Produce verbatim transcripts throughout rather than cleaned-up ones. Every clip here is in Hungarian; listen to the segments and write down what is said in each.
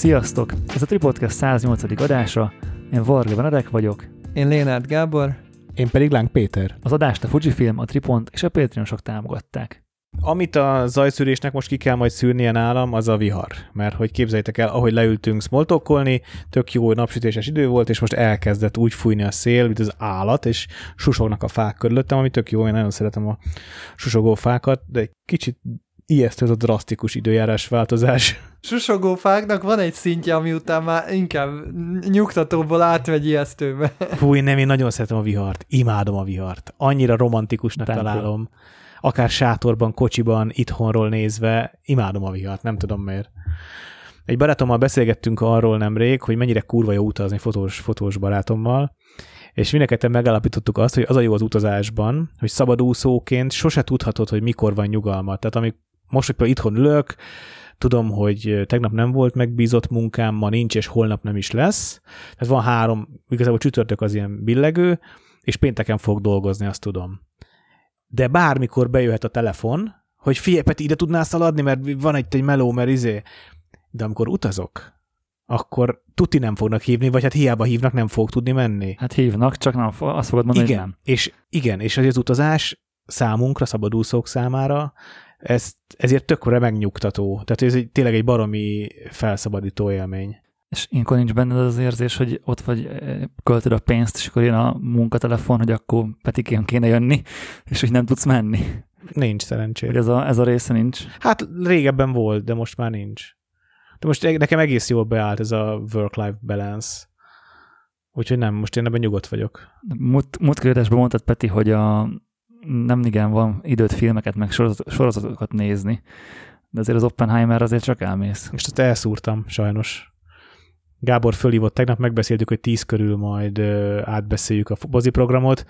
Sziasztok! Ez a Tripodcast száznyolcadik adása. Én Varga Benedek vagyok. Én Lénárd Gábor. Én pedig Láng Péter. Az adást a Fujifilm, a Tripont és a Patreonosok támogatták. Amit a zajszűrésnek most ki kell majd szűrnie nálam, az a vihar. Mert hogy képzeljétek el, ahogy leültünk smalltalkolni, tök jó napsütéses idő volt, és most elkezdett úgy fújni a szél, mint az állat, és susognak a fák körülöttem, ami tök jó, én nagyon szeretem a susogó fákat, de egy kicsit ijesztő ez a drasztikus időjárás változás. Susogó fáknak van egy szintje, ami után már inkább nyugtatóból átvegy ijesztőbe. Fúj, nem, én nagyon szeretem a vihart. Imádom a vihart. Annyira romantikusnak Bentről. találom. Akár sátorban, kocsiban, itthonról nézve, imádom a vihart, nem tudom miért. Egy barátommal beszélgettünk arról nemrég, hogy mennyire kurva jó utazni fotós, fotós barátommal, és mindenketten megállapítottuk azt, hogy az a jó az utazásban, hogy szabadúszóként sose tudhatod, hogy mikor van nyugalmat. Tehát amik most, hogy például itthon ülök, tudom, hogy tegnap nem volt megbízott munkám, ma nincs, és holnap nem is lesz. Tehát van három, igazából csütörtök az ilyen billegő, és pénteken fog dolgozni, azt tudom. De bármikor bejöhet a telefon, hogy figyelj, Peti, ide tudnál szaladni, mert van egy, egy meló, mert izé. De amikor utazok, akkor tuti nem fognak hívni, vagy hát hiába hívnak, nem fog tudni menni. Hát hívnak, csak nem, azt fogod mondani, igen, hogy nem. És igen, és az utazás számunkra, szabadúszók számára, ez, ezért tökre megnyugtató. Tehát ez egy, tényleg egy baromi felszabadító élmény. És ilyenkor nincs benned az érzés, hogy ott vagy, költöd a pénzt, és akkor jön a munkatelefon, hogy akkor Petikén kéne jönni, és hogy nem tudsz menni. Nincs szerencsére. Ez a, ez a része nincs? Hát régebben volt, de most már nincs. De most nekem egész jól beállt ez a work-life balance. Úgyhogy nem, most én ebben nyugodt vagyok. Múlt, múlt kérdésben mondtad, Peti, hogy a, nem igen van időt filmeket, meg sorozatokat nézni, de azért az Oppenheimer azért csak elmész. És ezt elszúrtam, sajnos. Gábor fölhívott tegnap, megbeszéltük, hogy tíz körül majd ö, átbeszéljük a mozi programot,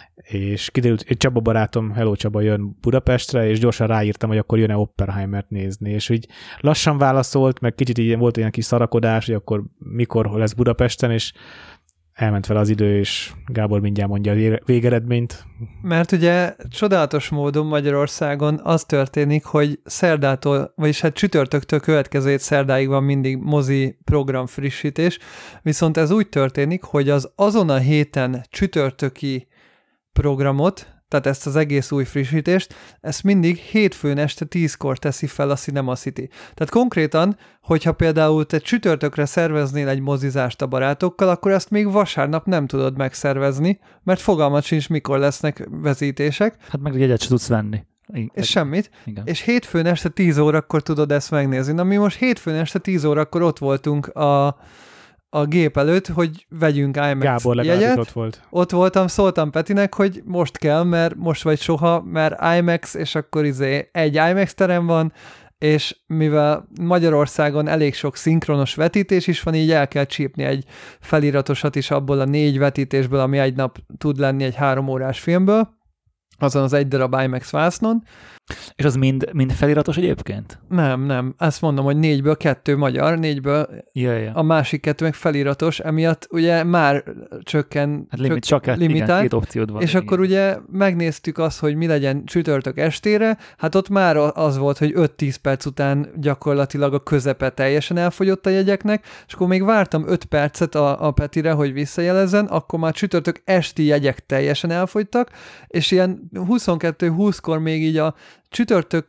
és kiderült, egy Csaba barátom, hello Csaba, jön Budapestre, és gyorsan ráírtam, hogy akkor jön-e Oppenheimert nézni, és úgy lassan válaszolt, meg kicsit így volt olyan kis szarakodás, hogy akkor mikor lesz Budapesten, és elment vele az idő, és Gábor mindjárt mondja a végeredményt. Mert ugye csodálatos módon Magyarországon az történik, hogy szerdától, vagyis hát csütörtöktől következő hét szerdáig van mindig mozi program frissítés, viszont ez úgy történik, hogy az azon a héten csütörtöki programot, tehát ezt az egész új frissítést, ezt mindig hétfőn este tízkor teszi fel a Cinema City. Tehát konkrétan, hogyha például te csütörtökre szerveznél egy mozizást a barátokkal, akkor ezt még vasárnap nem tudod megszervezni, mert fogalmat sincs, mikor lesznek vezítések. Hát meg jegyet se tudsz venni. És egy, semmit. Igen. És hétfőn este tíz órakor tudod ezt megnézni. Na mi most hétfőn este tíz órakor ott voltunk a a gép előtt, hogy vegyünk IMAX Gábor jegyet. ott volt. Ott voltam, szóltam Petinek, hogy most kell, mert most vagy soha, mert IMAX, és akkor izé egy IMAX terem van, és mivel Magyarországon elég sok szinkronos vetítés is van, így el kell csípni egy feliratosat is abból a négy vetítésből, ami egy nap tud lenni egy három órás filmből, azon az egy darab IMAX vásznon. És az mind, mind feliratos egyébként? Nem, nem. Azt mondom, hogy négyből kettő magyar, négyből ja, ja. a másik kettő meg feliratos, emiatt ugye már csökken, hát limit, csök, csak limitált, igen, két opciód van. és igen. akkor ugye megnéztük azt, hogy mi legyen csütörtök estére, hát ott már az volt, hogy öt-tíz perc után gyakorlatilag a közepe teljesen elfogyott a jegyeknek, és akkor még vártam öt percet a, a Petire, hogy visszajelezzen, akkor már csütörtök esti jegyek teljesen elfogytak, és ilyen huszonkettő húszkor még így a csütörtök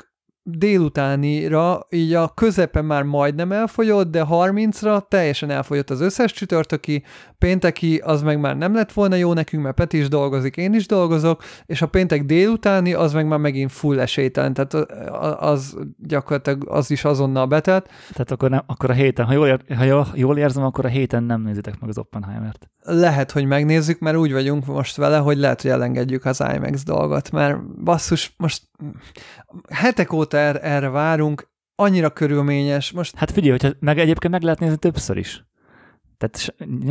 délutánira így a közepe már majdnem elfogyott, de harmincra teljesen elfogyott az összes csütörtöki, pénteki az meg már nem lett volna jó nekünk, mert Peti is dolgozik, én is dolgozok, és a péntek délutáni az meg már megint full esélytelen, tehát az gyakorlatilag az is azonnal betelt. Tehát akkor, nem, akkor a héten, ha jól, ér, ha jól érzem, akkor a héten nem nézitek meg az Oppenheimert. Lehet, hogy megnézzük, mert úgy vagyunk most vele, hogy lehet, hogy elengedjük az IMAX dolgot, mert basszus, most hetek óta er, erre várunk, annyira körülményes. Most... Hát figyelj, hogyha meg egyébként meg lehet nézni többször is. Tehát...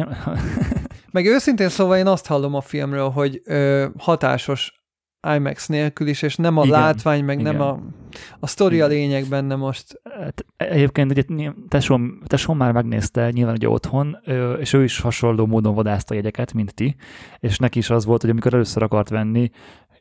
meg őszintén szóval én azt hallom a filmről, hogy ö, hatásos IMAX nélkül is, és nem a igen, látvány, meg igen. nem a, a sztori a lényeg benne most. Egyébként ugye tesóm, tesóm már megnézte nyilván ugye otthon, és ő is hasonló módon vadászta jegyeket, mint ti, és neki is az volt, hogy amikor először akart venni,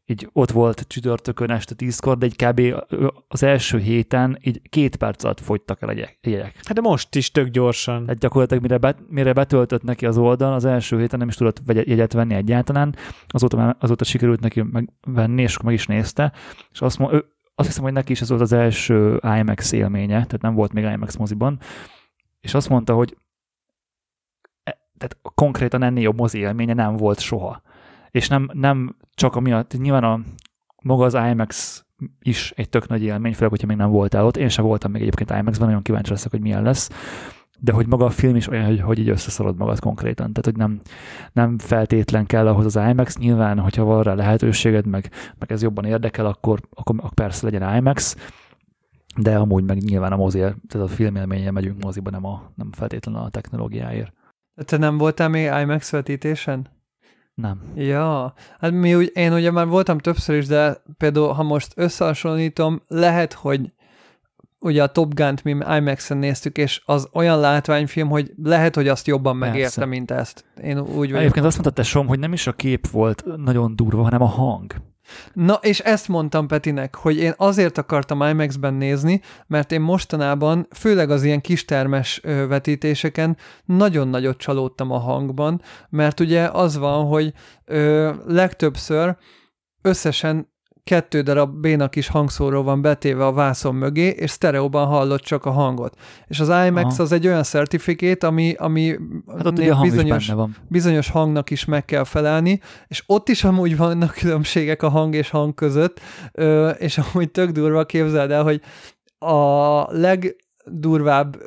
így ott volt csütörtökön este tízkor, de egy kb. Az első héten így két perc alatt fogytak el a jegyek. Hát de most is tök gyorsan. Hát gyakorlatilag mire, bet, mire betöltött neki az oldal, az első héten nem is tudott jegyet venni egyáltalán, azóta, azóta sikerült neki megvenni, és akkor meg is nézte, és azt, mond, ő, azt hiszem, hogy neki is ez volt az első IMAX élménye, tehát nem volt még IMAX moziban, és azt mondta, hogy tehát konkrétan ennél jobb mozi élménye nem volt soha. És nem, nem csak amiatt, nyilván a, maga az IMAX is egy tök nagy élmény, főleg, hogyha még nem voltál ott. Én sem voltam még egyébként IMAX-ben, nagyon kíváncsi leszek, hogy milyen lesz. De hogy maga a film is olyan, hogy, hogy így összeszorod magad konkrétan. Tehát, hogy nem, nem feltétlen kell ahhoz az IMAX. Nyilván, hogyha van rá lehetőséged, meg, meg ez jobban érdekel, akkor, akkor persze legyen IMAX. De amúgy meg nyilván a moziért, tehát a filmélményen megyünk moziba, nem, a, nem feltétlenül a technológiáért. Te nem voltál még IMAX vetítésen? Nem. Ja, hát mi úgy, én ugye már voltam többször is, de például, ha most összehasonlítom, lehet, hogy ugye a Top Gun-t mi IMAX-en néztük, és az olyan látványfilm, hogy lehet, hogy azt jobban megérte, mint ezt. Én úgy vagyok. Egyébként azt mondta Tesom, hogy nem is a kép volt nagyon durva, hanem a hang. Na, és ezt mondtam Petinek, hogy én azért akartam IMAX-ben nézni, mert én mostanában, főleg az ilyen kistermes vetítéseken nagyon nagyot csalódtam a hangban, mert ugye az van, hogy ö, legtöbbször összesen kettő darab béna kis hangszóró van betéve a vászon mögé, és sztereóban hallott csak a hangot. És az IMAX Aha. az egy olyan certificate, ami, ami hát ott a bizonyos, van. bizonyos hangnak is meg kell felelni, és ott is amúgy vannak különbségek a hang és hang között, és amúgy tök durva, képzeld el, hogy a legdurvább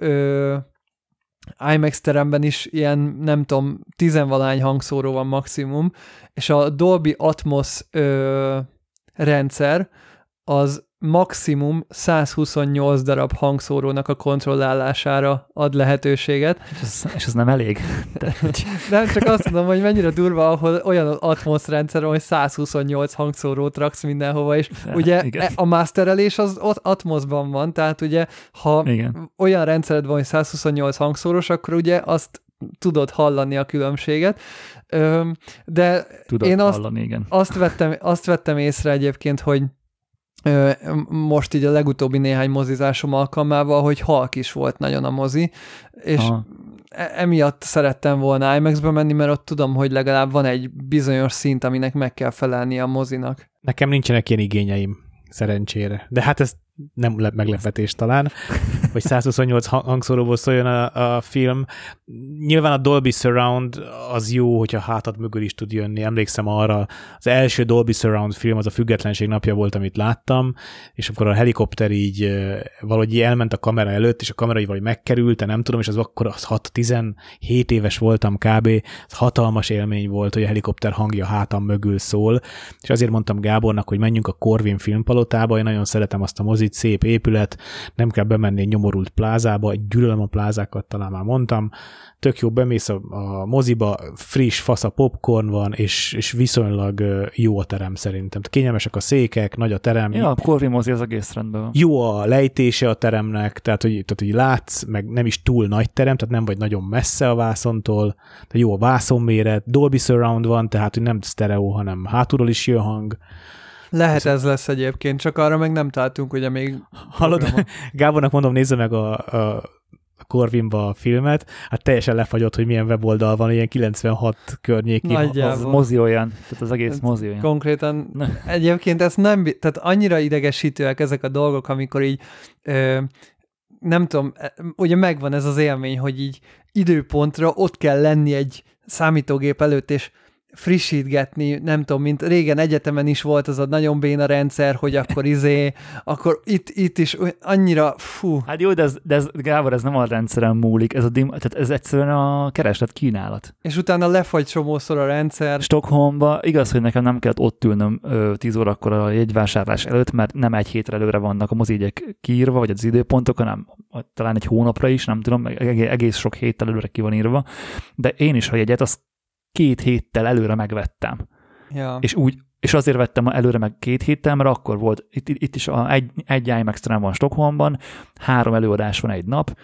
IMAX teremben is ilyen, nem tudom, tizenvalány hangszóró van maximum, és a Dolby Atmos ö, rendszer az maximum száz huszonnyolc darab hangszórónak a kontrollálására ad lehetőséget. És ez, és ez nem elég. De... Nem, csak azt mondom, hogy mennyire durva, ahol olyan Atmos rendszer, hogy száz huszonnyolc hangszórót raksz mindenhova, és de, ugye igen. a masterelés az ott Atmosban van, tehát ugye, ha igen. olyan rendszered van, hogy száz huszonnyolc hangszóros, akkor ugye azt tudod hallani a különbséget. De tudod én azt, hallani, igen. azt, vettem, azt vettem észre egyébként, hogy most így a legutóbbi néhány mozizásom alkalmával, hogy halk is volt nagyon a mozi, és Aha. emiatt szerettem volna IMAX-be menni, mert ott tudom, hogy legalább van egy bizonyos szint, aminek meg kell felelni a mozinak. Nekem nincsenek ilyen igényeim, szerencsére. De hát ez nem meglepetés talán, hogy száz huszonnyolc hangszóróból szóljon a, a film. Nyilván a Dolby Surround az jó, hogyha hátad mögül is tud jönni. Emlékszem arra, az első Dolby Surround film az a Függetlenség napja volt, amit láttam, és akkor a helikopter így valahogy elment a kamera előtt, és a kamera így valahogy megkerült, nem tudom, és az akkor az hat, tizenhét éves voltam kb. Ez hatalmas élmény volt, hogy a helikopter hangja hátam mögül szól, és azért mondtam Gábornak, hogy menjünk a Corvin filmpalotába, én nagyon szeretem azt a mozit, szép épület, nem kell bemenni egy nyomorult plázába, gyűlölöm a plázákat, talán már mondtam, tök jó, bemész a, a moziba, friss fasz a popcorn van, és, és viszonylag jó a terem szerintem. Kényelmesek a székek, nagy a terem. Ja, a Corvin mozi az egész rendben van. Jó a lejtése a teremnek, tehát hogy, tehát, hogy látsz, meg nem is túl nagy terem, tehát nem vagy nagyon messze a vászontól, tehát jó a vászonméret, Dolby Surround van, tehát hogy nem sztereó, hanem hátulról is jön hang. Lehet ez lesz egyébként, csak arra meg nem találtunk, ugye még... Hallod, Gábornak mondom, nézze meg a, a Corvinba a filmet, hát teljesen lefagyott, hogy milyen weboldal van, ilyen kilencvenhat környéki. Nagyjából. Az mozi olyan, tehát az egész mozi olyan. Konkrétan, ne. Egyébként ez nem, tehát annyira idegesítőek ezek a dolgok, amikor így, ö, nem tudom, ugye megvan ez az élmény, hogy így időpontra ott kell lenni egy számítógép előtt, és frissítgetni, nem tudom, mint régen egyetemen is volt az a nagyon béna rendszer, hogy akkor izé, akkor itt, itt is annyira, fú. Hát jó, de ez, de ez Gábor, ez nem a rendszeren múlik, ez, a dim, tehát ez egyszerűen a kereslet kínálat. És utána lefagy csomószor a rendszer. Stockholmba, igaz, hogy nekem nem kellett ott ülnöm ö, tíz órakor a jegyvásárlás előtt, mert nem egy hétre előre vannak a mozijegyek kiírva, vagy az időpontok, hanem talán egy hónapra is, nem tudom, egész sok héttel előre ki van írva, de én is a jegyet azt két héttel előre megvettem. Ja. És úgy, és azért vettem előre meg két héttel, mert akkor volt, itt, itt is a, egy, egy IMAX terem van Stockholmban, három előadás van egy nap,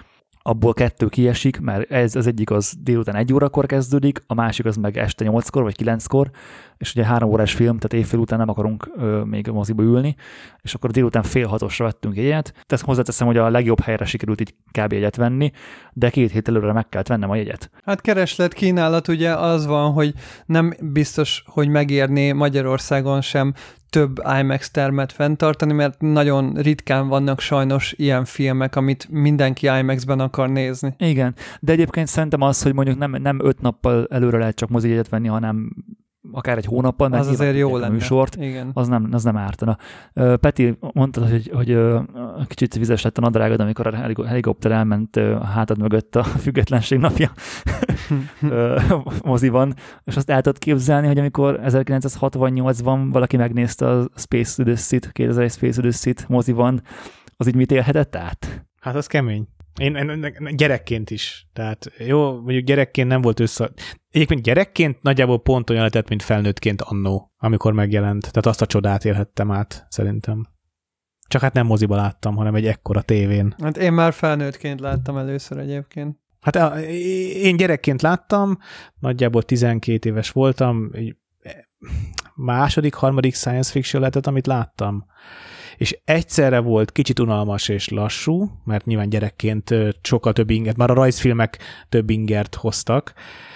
abból kettő kiesik, mert ez az egyik az délután egy órakor kezdődik, a másik az meg este nyolckor vagy kilenckor, és ugye három órás film, tehát évfél után nem akarunk ö, még a moziba ülni, és akkor délután fél hatosra vettünk jegyet. Tehát hozzáteszem, hogy a legjobb helyre sikerült így kb. Jegyet venni, de két hét előre meg kellett vennem a jegyet. Hát kereslet, kínálat ugye az van, hogy nem biztos, hogy megérné Magyarországon sem több IMAX termet fenntartani, mert nagyon ritkán vannak sajnos ilyen filmek, amit mindenki IMAX-ben akar nézni. Igen, de egyébként szerintem az, hogy mondjuk nem, nem öt nappal előre lehet csak mozijegyet venni, hanem akár egy hónappal, mert az azért jó lenne. Műsort, igen. Az, nem, az nem ártana. Peti, mondtad, hogy, hogy kicsit vizes lett a nadrágod, amikor a helikopter elment a hátad mögött a függetlenség napja moziban, és azt el tudod képzelni, hogy amikor ezerkilencszázhatvannyolcban valaki megnézte a Space Odyssey-t, kétezer Space Odyssey-t moziban, az így mit élhetett át? Hát az kemény. Én, én gyerekként is. Tehát jó, mondjuk gyerekként nem volt össze... Egyébként gyerekként nagyjából pont olyan lehetett, mint felnőttként annó, amikor megjelent. Tehát azt a csodát élhettem át, szerintem. Csak hát nem moziba láttam, hanem egy ekkora tévén. Hát én már felnőttként láttam először egyébként. Hát én gyerekként láttam, nagyjából tizenkét éves voltam, második, harmadik science fiction lehetett, amit láttam. És egyszerre volt kicsit unalmas és lassú, mert nyilván gyerekként sokkal több ingert, már a rajzfilmek több ingert hoztak,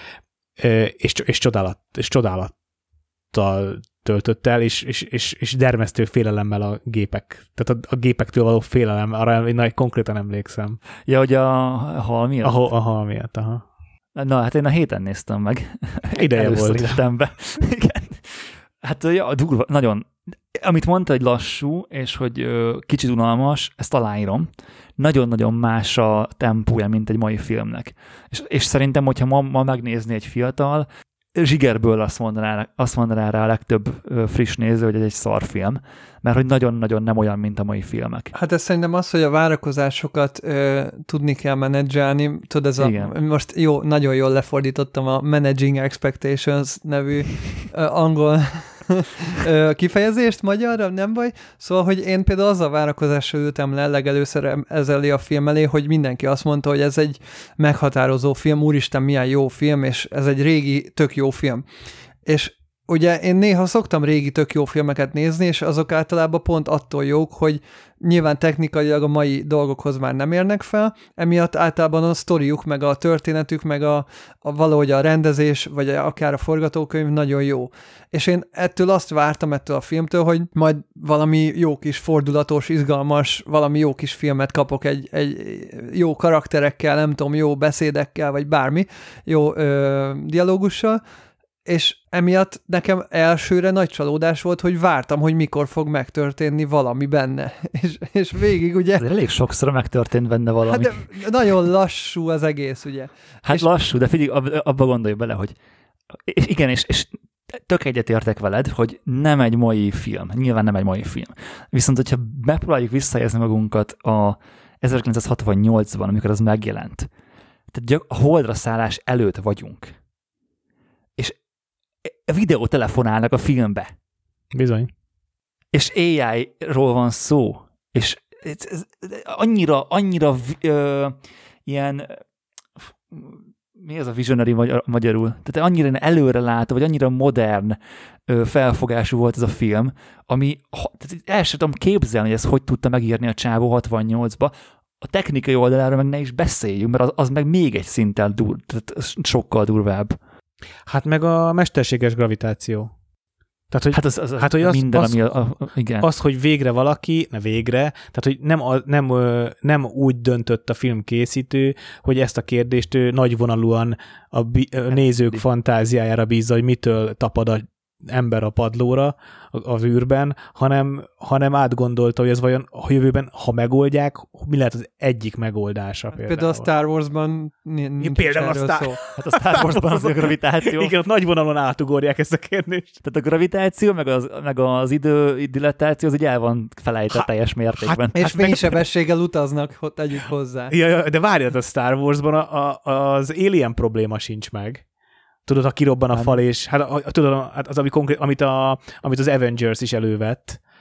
és, és, csodálat, és csodálattal töltött el, és, és, és, és dermesztő félelemmel a gépek. Tehát a, a gépektől való félelem, arra én konkrétan emlékszem. Ja, hogy a hal miatt? A, a hal miatt, aha. Na, hát én a héten néztem meg. Ideje volt. Életembe. Igen. Hát ja, durva, nagyon. Amit mondta, hogy lassú, és hogy ö, kicsit unalmas, ezt aláírom. Nagyon-nagyon más a tempója, mint egy mai filmnek. És, és szerintem, hogyha ma, ma megnézni egy fiatal, zsigerből azt mondaná, azt mondaná rá a legtöbb ö, friss néző, hogy ez egy szarfilm, mert hogy nagyon-nagyon nem olyan, mint a mai filmek. Hát ez szerintem az, hogy a várakozásokat ö, tudni kell menedzselni. Tudod, ez a, most jó, nagyon jól lefordítottam a Managing Expectations nevű ö, angol kifejezést magyarra, nem baj. Szóval, hogy én például az a várakozásra ültem le legelőször ezzel a film elé, hogy mindenki azt mondta, hogy ez egy meghatározó film, úristen, milyen jó film, és ez egy régi, tök jó film. És ugye én néha szoktam régi tök jó filmeket nézni, és azok általában pont attól jók, hogy nyilván technikailag a mai dolgokhoz már nem érnek fel, emiatt általában a sztoriuk, meg a történetük, meg a, a valahogy a rendezés, vagy akár a forgatókönyv nagyon jó. És én ettől azt vártam ettől a filmtől, hogy majd valami jó kis fordulatos, izgalmas, valami jó kis filmet kapok egy, egy jó karakterekkel, nem tudom, jó beszédekkel, vagy bármi, jó ö, dialógussal, és emiatt nekem elsőre nagy csalódás volt, hogy vártam, hogy mikor fog megtörténni valami benne. És, és végig ugye... Ez elég sokszor megtörtént benne valami. Hát nagyon lassú az egész, ugye. Hát és... lassú, de figyelj, ab, abba gondolj bele, hogy és igen, és, és tök egyetértek veled, hogy nem egy mai film. Nyilván nem egy mai film. Viszont, hogyha megpróbáljuk visszahelyezni magunkat a ezerkilencszázhatvannyolcban, amikor az megjelent, tehát a holdra szállás előtt vagyunk. És videótelefonálnak a filmbe. Bizony. És á í-ról van szó. És ez, ez, annyira, annyira ö, ilyen mi az a visionary magy- magyarul? Tehát annyira előre látó, vagy annyira modern ö, felfogású volt ez a film, ami ha, tehát el sem tudom képzelni, hogy ezt hogy tudta megírni a csávó hatvannyolcba. A technikai oldalára meg ne is beszéljünk, mert az, az meg még egy szinten dur, tehát sokkal durvább. Hát meg a mesterséges gravitáció. Tehát, hogy, hát az, az, hát, hogy az, minden, az, ami a, a, igen. az, hogy végre valaki, ne végre, tehát, hogy nem, nem, nem úgy döntött a filmkészítő, hogy ezt a kérdést nagyvonalúan a, bi, a nézők fantáziájára bízza, hogy mitől tapad a ember a padlóra, a, a űrben, hanem, hanem átgondolta, hogy ez vajon a jövőben, ha megoldják, mi lehet az egyik megoldása például. Például a Star Warsban nincs például erről a Star... szó. Hát a Star Warsban az a gravitáció. Igen, ott nagy vonalon átugorják ezt a kérdést. Tehát a gravitáció, meg az, meg az idő dilatáció, az így el van felejtett teljes mértékben. Hát, és hát fénysebességgel meg... utaznak, hogy tegyük hozzá. Ja, ja, de várjad, a Star Warsban a, a, az alien probléma sincs meg. Tudod, ha kirobban a fal, és hát a, tudod, hát az, ami konkrét, amit, a, amit az Avengers is elővett,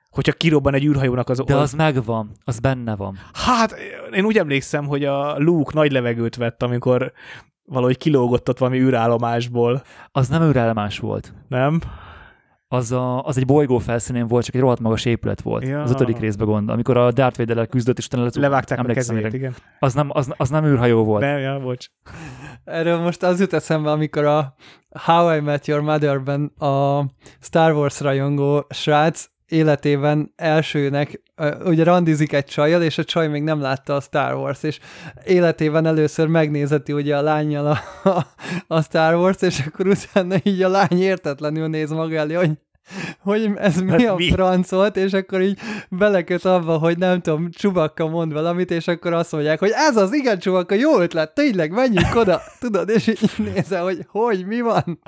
Hogyha kirobban egy űrhajónak az... De az megvan, az benne van. Hát, én úgy emlékszem, hogy a Luke nagy levegőt vett, amikor valahogy kilógott ott valami űrállomásból. Az nem űrállomás volt. Nem? Az, a, az egy bolygó felszínén volt, csak egy rohadt magas épület volt. Ja. Az ötödik részben gond, amikor a Darth Vader-rel küzdött, és utána levágták a kezét, igen. Az nem, az, az nem űrhajó volt. Nem, ja, bocs. Erről most az jut eszembe, amikor a How I Met Your Mother-ben a Star Wars rajongó srác életében elsőnek, ugye randizik egy csajjal, és a csaj még nem látta a Star Wars, és életében először megnézeti ugye a lányjal a, a, a Star Wars, és akkor utána így a lány értetlenül néz maga elé, hogy, hogy ez mi a mi? franc volt, és akkor így beleköt abba, hogy nem tudom, Chewbacca mond valamit, és akkor azt mondják, hogy ez az, igen, Chewbacca, jó ötlet, tényleg, menjünk oda, tudod, és így nézel, hogy hogy, mi van?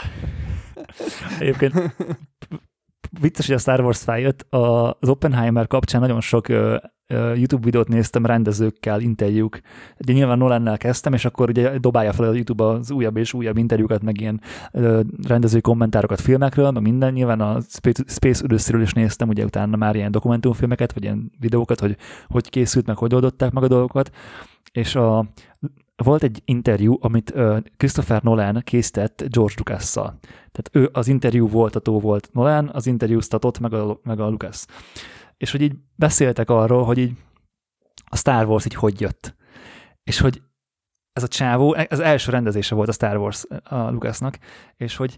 Egyébként vicces, hogy a Star Wars feljött. Az Oppenheimer kapcsán nagyon sok uh, uh, YouTube videót néztem rendezőkkel, interjúk. Ugye nyilván Nolannel kezdtem, és akkor ugye dobálja fel a YouTube az újabb és újabb interjúkat, meg ilyen uh, rendezői kommentárokat filmekről, meg minden. Nyilván a Space, Space Odyssey-ről is néztem, ugye utána már ilyen dokumentumfilmeket, vagy ilyen videókat, hogy hogy készült, meg hogy oldották meg a dolgokat. És a volt egy interjú, amit uh, Christopher Nolan készített George Lucas-szal. Tehát ő az interjú voltató volt Nolan, az interjúztatott meg a, meg a Lucas. És hogy így beszéltek arról, hogy így a Star Wars így hogy jött. És hogy ez a csávó, az első rendezése volt a Star Wars a Lucasnak, és hogy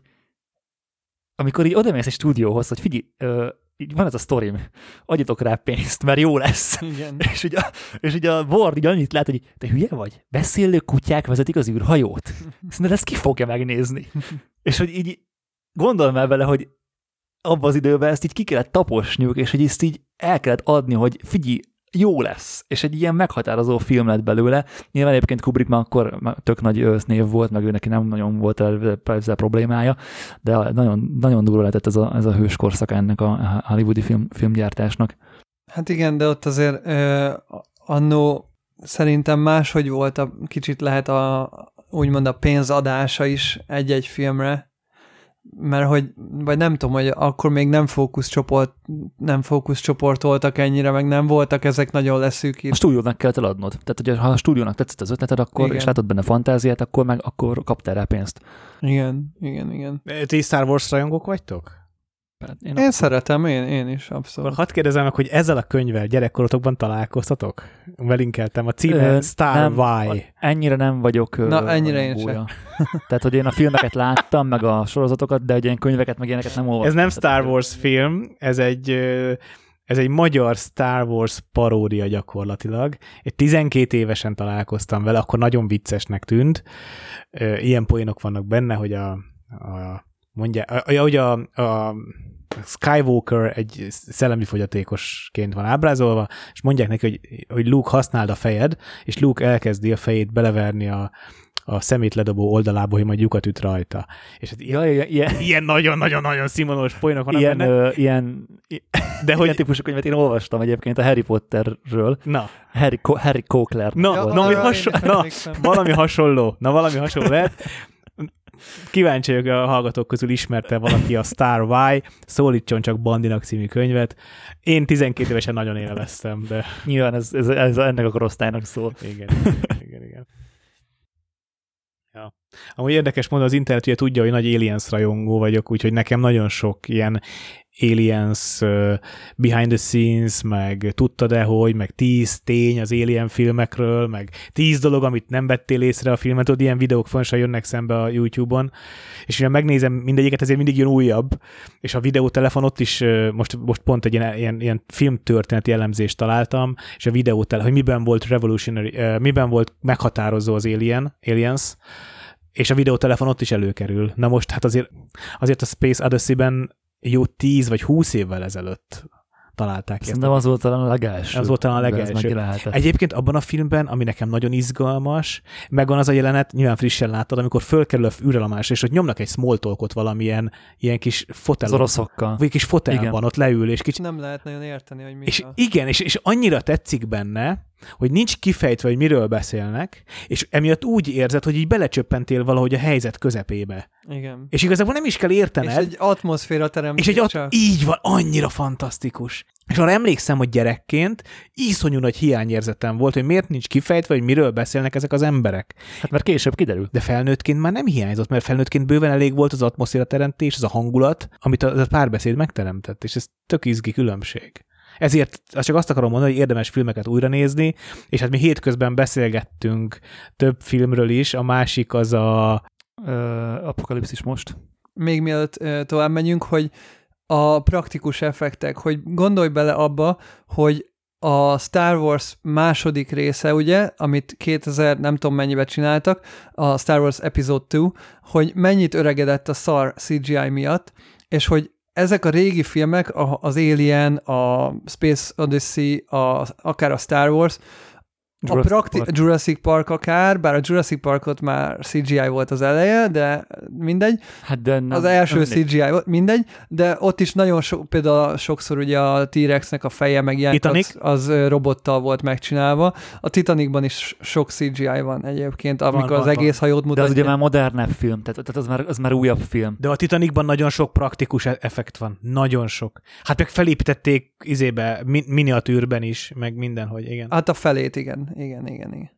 amikor így odamész egy stúdióhoz, hogy figyelj, uh, így van ez a sztorim, adjatok rá pénzt, mert jó lesz. Igen. És ugye, és ugye a Ward így annyit lát, hogy te hülye vagy? Beszélő kutyák vezetik az űrhajót? Szerintem ezt ki fogja megnézni? És hogy így gondolom el vele, hogy abban az időben ezt így ki kellett taposniuk, és hogy ezt így el kellett adni, hogy figyelj, jó lesz, és egy ilyen meghatározó film lett belőle. Nyilván egyébként Kubrick már akkor tök nagy név volt, meg ő neki nem nagyon volt ezzel problémája, de nagyon, nagyon durva lehetett ez a, ez a hős korszak ennek a hollywoodi film, filmgyártásnak. Hát igen, de ott azért uh, annó szerintem máshogy volt, a, kicsit lehet a, úgymond a pénzadása is egy-egy filmre, mert hogy, vagy nem tudom, hogy akkor még nem fókuszcsoport, nem fókuszcsoportoltak ennyire, meg nem voltak ezek nagyon leszűkítve. A stúdiónak kellett eladnod. Tehát, hogy ha a stúdiónak tetszett az ötleted, akkor, igen. és látod benne fantáziát, akkor meg akkor kaptál rá pénzt. Igen, igen, igen. Ti Star Wars rajongók vagytok? Én, én szeretem, én, én is, abszolút. Hadd kérdezem meg, hogy ezzel a könyvvel gyerekkorotokban találkoztatok? Belinkeltem a címe, Star nem, Why. Ennyire nem vagyok. Na, ennyire én sem. Tehát, hogy én a filmeket láttam, meg a sorozatokat, de hogy én könyveket, meg ilyeneket nem olvastam. Ez nem Star Wars film, ez egy, ez egy magyar Star Wars paródia gyakorlatilag. Egy tizenkét évesen találkoztam vele, akkor nagyon viccesnek tűnt. Ilyen poénok vannak benne, hogy a, a mondja, hogy a, a Skywalker egy szellemi fogyatékosként van ábrázolva, és mondják neki, hogy, hogy Luke, használd a fejed, és Luke elkezdi a fejét beleverni a, a szemétledobó oldalába, hogy majd lyukat üt rajta. És hát ilyen, ja, ilyen, ilyen nagyon-nagyon-nagyon színvonalos poénok vannak ilyen, benne. Ö, ilyen, de hogy ilyen típusú könyvet én olvastam egyébként a Harry Potterről. Na. Harry, Harry Cochler. Na, ja, na, ja, hasonló, na valami hasonló. Na, valami hasonló lehet. Kíváncsi vagyok, a hallgatók közül ismerte valaki a Star Why, szólítson csak Bandinak című könyvet. Én tizenkét évesen nagyon élveztem, de... Nyilván ez, ez, ez ennek a korosztálynak szól. Igen, igen, igen. Ja. Amúgy érdekes módon az internet ugye tudja, hogy nagy Aliens rajongó vagyok, úgyhogy nekem nagyon sok ilyen Aliens uh, behind the scenes, meg tudtad-e, hogy, meg tíz tény az Alien filmekről, meg tíz dolog, amit nem vettél észre a filmet, ott ilyen videók fontosan jönnek szembe a YouTube-on, és ugye megnézem mindegyiket, ezért mindig jön újabb, és a videótelefon ott is, uh, most, most pont egy ilyen, ilyen, ilyen filmtörténeti elemzést találtam, és a videótelefon, hogy miben volt revolutionary, uh, miben volt meghatározó az Alien, Aliens, és a videótelefon ott is előkerül. Na most hát azért, azért a Space Odyssey-ben jó tíz vagy húsz évvel ezelőtt találták. Szerintem az volt talán a legelső. Az volt talán a legelső. Egyébként abban a filmben, ami nekem nagyon izgalmas, megvan az a jelenet, nyilván frissen láttad, amikor fölkerül a űrállomásra, és hogy nyomnak egy small talkot valamilyen ilyen kis fotel. Az oroszokkal. Vagy kis fotelban, ott leül, és kicsit... Nem lehet nagyon érteni, hogy mi és a... Igen, és, és annyira tetszik benne, hogy nincs kifejtve, hogy miről beszélnek, és emiatt úgy érzed, hogy így belecsöppentél valahogy a helyzet közepébe. Igen. És igazából nem is kell értened. És egy atmoszféra teremtés. És egy at- csak. így van, annyira fantasztikus. És arra emlékszem, hogy gyerekként iszonyú nagy hiányérzetem volt, hogy miért nincs kifejtve, hogy miről beszélnek ezek az emberek. Hát mert később kiderül. De felnőttként már nem hiányzott, mert felnőttként bőven elég volt az atmoszféra teremtés, az a hangulat, amit a, a párbeszéd megteremtett, és ez tök izgi különbség. Ezért csak azt akarom mondani, hogy érdemes filmeket újra nézni, és hát mi hétközben beszélgettünk több filmről is, a másik az a... Ö, Apokalipszis most. Még mielőtt ö, tovább menjünk, hogy a praktikus effektek, hogy gondolj bele abba, hogy a Star Wars második része, ugye, amit kétezer nem tudom mennyibe csináltak, a Star Wars Episode kettő, hogy mennyit öregedett a szar cé gé í miatt, és hogy ezek a régi filmek, az Alien, a Space Odyssey, a, akár a Star Wars, Jurassic a prakti- Park. Jurassic Park akár, bár a Jurassic Parkot már cé gé í volt az eleje, de mindegy. Hát de nem, az első nem, cé gé í volt, mindegy, de ott is nagyon sok, például sokszor ugye a T-Rexnek a feje meg ilyen, az, az robottal volt megcsinálva. A Titanicban is sok cé gé í van egyébként, amikor van, az van, egész hajót De mutatja. az ugye már modernebb film, tehát, tehát az, már, az már újabb film. De a Titanicban nagyon sok praktikus effekt van. Nagyon sok. Hát meg felépítették izébe, mi- miniatűrben is, meg mindenhogy, igen. Hát a felét, igen, igen, igen, igen.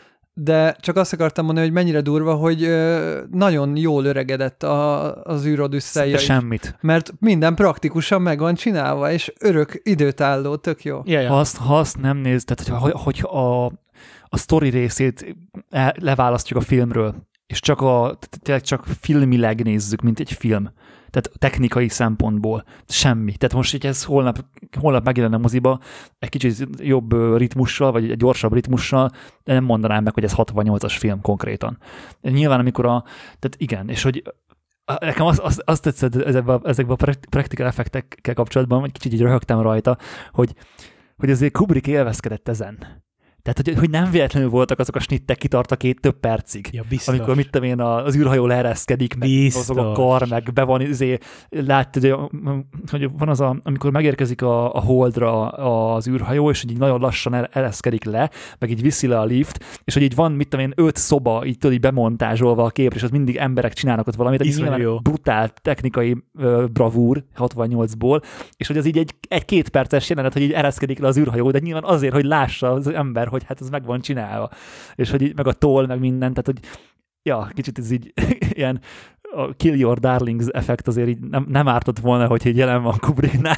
De csak azt akartam mondani, hogy mennyire durva, hogy ö, nagyon jól öregedett a, az űrodüsszeja is. Semmit. Mert minden praktikusan meg van csinálva, és örök időtálló, tök jó. Ja, ja. Ha azt, ha azt nem néz, tehát hogyha, hogyha a, a sztori részét el- leválasztjuk a filmről, és csak a, tényleg csak filmileg nézzük, mint egy film. Tehát technikai szempontból semmi. Tehát most, hogy ez holnap, holnap megjelenne a moziba egy kicsit jobb ritmussal, vagy egy gyorsabb ritmussal, de nem mondanám meg, hogy ez hatvannyolcas film konkrétan. Nyilván, amikor a... Tehát igen, és hogy nekem azt, azt, azt tetszett ezekben a, ezekben a practical effektekkel kapcsolatban, hogy kicsit így röhögtem rajta, hogy, hogy azért Kubrick élvezkedett ezen. Tehát, hogy, hogy nem véletlenül voltak azok a snittek, kitartak két több percig. Ja, biztos. Amikor, mit tudom én, az űrhajó leereszkedik, meg Biztos. azok a kar, meg be van, izé, látod, hogy van az, a, amikor megérkezik a, a holdra az űrhajó, és hogy így nagyon lassan ereszkedik le, meg így viszi le a lift, és hogy így van, mit tudom én, öt szoba, így tudod, így bemontázsolva a képre, és az mindig emberek csinálnak ott valamit. Tehát nyilván jó. brutál technikai uh, bravúr hatvannyolcból, és hogy az így egy, egy két perces jelenet, hogy így ereszkedik le az űrhajó, de nyilván azért, hogy lássa az ember, hogy hát ez meg van csinálva. És hogy így, meg a toll, meg minden, tehát hogy ja, kicsit ez így ilyen a Kill Your Darlings effekt azért így nem, nem ártott volna, hogy így jelen van Kubricknál,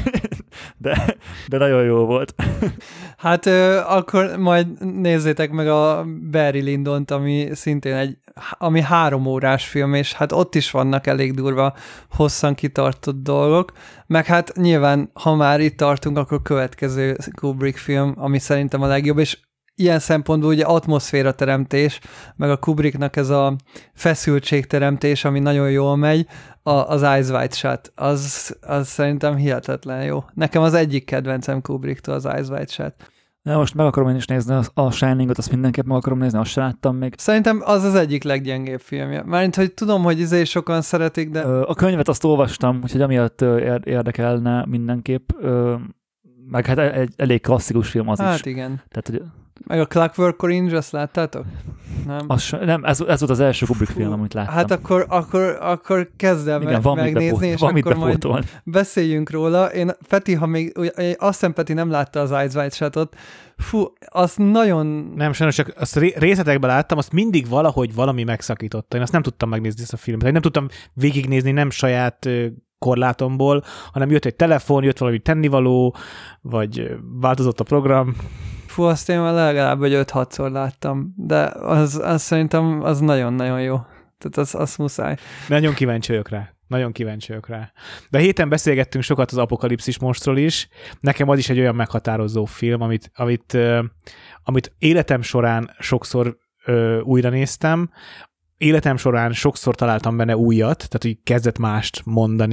de, de nagyon jó volt. Hát ö, akkor majd nézzétek meg a Barry Lyndont, ami szintén egy, ami három órás film, és hát ott is vannak elég durva, hosszan kitartott dolgok, meg hát nyilván, ha már itt tartunk, akkor következő Kubrick film, ami szerintem a legjobb, és ilyen szempontból ugye atmoszféra teremtés, meg a Kubricknak ez a feszültségteremtés, ami nagyon jól megy, a, az Eyes Wide Shut, az, az szerintem hihetetlen jó. Nekem az egyik kedvencem Kubricktól az Eyes Wide Shut. Na most meg akarom én is nézni a, a Shiningot, azt mindenképp meg akarom nézni, azt sem láttam még. Szerintem az az egyik leggyengébb filmje. Mármint, hogy tudom, hogy izé sokan szeretik, de... Ö, a könyvet azt olvastam, úgyhogy amiatt ö, érdekelne mindenképp, ö, meg hát egy elég klasszikus film az hát is. igen. Tehát, hogy Meg a Clockwork Orange, azt láttátok? Nem? az, se- nem, ez, ez volt az első Kubrick film, amit láttam. Hát akkor, akkor, akkor kezd el igen, meg, van mit megnézni, bepót- és van mit akkor majd bepótolni. beszéljünk róla. Én, Peti, ha még, ugye, azt hiszem Peti nem látta az Eyes Wide Shut-ot, fú, az nagyon... Nem, sajnos csak azt ré- részletekben láttam, azt mindig valahogy valami megszakította. Én azt nem tudtam megnézni ezt a filmet. Én nem tudtam végignézni, nem saját ö, korlátomból, hanem jött egy telefon, jött valami tennivaló, vagy ö, változott a program. Fú, azt én már legalább egy öt-hatszor láttam, de az, az szerintem az nagyon-nagyon jó. Tehát az, az muszáj. Nagyon kíváncsi vagyok rá. Nagyon kíváncsi vagyok rá. De a héten beszélgettünk sokat az Apokalipszis Mostról is. Nekem az is egy olyan meghatározó film, amit, amit, uh, amit életem során sokszor uh, újra néztem. Életem során sokszor találtam benne újat, tehát hogy kezdett mást mondani,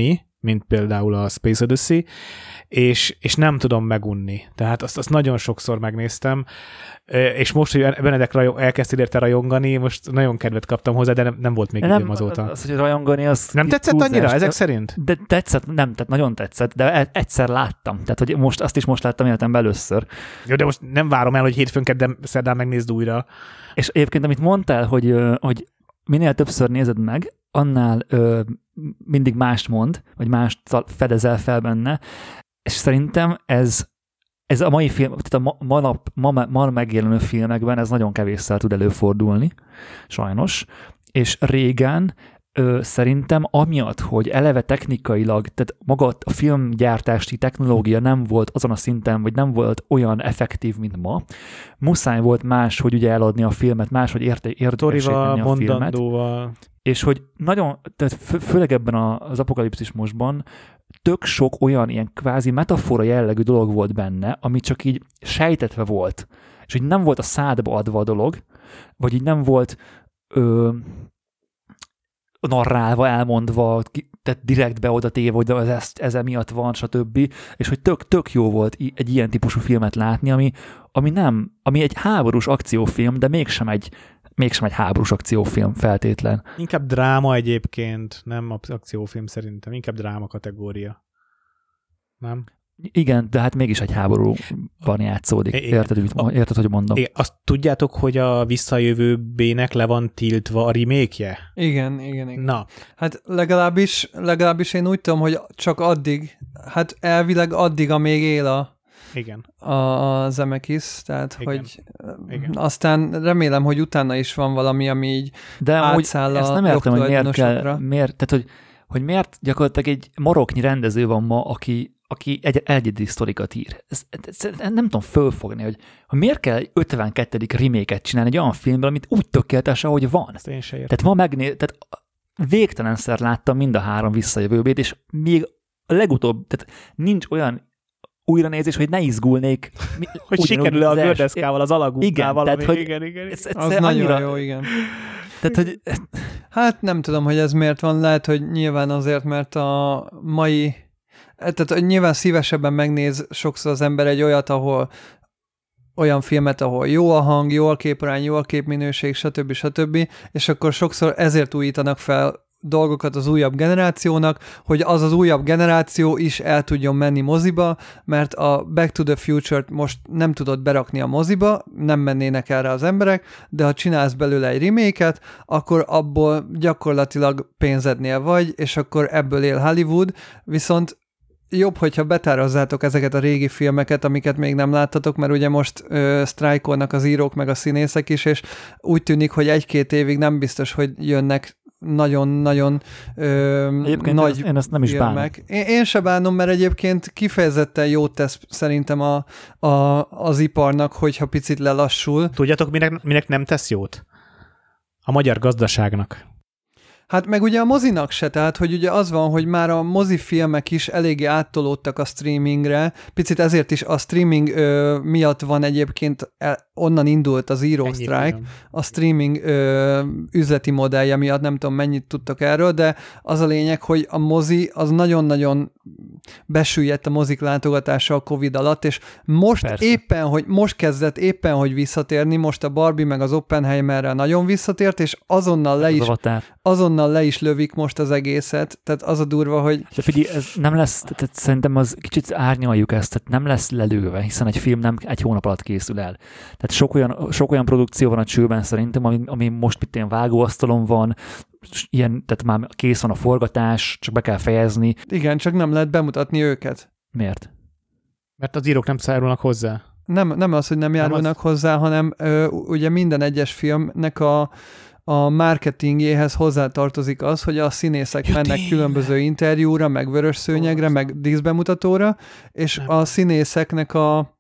mint például a Space Odyssey, és, és nem tudom megunni. Tehát azt, azt nagyon sokszor megnéztem, és most, hogy Benedek rajong, elkezdtél érte rajongani, most nagyon kedvet kaptam hozzá, de nem, nem volt még időm azóta. Az, hogy rajongani, az... Nem tetszett túlzás, annyira ezek szerint? De tetszett, nem, tehát nagyon tetszett, de egyszer láttam. Tehát, hogy most, azt is most láttam életemben először. Jó, de most nem várom el, hogy hétfőn kedden szerdán megnézd újra. És egyébként, amit mondtál, hogy, hogy minél többször nézed meg, annál ö, mindig mást mond, vagy mást fedezel fel benne, és szerintem ez, ez a mai film, tehát a ma, nap, ma, ma megjelenő filmekben ez nagyon kevésszer tud előfordulni, sajnos, és régen ö, szerintem amiatt, hogy eleve technikailag, tehát maga a filmgyártási technológia nem volt azon a szinten, vagy nem volt olyan effektív, mint ma, muszáj volt más, hogy ugye eladni a filmet, más, hogy érte, értékesíteni a filmet. És hogy nagyon, tehát fő, főleg ebben az apokalipszis mostban tök sok olyan ilyen kvázi metafora jellegű dolog volt benne, ami csak így sejtetve volt. És így nem volt a szádba adva a dolog, vagy így nem volt ö, narrálva, elmondva, tehát direktbe oda téve, hogy ez, ez, ez emiatt van, stb. És hogy tök, tök jó volt egy ilyen típusú filmet látni, ami, ami nem, ami egy háborús akciófilm, de mégsem egy mégsem egy háborús akciófilm feltétlen. Inkább dráma egyébként, nem akciófilm szerintem, inkább dráma kategória. Nem? Igen, de hát mégis egy háborúban játszódik. É, érted, a, érted, hogy mondom? É, azt tudjátok, hogy a Visszajövőbének le van tiltva a remake-je? Igen, igen, igen. Na. Hát legalábbis, legalábbis én úgy tudom, hogy csak addig, hát elvileg addig, amíg él a Igen. a Zemeckis, tehát Igen. hogy Igen. aztán remélem, hogy utána is van valami, ami így de átszáll a ezt nem értem, hogy miért kell, miért, tehát hogy, hogy miért gyakorlatilag egy maroknyi rendező van ma, aki, aki egy egyedi sztorikat ír. Ezt, ezt, ezt nem tudom fölfogni, hogy, hogy miért kell egy ötvenkettedik remake-et csinálni egy olyan filmből, amit úgy tökéletes, ahogy van. Ezt én se értem. Tehát ma megnéz, tehát végtelenszer láttam mind a három Visszajövőbét, és még a legutóbb, tehát nincs olyan újranézés, hogy ne izgulnék. Hogy sikerül-e a gördeszkával, az alagúttal igen, valami. Tehát, hogy igen, igen. Ez, az annyira... nagyon jó, igen. Tehát, hogy... Hát nem tudom, hogy ez miért van. Lehet, hogy nyilván azért, mert a mai... Tehát nyilván szívesebben megnéz sokszor az ember egy olyat, ahol olyan filmet, ahol jó a hang, jó a képarány, jó a képminőség, stb. stb. És akkor sokszor ezért újítanak fel dolgokat az újabb generációnak, hogy az az újabb generáció is el tudjon menni moziba, mert a Back to the Future-t most nem tudod berakni a moziba, nem mennének erre az emberek, de ha csinálsz belőle egy remake-et, akkor abból gyakorlatilag pénzednél vagy, és akkor ebből él Hollywood, viszont jobb, hogyha betárazzátok ezeket a régi filmeket, amiket még nem láttatok, mert ugye most ö, sztrájkolnak az írók meg a színészek is, és úgy tűnik, hogy egy-két évig nem biztos, hogy jönnek nagyon-nagyon ö, nagy én, én ezt nem is filmek. bánom. Én, én se bánom, mert egyébként kifejezetten jót tesz szerintem a, a, az iparnak, hogyha picit lelassul. Tudjátok, minek, minek nem tesz jót? A magyar gazdaságnak. Hát meg ugye a mozinak se, tehát hogy ugye az van, hogy már a mozifilmek is eléggé áttolódtak a streamingre, picit ezért is a streaming ö, miatt van egyébként, el, onnan indult az Zero Strike, a streaming ö, üzleti modellje miatt, nem tudom mennyit tudtak erről, de az a lényeg, hogy a mozi az nagyon-nagyon besüllyedt a mozik látogatása a Covid alatt, és most Persze. éppen, hogy most kezdett éppen, hogy visszatérni, most a Barbie meg az Oppenheimerrel nagyon visszatért, és azonnal le is azonnal le is lövik most az egészet, tehát az a durva, hogy... De figyelj, ez nem lesz, tehát szerintem az kicsit árnyaljuk ezt, tehát nem lesz lelőve, hiszen egy film nem egy hónap alatt készül el. Tehát sok olyan, sok olyan produkció van a csőben szerintem, ami, ami most itt ilyen vágóasztalon van, ilyen, tehát már kész van a forgatás, csak be kell fejezni. Igen, csak nem lehet bemutatni őket. Miért? Mert az írók nem szárulnak hozzá. Nem, nem az, hogy nem járulnak nem az... hozzá, hanem ö, ugye minden egyes filmnek a a marketingjéhez hozzátartozik az, hogy a színészek ja, mennek tényleg. különböző interjúra, meg vörös szőnyegre, meg díszbemutatóra, és nem. a színészeknek a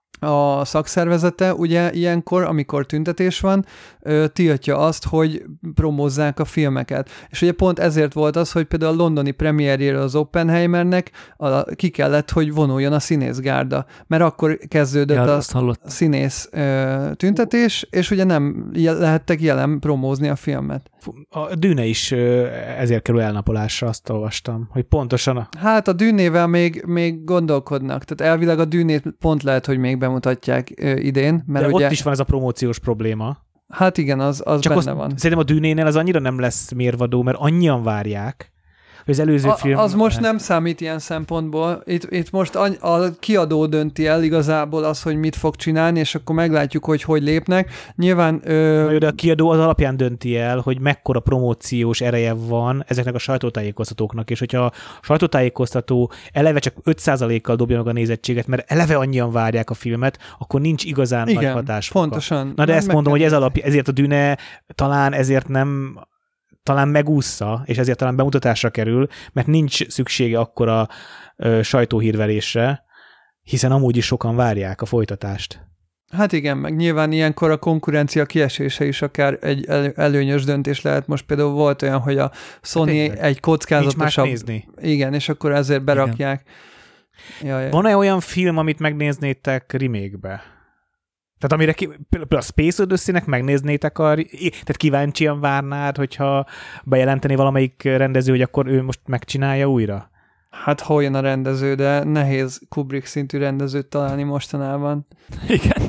a szakszervezete ugye ilyenkor, amikor tüntetés van, ö, tiltja azt, hogy promózzák a filmeket. És ugye pont ezért volt az, hogy például a londoni premierjéről az Oppenheimernek a, ki kellett, hogy vonuljon a színészgárda, mert akkor kezdődött ja, a színész ö, tüntetés, és ugye nem lehettek jelen promózni a filmet. A Dűne is ezért kerül elnapolásra, azt olvastam, hogy pontosan a... Hát a Dűnével még, még gondolkodnak, tehát elvileg a Dűnét pont lehet, hogy még bemutatják ö, idén. Mert de ugye... ott is van ez a promóciós probléma. Hát igen, az, az Csak benne az, van. Szerintem a Dűnénél az annyira nem lesz mérvadó, mert annyian várják, hogy az előző a, film... Az most nem számít ilyen szempontból. Itt, itt most a, a kiadó dönti el igazából az, hogy mit fog csinálni, és akkor meglátjuk, hogy hogy lépnek. Nyilván... Ö... Na jó, de a kiadó az alapján dönti el, hogy mekkora promóciós ereje van ezeknek a sajtótájékoztatóknak, és hogyha a sajtótájékoztató eleve csak öt százalékkal dobja meg a nézettséget, mert eleve annyian várják a filmet, akkor nincs igazán igen, nagy hatás. pontosan. Na de ezt mondom, hogy ez alapja, ezért a Dűne talán ezért nem... talán megúszza, és ezért talán bemutatásra kerül, mert nincs szüksége akkora ö, sajtóhírverésre, hiszen amúgy is sokan várják a folytatást. Hát igen, meg nyilván ilyenkor a konkurencia kiesése is akár egy elő, előnyös döntés lehet. Most például volt olyan, hogy a Sony Tényleg. egy kockázatosabb... nézni. Igen, és akkor ezért berakják. Jaj, van-e olyan film, amit megnéznétek remake-be? Tehát amire ki, például a Space Odyssey-nek megnéznétek, a, tehát kíváncsian várnád, hogyha bejelenteni valamelyik rendező, hogy akkor ő most megcsinálja újra? Hát hol jön a rendező, de nehéz Kubrick szintű rendezőt találni mostanában. Igen.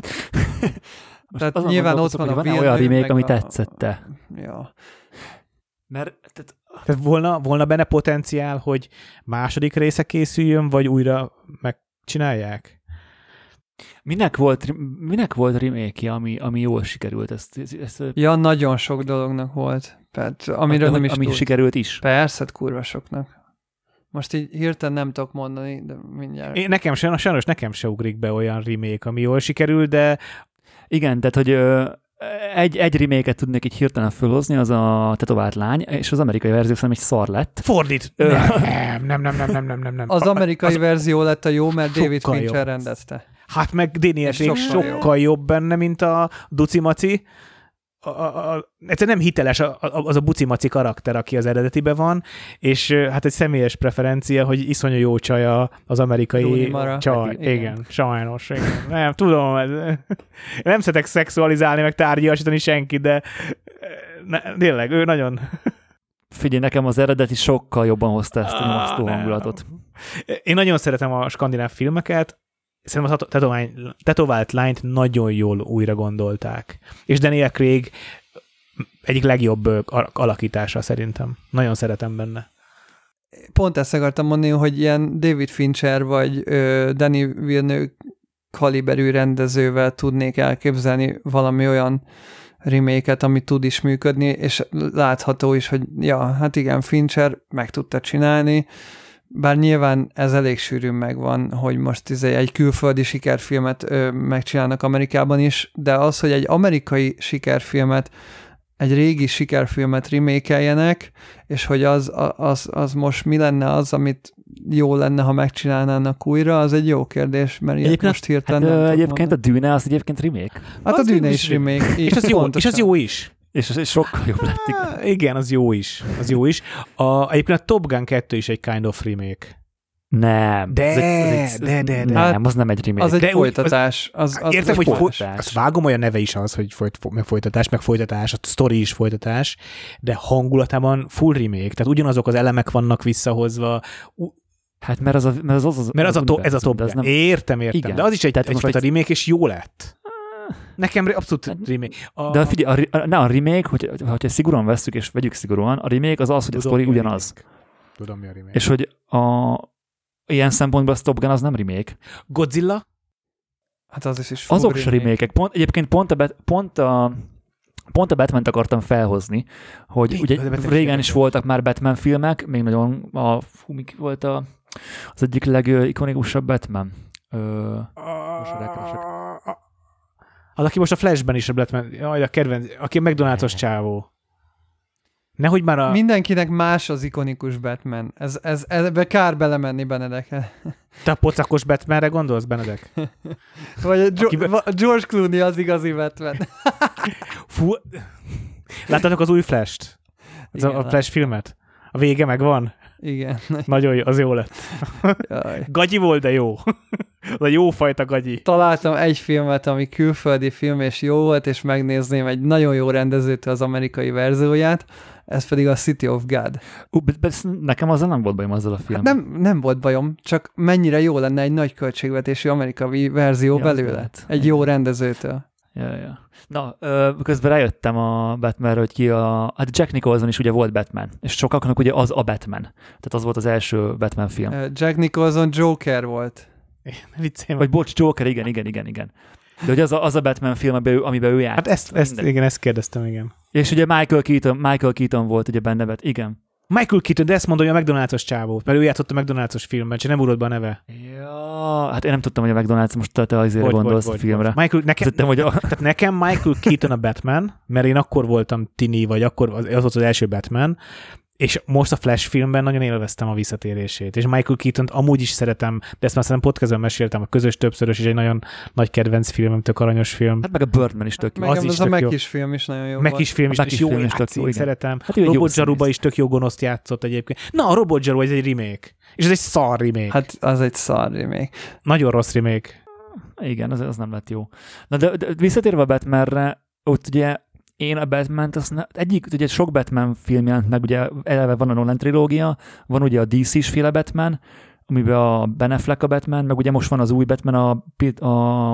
Tehát nyilván ott van a Villeneuve, olyan remake, ami a... tetszette. Ja. Mert tehát... tehát volna, volna benne potenciál, hogy második része készüljön, vagy újra megcsinálják? Minek volt, minek volt remake-je, ami, ami jól sikerült? Ezt, ezt, ja, nagyon sok dolognak volt. Tehát, amiről de, nem is ami tud. sikerült is? Persze, kurva soknak. Most így hirtelen nem tudok mondani, de mindjárt. Én, nekem se, sajnos nekem se ugrik be olyan remake, ami jól sikerült, de... Igen, tehát, hogy ö, egy, egy remake-et tudnék így hirtelen fölhozni, az a Tetovált lány, és az amerikai verzió szerintem egy szar lett. Fordít! Nem, nem, nem, nem, nem, nem, nem. Az amerikai az... verzió lett a jó, mert David Fincher jobb. rendezte. Hát meg Daniel Craig sokkal, sokkal jobb. jobb benne, mint a Duci-maci. A, a, a, egyszerűen nem hiteles a, a, az a buci-maci karakter, aki az eredetiben van, és hát egy személyes preferencia, hogy iszonyú jó csaj az amerikai csaj. Igen. igen, sajnos. Igen. Nem, tudom, ez, nem szeretek szexualizálni, meg tárgyasítani senkit, de ne, tényleg, ő nagyon... Figyelj, nekem az eredeti sokkal jobban hozta ezt a nyomasztó hangulatot. Én nagyon szeretem a skandináv filmeket, szerintem a tetovány, tetovált lányt nagyon jól újra gondolták. És Daniel Craig egyik legjobb alakítása szerintem. Nagyon szeretem benne. Pont ezt akartam mondani, hogy ilyen David Fincher vagy ö, Denis Villeneuve kaliberű rendezővel tudnék elképzelni valami olyan remake-et, ami tud is működni, és látható is, hogy ja, hát igen, Fincher meg tudta csinálni, bár nyilván ez elég sűrűn megvan, hogy most izé egy külföldi sikerfilmet ö, megcsinálnak Amerikában is, de az, hogy egy amerikai sikerfilmet, egy régi sikerfilmet remake-eljenek, és hogy az, az, az most mi lenne az, amit jó lenne, ha megcsinálnának újra, az egy jó kérdés, mert ilyet most hirtelen hát, nem Egyébként mondani. A Dűne az egyébként remake. Hát az a Dűne is remake. És az, jó, és az jó is. És az sokkal jobb lett. Igen, igen az jó is. Az jó is. A, egyébként a Top Gun kettő is egy kind of remake. Nem. De, ez egy, ez egy, de, de, de. Nem, az nem egy remake. Az egy de folytatás. Az, az, értem, az hogy folytatás. Azt vágom, olyan neve is az, hogy folyt, meg folytatás, meg folytatás, a sztori is folytatás, de hangulatában full remake, tehát ugyanazok az elemek vannak visszahozva. Hát mert az a, mert az, az, az, mert az, az, az a, to, ez a Top Gun. Nem... Értem, értem. Igen. De az is egy, egyfajta egy... remake, és jó lett. Nekem abszolút hát, remake. A... De figyelj, a, ne a remake, hogy, hogyha szigorúan vesszük, és vegyük szigorúan, a remake az az, hogy Tudom, a sztori ugyanaz. Tudom, mi a remake. És hogy a, ilyen szempontból a Top Gun az nem remake. Godzilla? Hát az is is azok se remake-ek. Pont, egyébként pont a, pont a Pont a Batman-t akartam felhozni, hogy Én, ugye régen is voltak már Batman filmek, még nagyon a fú, mi volt a, az egyik legikonikusabb Batman. Ö, most az, aki most a Flashben is a Batman, jaj, a kedvenc, aki a McDonald's-os csávó. Nehogy már a... Mindenkinek más az ikonikus Batman. Ez, ez, ebbe kár belemenni, Benedek. Te a pocakos Batmanre gondolsz, Benedek? Vagy a jo- Akibe... George Clooney az igazi Batman. Fú, láttatok az új Flash-t? Az a Flash filmet? A vége megvan? Igen. Nagyon jó, az jó lett. Gagyi volt, de jó. Az a jó fajta gagyi. Találtam egy filmet, ami külföldi film, és jó volt, és megnézném egy nagyon jó rendezőtől az amerikai verzióját, ez pedig a City of God. Uh, nekem azzal nem volt bajom azzal a film. Hát nem, nem volt bajom, csak mennyire jó lenne egy nagy költségvetésű amerikai verzió ja, belőle. Egy jó rendezőtől. Ja, ja. Na, közben rájöttem a Batmanre, hogy ki a... Hát Jack Nicholson is ugye volt Batman, és sokaknak ugye az a Batman. Tehát az volt az első Batman film. Jack Nicholson Joker volt. Viccém. Vagy bocs, Joker, igen, igen, igen, igen. De hogy az a, az a Batman film, amiben ő, amiben ő járt. Hát ezt, ezt, igen, ezt kérdeztem, igen. És ugye Michael Keaton, Michael Keaton volt ugye benne, bet, igen. Michael Keaton, de ezt mondom, hogy a McDonald's-os csávó, mert ő játszott a McDonald's-os filmben, csak nem ugrott be a neve. Ja, hát én nem tudtam, hogy a McDonald's most te azért bocs, gondolsz bocs, a filmre. Bocs. Michael, nekem, Tettem, hogy a... tehát nekem Michael Keaton a Batman, mert én akkor voltam tini, vagy akkor az, az volt az első Batman, és most a Flash filmben nagyon élveztem a visszatérését. És Michael Keatont amúgy is szeretem, de ezt már szerintem podcastben meséltem, a közös többszörös is egy nagyon nagy kedvenc film, tök aranyos film. Hát meg a Birdman is tök jó. Hát az, az a Mac-is film is nagyon jó. Mac-is film is, is jó, is tök jó, szeretem. Hát Robot Zsaruba is tök jó gonoszt játszott egyébként. Na, a Robot Zsaru, ez egy remake. És ez egy szar remake. Hát az egy szar remake. Nagyon rossz remake. Igen, az, az nem lett jó. Na de, de visszatérve a Batmanre, ott ugye én a Batman-t, azt ne, egyik, ugye sok Batman film jelent meg, ugye eleve van a Nolan trilógia, van ugye a dé cés féle Batman, amiben a Ben Affleck a Batman, meg ugye most van az új Batman, a, a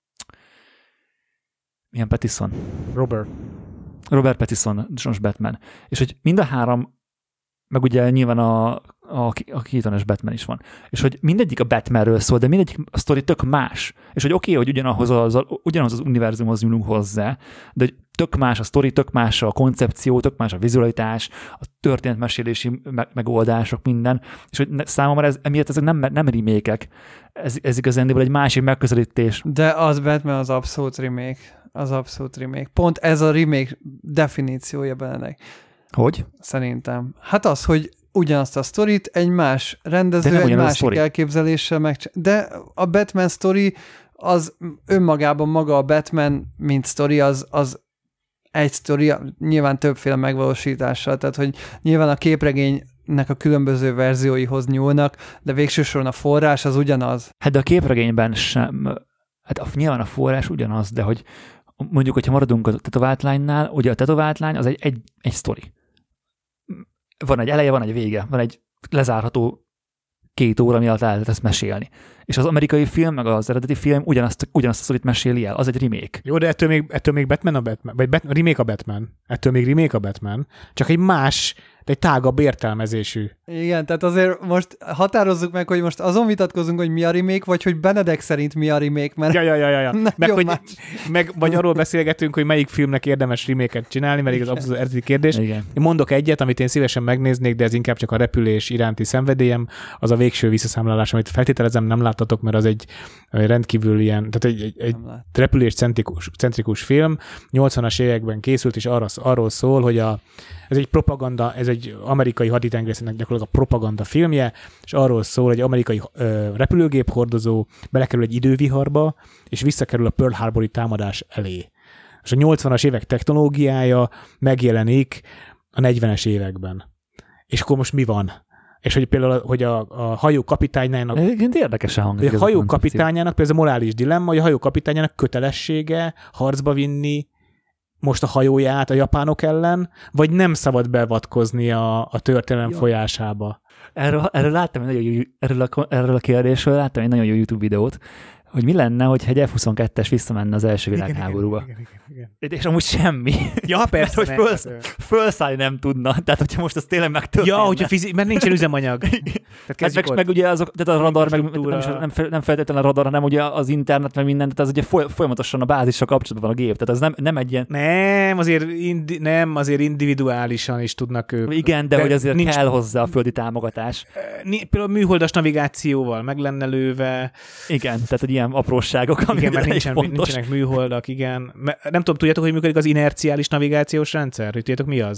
milyen Pattinson? Robert. Robert Pattinson, Jones Batman. És hogy mind a három, meg ugye nyilván a, a, a Keatones Batman is van. És hogy mindegyik a Batmanről szól, de mindegyik a sztori tök más. És hogy oké, okay, hogy ugyanahhoz az, ugyanaz az univerzumhoz nyúlunk hozzá, de hogy tök más a sztori, tök más a koncepció, tök más a vizualitás, a történetmesélési megoldások, minden. És hogy számomra ez, emiatt ezek nem, nem remékek. Ez, ez igazándiból egy másik megközelítés. De az Batman az abszolút remake. Az abszolút remake. Pont ez a remake definíciója benne. Hogy? Szerintem. Hát az, hogy ugyanazt a sztorit egy más rendező, egy másik elképzeléssel megcsinál. De a Batman sztori az önmagában maga a Batman, mint sztori, az, az egy sztori, nyilván többféle megvalósítással, tehát hogy nyilván a képregénynek a különböző verzióihoz nyúlnak, de végső soron a forrás az ugyanaz. Hát de a képregényben sem, hát a, nyilván a forrás ugyanaz, de hogy mondjuk, hogyha maradunk a tetovált lánynál, ugye a tetovált lány az egy, egy, egy sztori. Van egy eleje, van egy vége, van egy lezárható két óra, ami alatt el lehet ezt mesélni. És az amerikai film, meg az eredeti film ugyanazt, ugyanazt a sztorit meséli el, az egy remake. Jó, de ettől még, ettől még Batman a Batman, vagy Bat, remake a Batman. Ettől még remake a Batman, csak egy más, de egy tágabb értelmezésű. Igen, tehát azért most határozzuk meg, hogy most azon vitatkozunk, hogy mi a remake, vagy hogy Benedek szerint mi a remake, mert... Ja, ja, ja, ja. Meg, hogy, meg, vagy arról beszélgetünk, hogy melyik filmnek érdemes remake-et csinálni, mert ez abszolút eredeti kérdés. Igen. Én mondok egyet, amit én szívesen megnéznék, de ez inkább csak a repülés iránti szenvedélyem, az a Végső visszaszámlálás, amit feltételezem nem láttatok, mert az egy rendkívül ilyen, tehát egy, egy, egy repülés centrikus, centrikus film, nyolcvanas években készült, és arra, arról szól, hogy a, ez egy propaganda, ez egy amerikai haditengerészetnek gyakorlatilag a propaganda filmje, és arról szól, hogy egy amerikai ö, repülőgép hordozó belekerül egy időviharba, és visszakerül a Pearl Harbor-i támadás elé. És a nyolcvanas évek technológiája megjelenik a negyvenes években. És akkor most mi van? És hogy például, hogy a, a hajó kapitányának... Egyébként érdekesen hangzik. A hajó kapitányának, például ez a morális dilemma, hogy a hajó kapitányának kötelessége harcba vinni most a hajóját a japánok ellen, vagy nem szabad beavatkozni a, a történelem ja. folyásába. Erről, erről láttam egy nagyon jó, erről, a, erről a kérdésről láttam egy nagyon jó YouTube videót, hogy mi lenne, hogyha egy ef huszonkettes visszamenne az első világháborúba. Igen, igen, igen, igen. És amúgy semmi. Ja, persze. Mert, hogy föl, fölszállni nem tudna. Tehát, hogyha most az tényleg megtörténne. Ja, hogyha fizi- mert nincsen üzemanyag. Hát meg, meg ugye azok, tehát a radar, meg, nem, is, nem, nem feltétlenül a radar, hanem ugye az internet, meg minden, tehát az ugye folyamatosan a bázissal kapcsolatban van a gép. Tehát ez nem, nem egy ilyen... Nem, azért, indi, nem, azért individuálisan is tudnak ők. Igen, de, de hogy azért nincs... kell hozzá a földi támogatás. Például műholdas navigációval meg lenne lőve. Igen, tehát egy ilyen apróságok, amik igen, mert nincsen, nincsenek műholdak, igen. Nem tudom, tudjátok, hogy működik az inerciális navigációs rendszer? Tudjátok, mi az?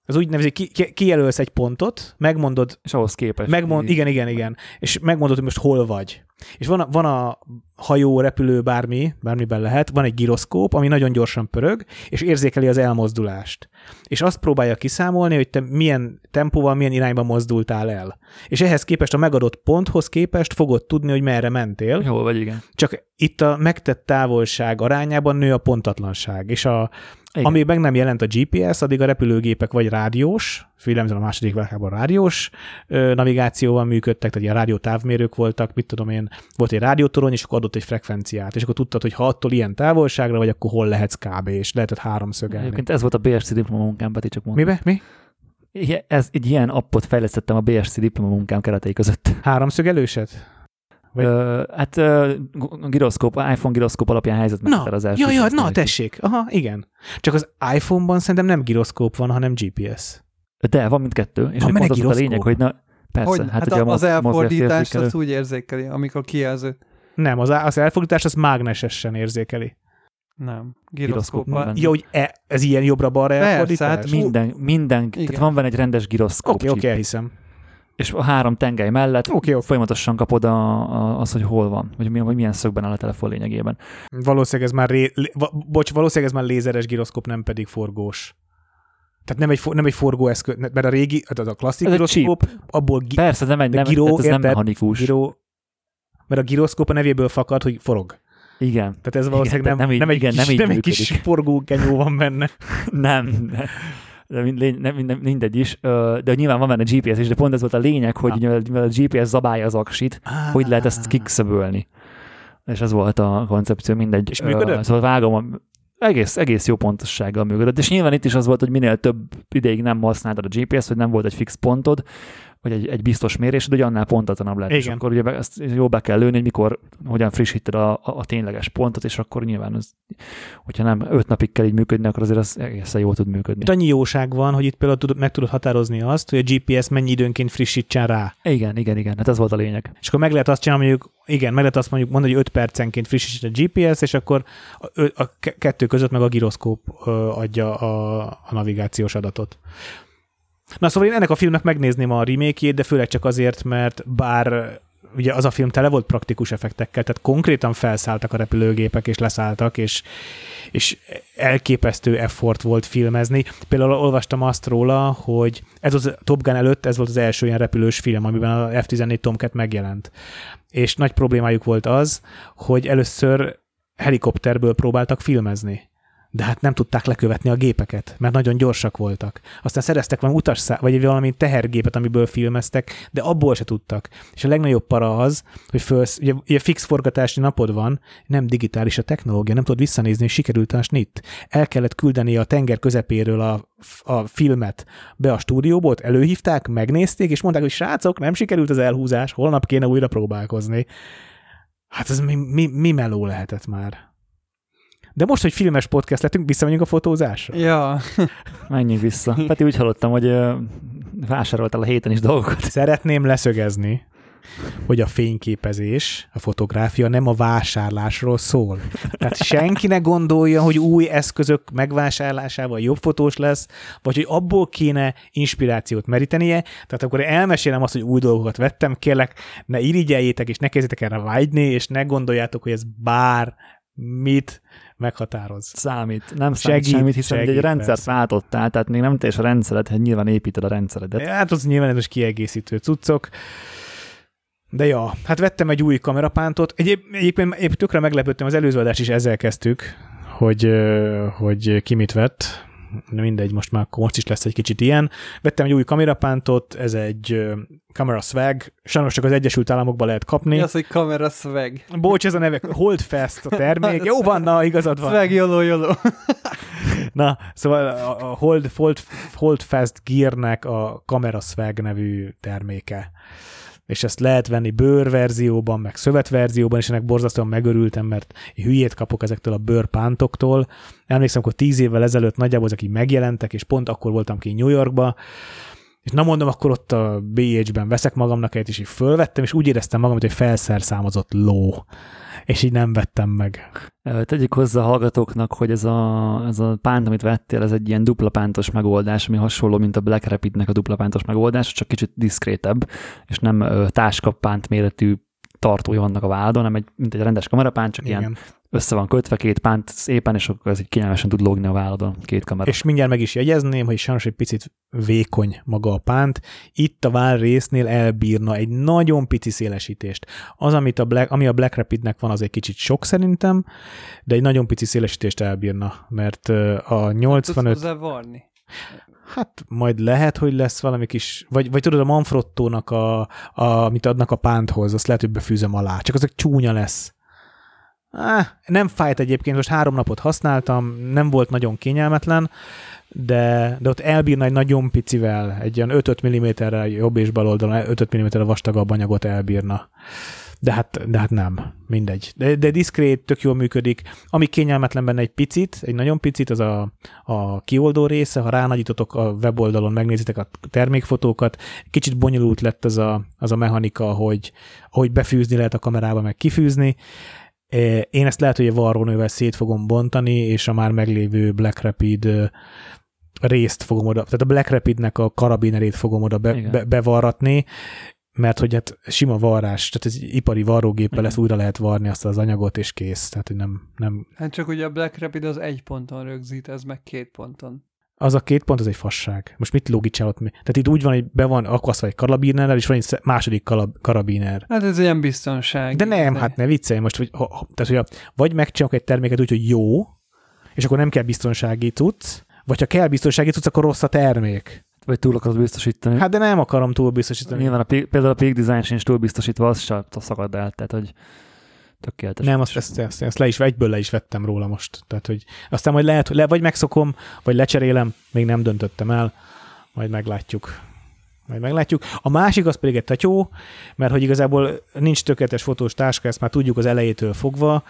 Az úgy nevezik, ki, ki, kijelölsz egy pontot, megmondod... És ahhoz képest. Megmond, igen, igen, igen. És megmondod, hogy most hol vagy. És van a, van a hajó, repülő, bármi, bármiben lehet, van egy giroszkóp, ami nagyon gyorsan pörög, és érzékeli az elmozdulást. És azt próbálja kiszámolni, hogy te milyen tempóval, milyen irányba mozdultál el. És ehhez képest a megadott ponthoz képest fogod tudni, hogy merre mentél. Hol vagy, igen. Csak itt a megtett távolság arányában nő a pontatlanság. És a Igen. Ami meg nem jelent a gé pé es, addig a repülőgépek vagy rádiós, filmemben a második világháborúban rádiós ö, navigációval működtek, tehát ilyen rádiótávmérők voltak, mit tudom én, volt egy rádiótorony, és akkor adott egy frekvenciát, és akkor tudtad, hogy ha attól ilyen távolságra vagy, akkor hol lehetsz kb. És lehetett háromszögelni. Egyébként ez volt a bé es cé diplomamunkám, Peti, csak mondtam. Mibe? Mi? Igen, ez, egy ilyen appot fejlesztettem a bé es cé diplomamunkám keretei között. Háromszögelőset? Vagy... Uh, hát uh, giroszkóp, iPhone giroszkóp alapján helyzetmeghatározás. Na, ja, ja, na, tessék. Aha, igen. Csak az iPhone-ban szerintem nem giroszkóp van, hanem gé pé es. De, van mindkettő. És van pont az a lényeg, hogy na, persze. Hogy, hát, hát a, az elfordítást azt úgy érzékeli, amikor kijelző. Nem, az, az elfordítást az mágnesesen érzékeli. Nem, giroszkóppal. Ja, hogy e, ez ilyen jobbra-balra elfordítás? Hát minden, minden, tehát van benne egy rendes giroszkóp. Oké, okay, oké, okay, hiszem. És a három tengely mellett okay, okay. folyamatosan kapod a, a, az, hogy hol van, vagy milyen, vagy milyen szögben áll a telefon lényegében. Valószínűleg ez már, ré, lé, bocs, valószínűleg ez már lézeres giroszkóp, nem pedig forgós. Tehát nem egy, nem egy forgóeszköz, mert a régi, az a klasszik ez giroszkóp, abból gi, persze, nem, nem, giró, ez nem mechanikus. Giró, mert a giroszkóp a nevéből fakad, hogy forog. Igen. Tehát ez valószínűleg igen, nem, nem, így, nem, egy, igen, kis, nem, nem egy kis forgógenyó van benne. nem. De mind, nem, nem, mindegy is, de nyilván van benne gé pé es is, de pont ez volt a lényeg, hogy mivel a gé pé es zabálja az aksit, ah. hogy lehet ezt kikszöbölni. És ez volt a koncepció, mindegy. És működött? Uh, szóval vágom, egész, egész jó pontossággal működött. És nyilván itt is az volt, hogy minél több ideig nem használtad a gé pé es, hogy nem volt egy fix pontod, vagy egy, egy biztos mérés, hogy annál pontatlanabb lett. És akkor ugye ezt jól be kell lőni, hogy mikor, hogyan frissíted a, a, a tényleges pontot, és akkor nyilván, az, hogyha nem öt napig kell így működni, akkor azért az egészen jól tud működni. Itt annyi jóság van, hogy itt például tud, meg tudod határozni azt, hogy a gé pé es mennyi időnként frissítsen rá. Igen, igen, igen, hát ez volt a lényeg. És akkor meg lehet azt csinálni, mondjuk, igen, meg lehet azt mondjuk mondani, hogy öt percenként frissítsen a gé pé es, és akkor a, a kettő között meg a giroszkóp adja a, a navigációs adatot. Na szóval én ennek a filmnek megnézném a remake-jét, de főleg csak azért, mert bár ugye az a film tele volt praktikus effektekkel, tehát konkrétan felszálltak a repülőgépek, és leszálltak, és, és elképesztő effort volt filmezni. Például olvastam azt róla, hogy ez az Top Gun előtt, ez volt az első ilyen repülős film, amiben a ef tizennégy Tomcat megjelent. És nagy problémájuk volt az, hogy először helikopterből próbáltak filmezni. De hát nem tudták lekövetni a gépeket, mert nagyon gyorsak voltak. Aztán szereztek valami utasszá, vagy valami tehergépet, amiből filmeztek, de abból se tudtak. És a legnagyobb para az, hogy fölsz, ugye, ugye fix forgatási napod van, nem digitális a technológia, nem tudod visszanézni, hogy sikerült a snit. El kellett küldeni a tenger közepéről a, a filmet be a stúdióból, előhívták, megnézték, és mondták, hogy srácok, nem sikerült az elhúzás, holnap kéne újra próbálkozni. Hát ez mi, mi, mi meló lehetett már? De most, hogy filmes podcast lettünk, visszamegyünk a fotózásra? Ja. Menjünk vissza. Peti, úgy hallottam, hogy uh, vásároltál a héten is dolgokat. Szeretném leszögezni, hogy a fényképezés, a fotográfia nem a vásárlásról szól. Tehát senki ne gondolja, hogy új eszközök megvásárlásával jobb fotós lesz, vagy hogy abból kéne inspirációt merítenie. Tehát akkor elmesélem azt, hogy új dolgokat vettem, kérlek, ne irigyeljétek, és ne kezdjetek erre vágyni, és ne gondoljátok, hogy ez bár mit meghatároz. Számít. Nem számít segít, semmit, hiszen segít, egy rendszert váltottál, tehát még nem teljes a rendszeret, hát nyilván építed a rendszeredet. Hát az nyilván ez kiegészítő cuccok. De ja, hát vettem egy új kamerapántot. Egyéb, egyébként épp tökre meglepődtem, az előző adást is ezzel kezdtük, hogy, hogy ki mit vett. Mindegy, most már most is lesz egy kicsit ilyen. Vettem egy új kamerapántot, ez egy Camera Swag, sajnos csak az Egyesült Államokban lehet kapni. Mi az, hogy Camera Swag? Bocs, ez a neve, Holdfast a termék. Jó van, na, igazad van. Swag, joló, joló. Na, szóval a Hold, Hold, Holdfast Gearnek a Camera Swag nevű terméke. És ezt lehet venni bőrverzióban, meg szövetverzióban, és ennek borzasztóan megörültem, mert hülyét kapok ezektől a bőrpántoktól. Emlékszem, hogy tíz évvel ezelőtt nagyjából ezek így megjelentek, és pont akkor voltam ki New Yorkba, És na mondom, akkor ott a bé há-ben veszek magamnak egyet, és így fölvettem, és úgy éreztem magam, hogy egy felszerszámozott ló. És így nem vettem meg. Tegyük hozzá a hallgatóknak, hogy ez a, ez a pánt, amit vettél, ez egy ilyen dupla pántos megoldás, ami hasonló, mint a Black Rapidnek a dupla pántos megoldás, csak kicsit diszkrétebb, és nem táskapánt méretű tartója vannak a váladon, hanem egy, mint egy rendes kamerapánt, csak igen. Ilyen össze van kötve két pánt szépen, és akkor ez így kényelmesen tud lógni a váladon, két kamera. És mindjárt meg is jegyezném, hogy sajnos egy picit vékony maga a pánt. Itt a vál résznél elbírna egy nagyon pici szélesítést. Az, amit a Black, ami a Black Rapidnek van, az egy kicsit sok szerintem, de egy nagyon pici szélesítést elbírna, mert a nyolcvanöt... Tudsz varni? Hát majd lehet, hogy lesz valami kis, vagy, vagy tudod, a Manfrottónak, a, a, amit adnak a pánthoz, azt lehet, hogy befűzöm alá. Csak az egy csúnya lesz. Ah, nem fájt egyébként, most három napot használtam, nem volt nagyon kényelmetlen, de, de ott elbírna egy nagyon picivel, egy olyan öt-öt milliméterrel jobb és bal oldalon, öt-öt milliméterrel vastagabb anyagot elbírna. De hát, de hát nem, mindegy. De, de diszkrét, tök jól működik. Ami kényelmetlen benne egy picit, egy nagyon picit, az a, a kioldó része, ha ránagyítotok a weboldalon, megnézitek a termékfotókat, kicsit bonyolult lett az a, az a mechanika, hogy ahogy befűzni lehet a kamerába, meg kifűzni. Én ezt lehet, hogy egy varrónővel szét fogom bontani, és a már meglévő Black Rapid részt fogom oda, tehát a Black Rapidnek a karabinerét fogom oda be, be, bevarratni, mert hogy hát sima varrás, tehát ez ipari varrógéppel lesz, újra lehet varni azt az anyagot, és kész. Tehát, hogy nem, nem... Hát csak ugye a Black Rapid az egy ponton rögzít, ez meg két ponton. Az a két pont, az egy fasság. Most mit lógítsál ott mi? Tehát itt úgy van, hogy be van akasztva egy karabinerrel, és van egy második karabiner. Hát ez ilyen biztonság. De nem, de... hát ne viccelj most, hogy, ha, tehát, hogy a, vagy megcsinálok egy terméket úgy, hogy jó, és akkor nem kell biztonsági cucc, vagy ha kell biztonsági cucc, akkor rossz a termék. Vagy túl akarod biztosítani. Hát de nem akarom túl biztosítani. Nyilván a, például a Peak Design sincs túl biztosítva, az se szakad el, tehát hogy tökéletes. Nem, azt, ezt, ezt, ezt le is, egyből le is vettem róla most. Tehát, hogy aztán majd lehet, hogy le, vagy megszokom, vagy lecserélem, még nem döntöttem el, majd meglátjuk. Majd meglátjuk. A másik az pedig egy tatyó, mert hogy igazából nincs tökéletes fotós táska, ezt már tudjuk az elejétől fogva.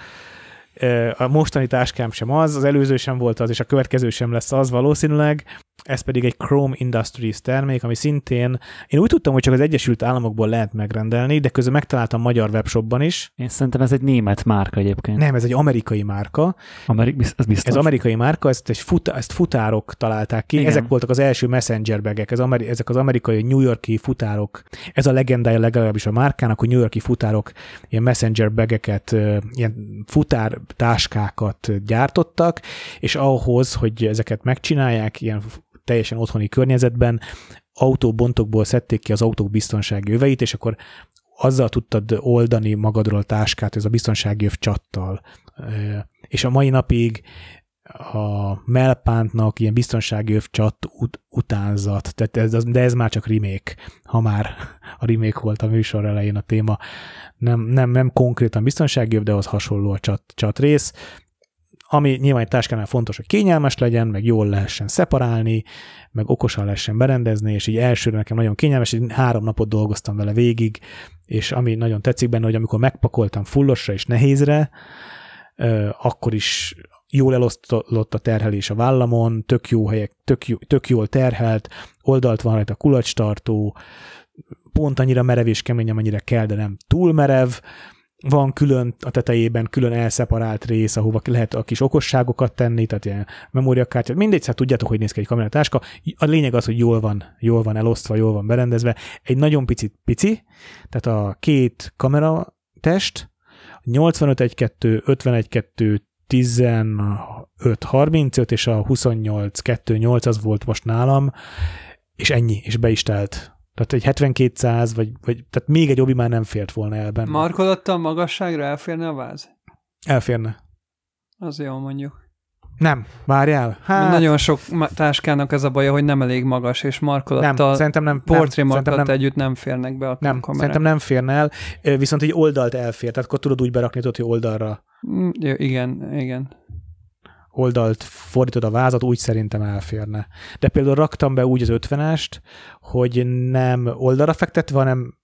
A mostani táskám sem az, az előző sem volt az, és a következő sem lesz az valószínűleg. Ez pedig egy Chrome Industries termék, ami szintén, én úgy tudtam, hogy csak az Egyesült Államokból lehet megrendelni, de közben megtaláltam magyar webshopban is. Én szerintem ez egy német márka egyébként. Nem, ez egy amerikai márka. Amerik, ez biztos. Ez amerikai márka, ezt, egy fut, ezt futárok találták ki. Igen. Ezek voltak az első messenger bagek, ez ameri, ezek az amerikai New York-i futárok. Ez a legendája legalábbis a márkának, hogy New York-i futárok ilyen messenger bageket, ilyen futár táskákat gyártottak, és ahhoz, hogy ezeket megcsinálják, ilyen teljesen otthoni környezetben, autóbontokból szedték ki az autók biztonsági öveit, és akkor azzal tudtad oldani magadról a táskát, ez a biztonsági öv csattal. És a mai napig a mellpántnak ilyen biztonsági öv csat ut- utánzat, tehát ez, de ez már csak remake, ha már a remake volt a műsor elején a téma. Nem, nem, nem konkrétan biztonsági öv, de az hasonló a csat, csat rész. Ami nyilván egy táskánál fontos, hogy kényelmes legyen, meg jól lehessen szeparálni, meg okosan lehessen berendezni, és így elsőre nekem nagyon kényelmes, így három napot dolgoztam vele végig, és ami nagyon tetszik benne, hogy amikor megpakoltam fullosra és nehézre, akkor is jól elosztott a terhelés a vállamon, tök jó helyek, tök, jó, tök jól terhelt, oldalt van rajta kulacstartó, pont annyira merev és kemény, amennyire kell, de nem túl merev, van külön a tetejében külön elszeparált rész, ahova lehet a kis okosságokat tenni, tehát ilyen memóriakártya, mindegy, szóval tudjátok, hogy néz ki egy kameratáska. A lényeg az, hogy jól van, jól van elosztva, jól van berendezve. Egy nagyon picit pici, tehát a két kameratest, nyolcvanöt egy kettő, ötvenegy kettő, tizenöt harmincöt és a huszonnyolc kettő nyolc az volt most nálam, és ennyi, és be is telt. Tehát egy hetvenkétszáz, vagy, vagy tehát még egy obi már nem fért volna el benne. Markolattal magasságra elférne a váz? Elférne. Az jó, mondjuk. Nem, várjál. Hát... Nagyon sok táskának ez a baja, hogy nem elég magas, és markolattal, nem, szerintem nem, portré markolattal nem, együtt nem férnek be a nem, kamerák. Szerintem nem férne el, viszont egy oldalt elfér, tehát akkor tudod úgy berakni, hogy oldalra. Jó, igen, igen. Oldalt fordítod a vázat, úgy szerintem elférne. De például raktam be úgy az ötvenest, hogy nem oldalra fektetve, hanem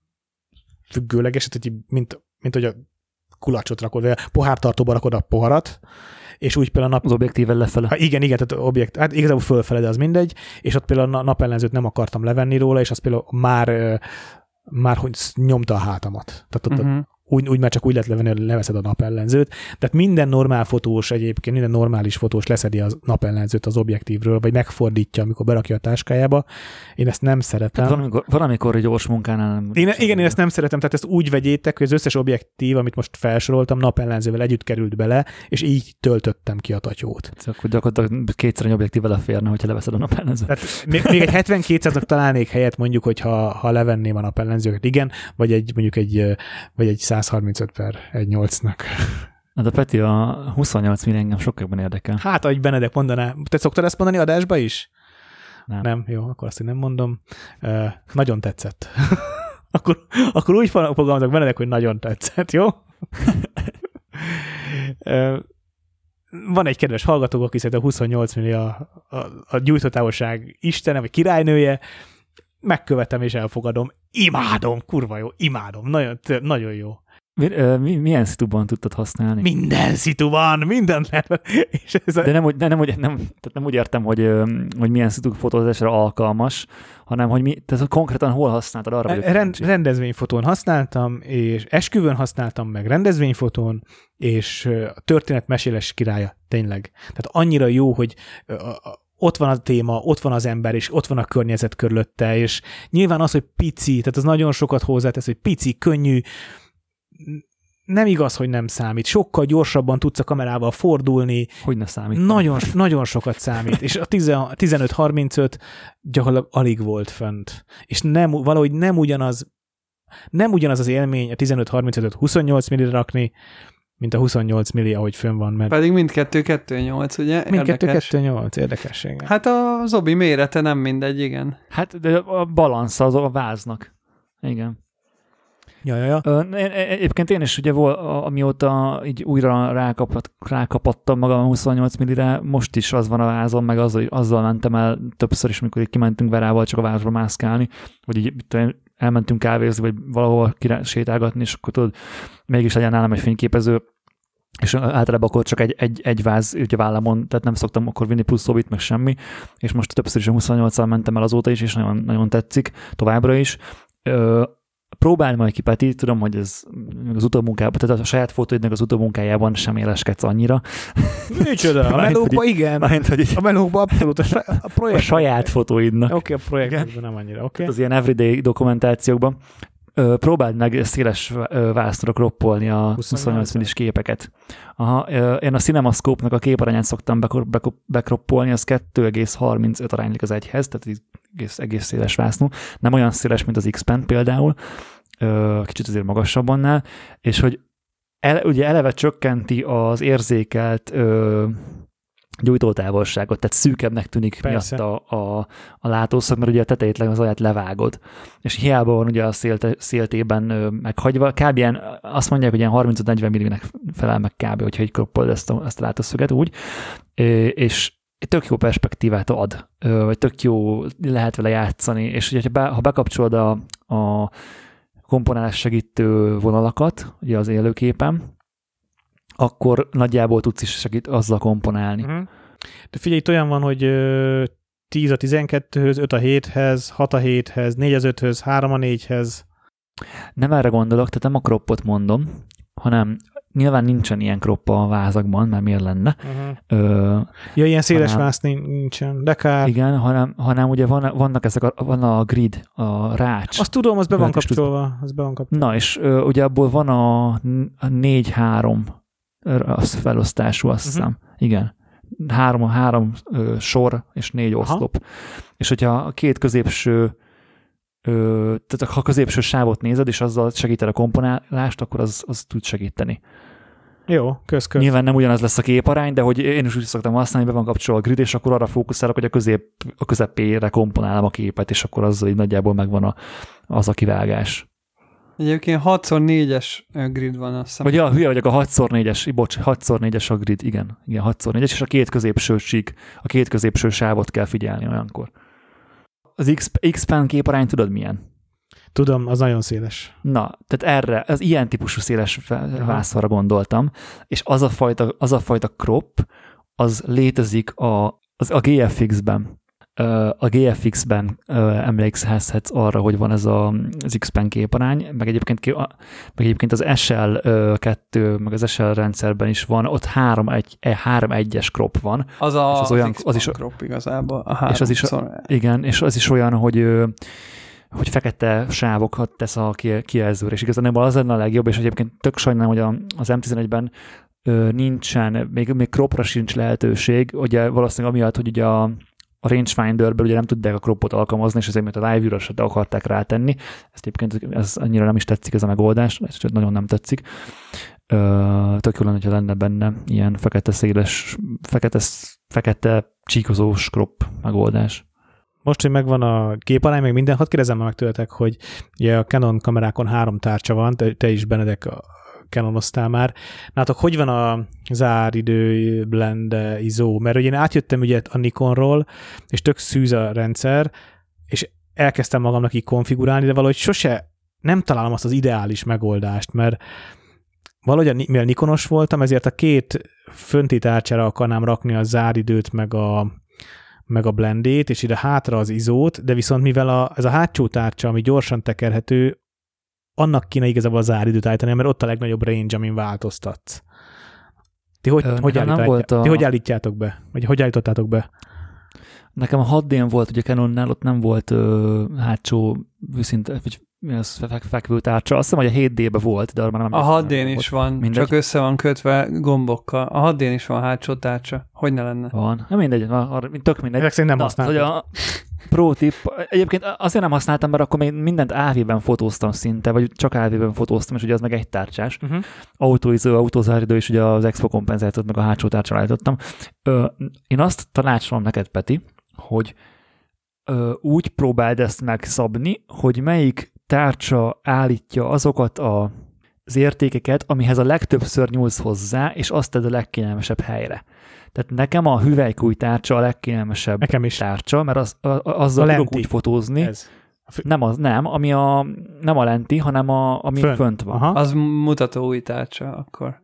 függőleges, tehát mint, mint hogy a kulacsot rakod, vagy a pohártartóba rakod a poharat, és úgy például a nap... Az objektíven lefele. Ha igen, igen, tehát objekt, hát igazából fölfele, de az mindegy, és ott például a napellenzőt nem akartam levenni róla, és az például már, már hogy nyomta a hátamat. Tehát ott uh-huh. úgy, úgy már csak úgy lehet levenni, hogy leveszed a napellenzőt. Tehát minden normál fotós egyébként, minden normális fotós leszedi a napellenzőt az objektívről, vagy megfordítja, amikor berakja a táskájába. Én ezt nem szeretem. Tehát valamikor, valamikor egy gyors munkánál nem... Én, igen, én ezt nem szeretem, tehát ezt úgy vegyétek, hogy az összes objektív, amit most felsoroltam, napellenzővel együtt került bele, és így töltöttem ki a tatyót. Akkor gyakorlatilag kétszer egy objektív beleférne, hogyha leveszed a napellenzőt. Tehát még, még egy hetven-kétszáznak találnék helyet, mondjuk, hogyha ha levenném a napellenzőket, igen, vagy egy mondjuk egy, vagy egy száz harmincöt per egy nyolcnak. Na de Peti, a huszonnyolc milli engem sokkal jobban érdekel. Hát, ahogy Benedek mondaná. Te szoktad ezt mondani adásba is? Nem. Nem, jó, akkor azt én nem mondom. Uh, nagyon tetszett. akkor, akkor úgy fogalmazok Benedek, hogy nagyon tetszett, jó? uh, van egy kedves hallgatók, aki szerint a huszonnyolc milli a, a, a gyújtótávolság istene, vagy királynője. Megkövetem és elfogadom. Imádom, kurva jó, imádom. Nagyon, nagyon jó. Milyen szituban tudtad használni? Minden szituban, minden. És ez a... De nem úgy, de nem, úgy, nem, tehát nem úgy értem, hogy, hogy milyen szitu fotózásra alkalmas, hanem hogy mi, tehát konkrétan hol használtad arra, hogy Rend, rendezvényfotón használtam, és esküvőn használtam meg rendezvényfotón, és történetmesélés királya, tényleg. Tehát annyira jó, hogy ott van a téma, ott van az ember, és ott van a környezet körülötte, és nyilván az, hogy pici, tehát az nagyon sokat hozzátesz, hogy pici, könnyű, nem igaz, hogy nem számít. Sokkal gyorsabban tudsz a kamerával fordulni. Hogy ne számít? Nagyon, nagyon sokat számít. És a tizenöt harmincöt gyakorlatilag alig volt fönt. És nem, valahogy nem ugyanaz, nem ugyanaz az élmény a tizenöt harmincötöt huszonnyolc millire rakni, mint a huszonnyolc milli, ahogy fönn van. Mert... Pedig mindkettő kettő nyolc, ugye? Mindkettő kettő nyolc, érdekesség. Hát a Zobi mérete nem mindegy, igen. Hát de a balansz az a váznak. Igen. Ja, ja, ja. Ö, egyébként én is ugye volt, amióta így újra rákapat, rákapattam magam a huszonnyolc millire, most is az van a vázon, meg azzal, azzal mentem el többször is, amikor így kimentünk Verával csak a vázra mászkálni, vagy így elmentünk kávézni, vagy valahol sétálgatni, és akkor tudod, mégis legyen nálam egy fényképező, és általában akkor csak egy, egy, egy váz ugye vállamon, tehát nem szoktam akkor vinni plusz szobit, meg semmi, és most többször is a huszonnyolccal mentem el azóta is, és nagyon, nagyon tetszik, továbbra is. Ö, Próbáld majd ki, Peti, tudom, hogy ez az utómunkában, tehát a saját fotóidnak az utómunkájában sem éleskedsz annyira. Micsoda, a melókban igen, Mind, hogy a melókban abszolút, a, a, projekt... a saját fotóidnak. Oké, okay, a projektben nem annyira, oké. Okay. Az ilyen everyday dokumentációkban. Ö, próbáld meg széles vásztra kroppolni a huszonnyolc millis képeket. Aha, ö, én a CinemaScope-nak a képarányát szoktam bekroppolni, az kettő egész harmincöt aránylik az egyhez, tehát egész, egész széles vásznú. Nem olyan széles, mint az X-Pen például, ö, kicsit azért magasabb annál, és hogy ele, ugye eleve csökkenti az érzékelt ö, gyújtótávolságot, tehát szűkebbnek tűnik Persze. miatt a, a, a látószög, mert ugye a tetejét az alját levágod. És hiába van ugye a szélte, széltében ö, meghagyva, kb. Ilyen, azt mondják, hogy ilyen harmincöt-negyven millinek felel meg kb., hogyha így kroppolod ezt a, ezt a látószöget úgy, é, és tök jó perspektívát ad, ö, vagy tök jó lehet vele játszani, és ugye, ha, be, ha bekapcsolod a, a komponálás segítő vonalakat, ugye az élőképen, akkor nagyjából tudsz is segít azzal komponálni. Uh-huh. De figyelj, itt olyan van, hogy tíz a tizenkettőhöz, öt a héthez, hat a héthez, négy az öthöz, három a négyhez. Nem erre gondolok, tehát nem a croppot mondom, hanem nyilván nincsen ilyen kroppa a vázakban, mert miért lenne. Uh-huh. Ö, ja, ilyen széles hanem, vász nincsen, de kár. Igen, hanem, hanem ugye van, vannak ezek a, van a grid, a rács. Azt tudom, az be van kapcsolva. Az be van kapcsolva. Na, és ö, ugye abból van a, a négy három az felosztású, azt hiszem. Uh-huh. Igen. Három, három ö, sor és négy Aha. oszlop. És hogyha a két középső ö, tehát ha a középső sávot nézed, és azzal segíted a komponálást, akkor az, az tud segíteni. Jó, kösz, kösz. Nyilván nem ugyanaz lesz a képarány, de hogy én is úgy szoktam használni, be van kapcsolva a grid, és akkor arra fókuszálok, hogy a, közép, a közepére komponálom a képet, és akkor azzal így nagyjából megvan a, az a kivágás. Egyébként hat szor négyes grid van, azt hiszem. Vagy ja, hülye vagyok, a hat szor négyes, bocs, hat szor négyes a grid, igen. Igen, hat szor négyes, és a két középső sík, a két középső sávot kell figyelni olyankor. Az X-Pen képarány tudod milyen? Tudom, az nagyon széles. Na, tehát erre, az ilyen típusú széles vászonra gondoltam, és az a fajta, az a fajta crop, az létezik a, az, a gé ef iksz-ben. A gé ef iksz-ben emlékezhetsz arra, hogy van ez a, az X-Pen képarány, meg egyébként, meg egyébként az es el kettő, meg az es el rendszerben is van, ott három, egy, három egyes crop van. Az a, és az, olyan, az, az is crop igazából. A három, és az is, szóval. igen, és az is olyan, hogy hogy fekete sávokat tesz a kijelzőre, és igazából az lenne a legjobb, és egyébként tök sajnálom, hogy az em tizenegyben nincsen, még, még cropra sincs lehetőség, ugye valószínűleg amiatt, hogy ugye a a rangefinderből ugye nem tudják a cropot alkalmazni, és ezért, mert a live-űrre se akarták rátenni. Ezt egyébként ez annyira nem is tetszik ez a megoldás, ez nagyon nem tetszik. Tök jó lenne, hogyha lenne benne ilyen fekete széles, fekete, fekete csíkozós crop megoldás. Most, hogy megvan a képarány, meg minden, hadd kérdezem meg tőletek, hogy ugye a Canon kamerákon három tárcsa van, te, te is, Benedek, a Canonoztál már. Nátok, hogy van a záridő, blend, izó? Mert ugye én átjöttem ugye a Nikonról, és tök szűz a rendszer, és elkezdtem magamnak így konfigurálni, de valahogy sose nem találom azt az ideális megoldást, mert valahogy, mivel Nikonos voltam, ezért a két fönti tárcsára akarnám rakni a záridőt, meg a, meg a blendét, és ide hátra az izót, de viszont mivel a, ez a hátsó tárcsa, ami gyorsan tekerhető, annak kéne igazából a záridőt állítani, mert ott a legnagyobb range, amin változtatsz. Ti hogy, Ö, hogy, állítjátok, a... ti hogy állítjátok be? Vagy hogy állítottátok be? Nekem a hat dén volt, ugye Canonnál ott nem volt ö, hátsó szint, vagy mi az fekvő tárcsa. Azt hiszem, hogy a hét dé-be volt, de arra már nem. A hat dén is van, mindegy. Csak össze van kötve gombokkal. A hat dén is van hátsó tárcsa. Hogy ne lenne? Van. Nem mindegy, arra, tök mindegy. Ezek szerint nem használtam. A pro tip, egyébként azért nem használtam, mert akkor még mindent á vé-ben fotóztam szinte, vagy csak á vé-ben fotóztam, és ugye az meg egy tárcsás. Uh-huh. Autóizó, autózáridő, és ugye az expo kompenzátort meg a hátsó tárcsra állítottam. Ö, én azt tanácsolom neked, Peti, hogy ö, úgy próbáld ezt megszabni, hogy melyik tárcsa állítja azokat a, az értékeket, amihez a legtöbbször nyúlsz hozzá, és azt tedd a legkényelmesebb helyre. Tehát nekem a hüvelykúj tárcsa a legkényelmesebb nekem is. tárcsa, mert az, a, azzal tudok úgy fotózni. Ez. Nem, az, nem, ami a, nem a lenti, hanem a, ami fönt, fönt van. Aha. Az mutató új tárcsa akkor.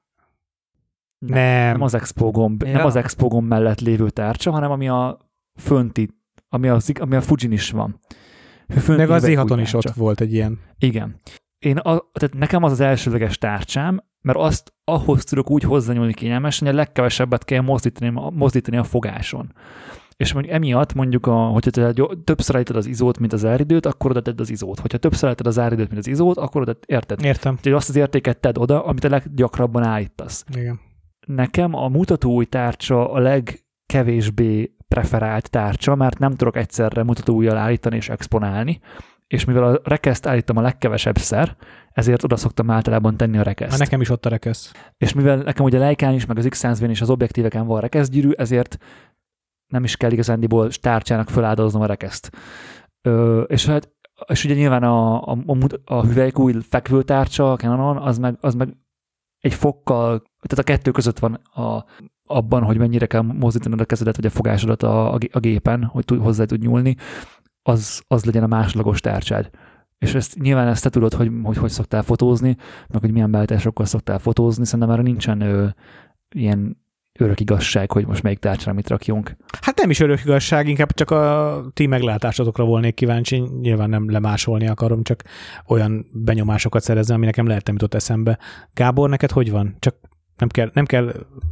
Nem. Nem, nem az Expo gomb, ja. nem az Expo gomb mellett lévő tárcsa, hanem ami a fönti, ami a, ami a Fujin is van. Fönti meg az zé haton is ott volt egy ilyen. Igen. Én a, tehát nekem az az elsődleges tárcsám, mert azt ahhoz tudok úgy hozzányúlni kényelmesen, hogy a legkevesebbet kell mozdítani, mozdítani a fogáson. És mondjuk emiatt mondjuk, a, hogyha te többször állítod az izót, mint az áridőt, akkor oda tedd az izót. Hogyha többször állítod az áridőt, mint az izót, akkor oda érted. Értem. Tehát azt az értéket tedd oda, amit a leggyakrabban állítasz. Igen. Nekem a mutatóúj tárcsa a legkevésbé preferált tárcsa, mert nem tudok egyszerre mutatóújjal állítani és exponálni, és mivel a rekeszt állítom a legkevesebb szer, ezért oda szoktam általában tenni a rekeszt. Ha nekem is ott a rekesz. És mivel nekem ugye a Leicán is, meg az X száz vén is az objektíveken van rekesztgyűrű, ezért nem is kell igazándiból tárcsának feláldoznom a rekeszt. Ö, és, hát, és ugye nyilván a, a, a, a hüvelykúj fekvőtárcsa a Canonon, az meg, az meg egy fokkal, tehát a kettő között van a, abban, hogy mennyire kell mozdítanod a kezedet, vagy a fogásodat a, a, a gépen, hogy tud, hozzá tud nyúlni, az, az legyen a másodlagos tárcsád. És ezt, nyilván ezt te tudod, hogy, hogy hogy szoktál fotózni, meg hogy milyen beállításokkal szoktál fotózni, szerintem már nincsen ö, ilyen örök igazság, hogy most melyik tárcsára mit rakjunk. Hát nem is örök igazság, inkább csak a ti meglátásotokra volnék kíváncsi, nyilván nem lemásolni akarom, csak olyan benyomásokat szerezni, ami nekem lehet nem jutott eszembe. Gábor, neked hogy van? Csak nem kell, nem kell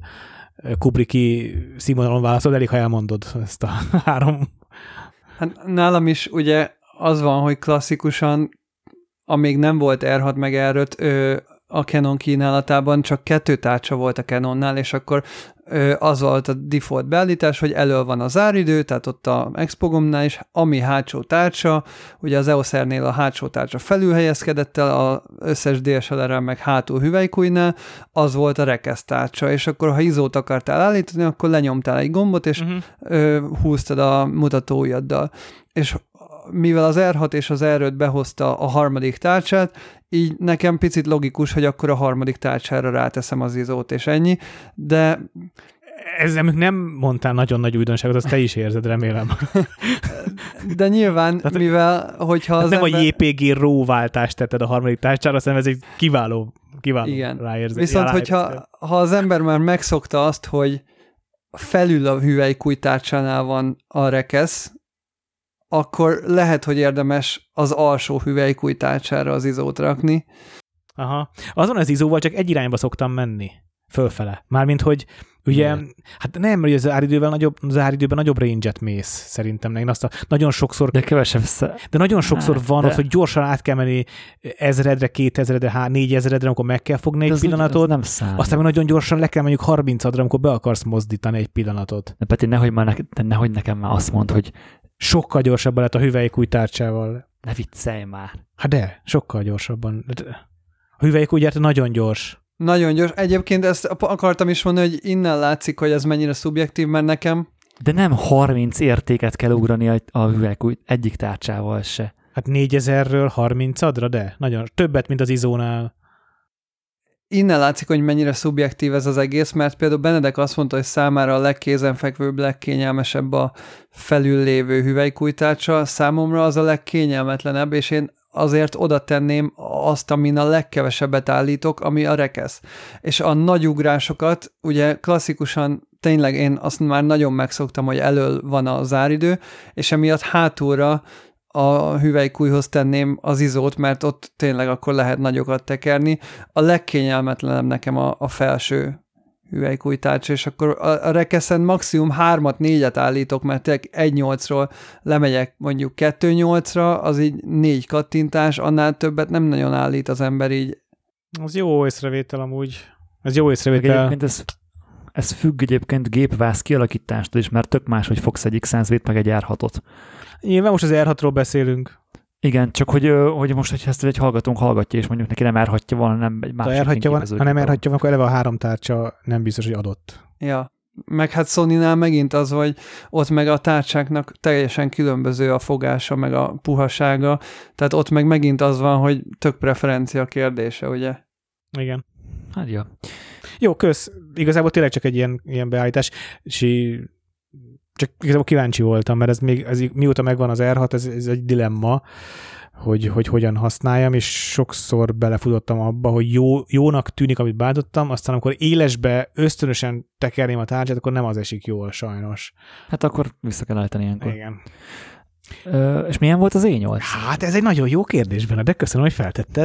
Kubricki színvonalon válaszolni, elég, ha elmondod ezt a három. Hát nálam is ugye az van, hogy klasszikusan, amíg nem volt er hat meg er öt, ö, a Canon kínálatában csak kettő tárcsa volt a Canonnál, és akkor ö, az volt a default beállítás, hogy elől van a záridő, tehát ott a Expo-gombnál is, ami hátsó tárcsa, ugye az e o es er-nél a hátsó tárcsa felül helyezkedett el, az összes dé es el er-rel meg hátul hüvelykújnál, az volt a rekeszt tárcsa, és akkor ha izót akartál állítani, akkor lenyomtál egy gombot, és uh-huh. ö, húztad a mutatóujjaddal. És mivel az er hat és az er öt behozta a harmadik tárcsát, így nekem picit logikus, hogy akkor a harmadik tárcsára ráteszem az izót, és ennyi, de... ezzel nem mondtál nagyon nagy újdonságot, azt te is érzed, remélem. De nyilván, tehát, mivel, hogyha az nem ember... a jé pé gé RAW váltást tetted a harmadik tárcsára, hanem ez egy kiváló, kiváló Igen. ráérzés. Viszont, hogyha ha az ember már megszokta azt, hogy felül a hüvelykúj tárcsánál van a rekesz, akkor lehet, hogy érdemes az alsó hüvelykúj tárcsára az izót rakni. Aha. Azon az izóval csak egy irányba szoktam menni. Fölfele. Mármint, hogy ugye, ne. hát nem, hogy az áridővel nagyobb, az áridőben nagyobb range-et mész, szerintem. Én azt a, nagyon sokszor... De kevesebb sze... De nagyon sokszor ne, van de... ott, hogy gyorsan át kell menni ezredre, kétezredre, há, négyezredre, amikor meg kell fogni de egy pillanatot. Nem számít. Aztán meg nagyon gyorsan le kell mondjuk harmincadra, amikor be akarsz mozdítani egy pillanatot. De Peti, nehogy, már ne, de nehogy nekem már azt mondd, hogy sokkal gyorsabban lett a hüvelykúj tárcsával. Ne viccelj már. Hát de, sokkal gyorsabban. A hüvelykúj nagyon gyors. Nagyon gyors. Egyébként ezt akartam is mondani, hogy innen látszik, hogy ez mennyire szubjektív, mert nekem... De nem harminc értéket kell ugrani a, a hüvelykúj egyik tárcsával se. Hát négyezerről harmincadra, de nagyon többet, mint az izónál. Innen látszik, hogy mennyire szubjektív ez az egész, mert például Benedek azt mondta, hogy számára a legkézenfekvőbb, legkényelmesebb a felül lévő hüvelykújtárcsa. Számomra az a legkényelmetlenebb, és én azért oda tenném azt, amin a legkevesebbet állítok, ami a rekesz. És a nagy ugrásokat, ugye klasszikusan tényleg én azt már nagyon megszoktam, hogy elől van a záridő, és emiatt hátulra a hüvelykújhoz tenném az izót, mert ott tényleg akkor lehet nagyokat tekerni. A legkényelmetlenebb nekem a, a felső hüvelykújtárcsa, és akkor a, a rekeszen maximum hármat, négyet állítok, mert tényleg egy nyolcról lemegyek mondjuk kettő nyolcra, az így négy kattintás, annál többet nem nagyon állít az ember így. Az jó észrevétel amúgy. Ez jó észrevétel. Egyébként ez, ez függ egyébként gépvász kialakítástól is, mert tök más, hogy fogsz egy iksz százat meg egy er hatot. Nyilván most az er hatról beszélünk. Igen, csak hogy, hogy most, hogy ezt egy hallgatónk hallgatja, és mondjuk neki nem er hatja van, nem egy másik. Ha er hatja van, ha nem er hatja van, akkor eleve a három tárcsa nem biztos, hogy adott. Ja, meg hát Sonynál megint az, hogy ott meg a tárcsáknak teljesen különböző a fogása, meg a puhasága, tehát ott meg megint az van, hogy tök preferencia kérdése, ugye? Igen. Hát jó. Jó, kösz. Igazából tényleg csak egy ilyen, ilyen beállítás, és csak igazából kíváncsi voltam, mert ez még, ez, mióta megvan az er hat, ez, ez egy dilemma, hogy, hogy hogyan használjam, és sokszor belefutottam abba, hogy jó, jónak tűnik, amit beállítottam, aztán amikor élesbe ösztönösen tekerném a tárgyat, akkor nem az esik jól, sajnos. Hát akkor vissza kell állítani ilyenkor. Igen. Ö, és milyen volt az é nyolc? Hát ez egy nagyon jó kérdés, Benne, de köszönöm, hogy feltetted.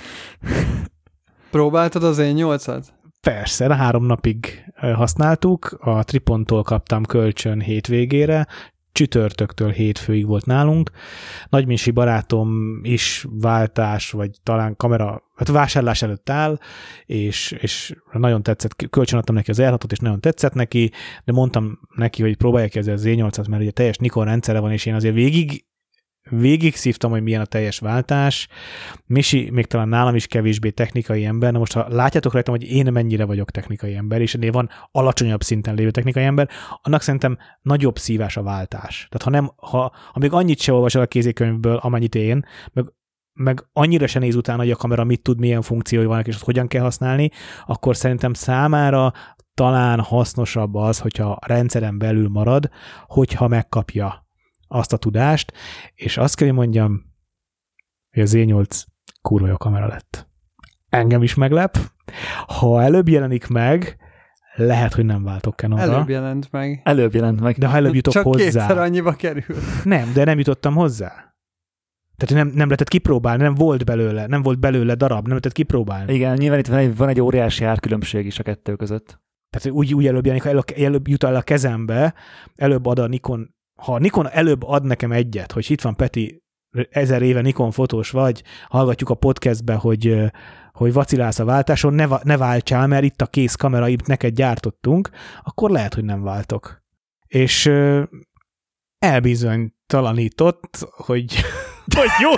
Próbáltad az é nyolcat? Persze, de három napig használtuk, a Tripontól kaptam kölcsön hétvégére, csütörtöktől hétfőig volt nálunk. Nagyminsi barátom is váltás, vagy talán kamera, hát vásárlás előtt áll, és, és nagyon tetszett, kölcsön adtam neki az er hatot, és nagyon tetszett neki, de mondtam neki, hogy próbálja ki ezzel az é nyolcat, mert ugye teljes Nikon rendszere van, és én azért végig végig szívtam, hogy milyen a teljes váltás. Misi még talán nálam is kevésbé technikai ember, na most ha látjátok rajtam, hogy én mennyire vagyok technikai ember, és ennél van alacsonyabb szinten lévő technikai ember, annak szerintem nagyobb szívás a váltás. Tehát ha nem, ha, ha még annyit se olvasol a kézikönyvből, amennyit én, meg, meg annyira se néz utána, hogy a kamera mit tud, milyen funkciói vannak, és azt hogyan kell használni, akkor szerintem számára talán hasznosabb az, hogyha a rendszeren belül marad, hogyha megkapja azt a tudást, és azt kell, hogy mondjam, hogy az é nyolc kurva jó kamera lett. Engem is meglep. Ha előbb jelenik meg, lehet, hogy nem váltok Canonra. Előbb jelent meg. Előbb jelent meg. De ha előbb jutok Csak hozzá. Csak kétszer annyiba kerül. Nem, de nem jutottam hozzá. Tehát nem, nem lehetett kipróbálni, nem volt belőle, nem volt belőle darab, nem lehetett kipróbálni. Igen, nyilván itt van egy, van egy óriási árkülönbség is a kettő között. Tehát úgy, úgy előbb jelenik, ha előbb, előbb jut el a kezembe, előbb ad a Nikon. Ha Nikon előbb ad nekem egyet, hogy itt van Peti, ezer éve Nikon fotós vagy, hallgatjuk a podcastbe, hogy, hogy vacilálsz a váltáson, ne, ne váltsál, mert itt a kész kamera, itt neked gyártottunk, akkor lehet, hogy nem váltok. És elbizonytalanított, hogy hogy jó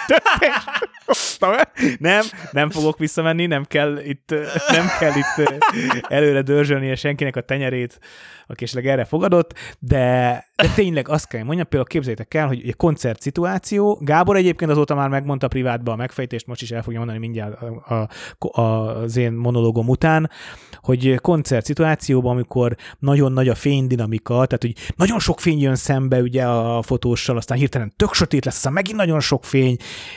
történt. Nem, nem fogok visszamenni, nem kell itt, nem kell itt előre dörzsölnie senkinek a tenyerét, aki esetleg erre fogadott, de, de tényleg azt kell mondjam, például képzeljétek el, hogy egy koncert szituáció, Gábor egyébként azóta már megmondta privátba a megfejtést, most is el fogja mondani mindjárt a, a, az én monológom után, hogy koncert szituációban, amikor nagyon nagy a fénydinamika, tehát hogy nagyon sok fény jön szembe ugye a fotóssal, aztán hirtelen tök sötét lesz, aztán megint nagyon sok fény.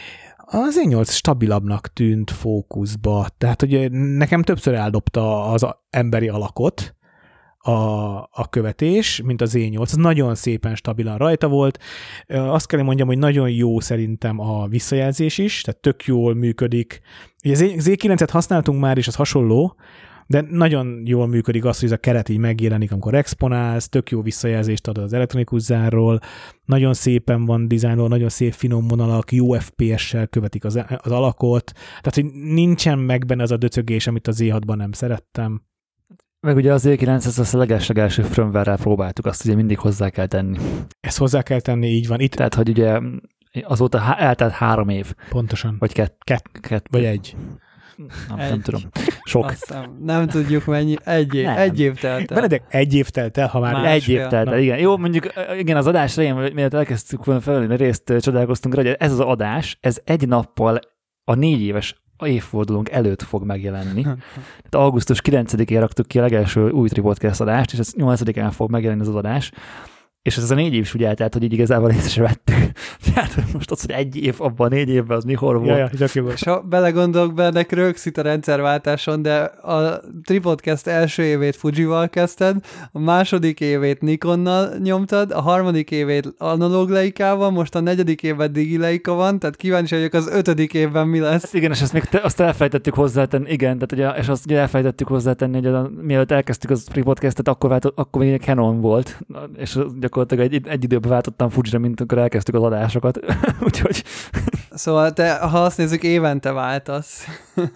Az E nyolc stabilabbnak tűnt fókuszba, tehát hogy nekem többször eldobta az emberi alakot a, a követés, mint az E nyolc. Az nagyon szépen stabilan rajta volt. Azt kell mondjam, hogy nagyon jó szerintem a visszajelzés is, tehát tök jól működik. Ugye az E kilencet használtunk már, és az hasonló, de nagyon jól működik az, hogy ez a keret így megjelenik, amikor exponálsz, tök jó visszajelzést ad az elektronikus zárról, nagyon szépen van dizájnolva, nagyon szép finom vonalak, jó ef pé es-sel követik az, az alakot, tehát hogy nincsen meg benne az a döcögés, amit az E hatban nem szerettem. Meg ugye az E kilenc, ezt a leges-legelső firmware-rel próbáltuk, azt ugye mindig hozzá kell tenni. Ezt hozzá kell tenni, így van. Itt... Tehát, hogy ugye azóta há- eltelt három év. Pontosan. Vagy kett, kett, kett vagy egy. Nem, nem tudom. Sok. Aztán nem tudjuk mennyi. Egy év, egy év telt el. Benedek, egy év telt el, ha már... Más egy év telt el, igen. Jó, mondjuk igen, az adás elején, mielőtt elkezdtük volna felvenni részt, csodálkoztunk rá, hogy ez az adás, ez egy nappal a négy éves évfordulónk előtt fog megjelenni. Tehát augusztus kilencedikén raktuk ki a legelső új Tripodcast adást, és ez nyolcadikán fog megjelenni az adás. És ez a négy év is úgy eltelt, hogy így igazából észre se vettük. Tehát most az, hogy egy év abban a négy évben, az mikor volt. Ja, ja, és ha belegondolok be, ennek rögzít a rendszerváltáson, de a Tripodcast első évét Fujival kezdted, a második évét Nikonnal nyomtad, a harmadik évét analóg leikával, most a negyedik évben digileika van, tehát kíváncsi vagyok az ötödik évben mi lesz. Igen, és ezt még te, azt elfejtettük hozzátenni, igen, tehát ugye, és azt ugye elfejtettük hozzátenni, hogy a, mielőtt elkezdtük az Tripodcastet, akkor, váltott, akkor még Canon volt, és gyakorlatilag egy, egy időben váltottam Fujira, mint amikor elkezdtük az adásokat. Úgyhogy... Szóval te, ha azt nézzük, évente váltasz.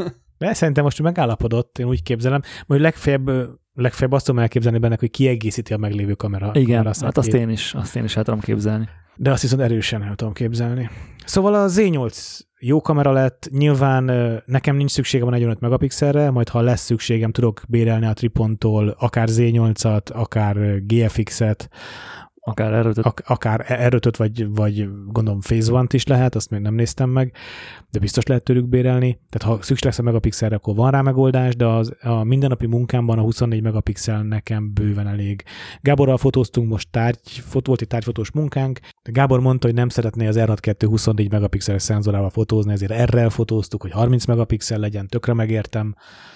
De szerintem most megállapodott, én úgy képzelem, hogy legfeljebb, legfeljebb azt tudom elképzelni benne, hogy kiegészíti a meglévő kamera. Igen, hát azt én is, azt én is el tudom képzelni. De azt viszont erősen el tudom képzelni. Szóval a Z nyolc jó kamera lett, nyilván nekem nincs szükségem a negyvenöt megapixelre, majd ha lesz szükségem, tudok bérelni a Tripontól akár Z nyolcat, akár G F X-et, akár er ötöt. Ak- akár er ötöt, vagy, vagy gondolom Phase One-t is lehet, azt még nem néztem meg, de biztos lehet tőlük bérelni. Tehát ha szükség lesz a megapixelre, akkor van rá megoldás, de az, a mindennapi munkámban a huszonnégy megapixel nekem bőven elég. Gáborral fotóztunk most tárgy, volt egy tárgyfotós munkánk, Gábor mondta, hogy nem szeretné az er hatvankettő huszonnégy megapixeles szenzorával fotózni, ezért errel fotóztuk, hogy harminc megapixel legyen, tökre megértem.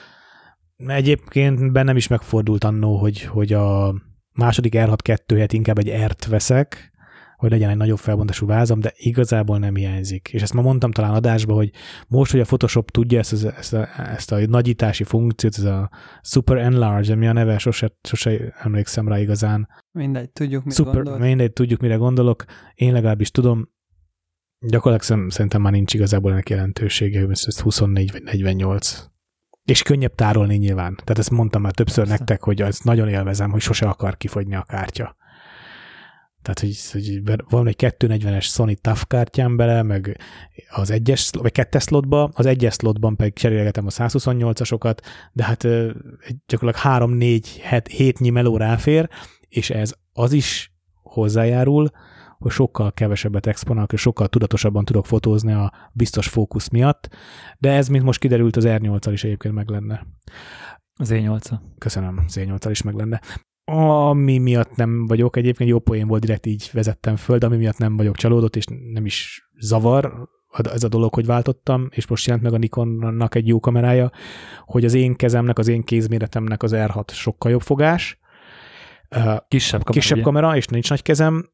Egyébként bennem is megfordult annó, hogy, hogy a második er hatvankettő helyett inkább egy er-t veszek, hogy legyen egy nagyobb felbontású vázam, de igazából nem hiányzik. És ezt ma mondtam talán adásban, hogy most, hogy a Photoshop tudja ezt, az, ezt, a, ezt a nagyítási funkciót, ez a Super Enlarge, ami a neve, sose, sose emlékszem rá igazán. Mindegy, tudjuk, mire Super, gondolsz. Mindegy, tudjuk, mire gondolok. Én legalábbis tudom, gyakorlatilag szerintem már nincs igazából ennek jelentősége, hogy ez huszonnégy vagy negyvennyolc. És könnyebb tárolni nyilván. Tehát ezt mondtam már többször Persze. nektek, hogy ezt nagyon élvezem, hogy sose akar kifogyni a kártya. Tehát, hogy, hogy van egy kétszáznegyvenes Sony té á ef kártyám bele, meg az egyes, vagy kettes slotba, az egyes slotban pedig cserélgetem a százhuszonnyolcasokat, de hát gyakorlatilag három-négy hétnyi meló ráfér, és ez az is hozzájárul, hogy sokkal kevesebbet exponálok, és sokkal tudatosabban tudok fotózni a biztos fókusz miatt, de ez, mint most kiderült, az er nyolccal is egyébként meg lenne. Az E nyolccal. Köszönöm, az E nyolccal is meg lenne. Ami miatt nem vagyok, egyébként jó poén volt, direkt így vezettem föl, de ami miatt nem vagyok csalódott, és nem is zavar ez a dolog, hogy váltottam, és most jelent meg a Nikonnak egy jó kamerája, hogy az én kezemnek, az én kézméretemnek az er hat sokkal jobb fogás. Kisebb kamera. Kisebb kamera, és nincs nagy kezem.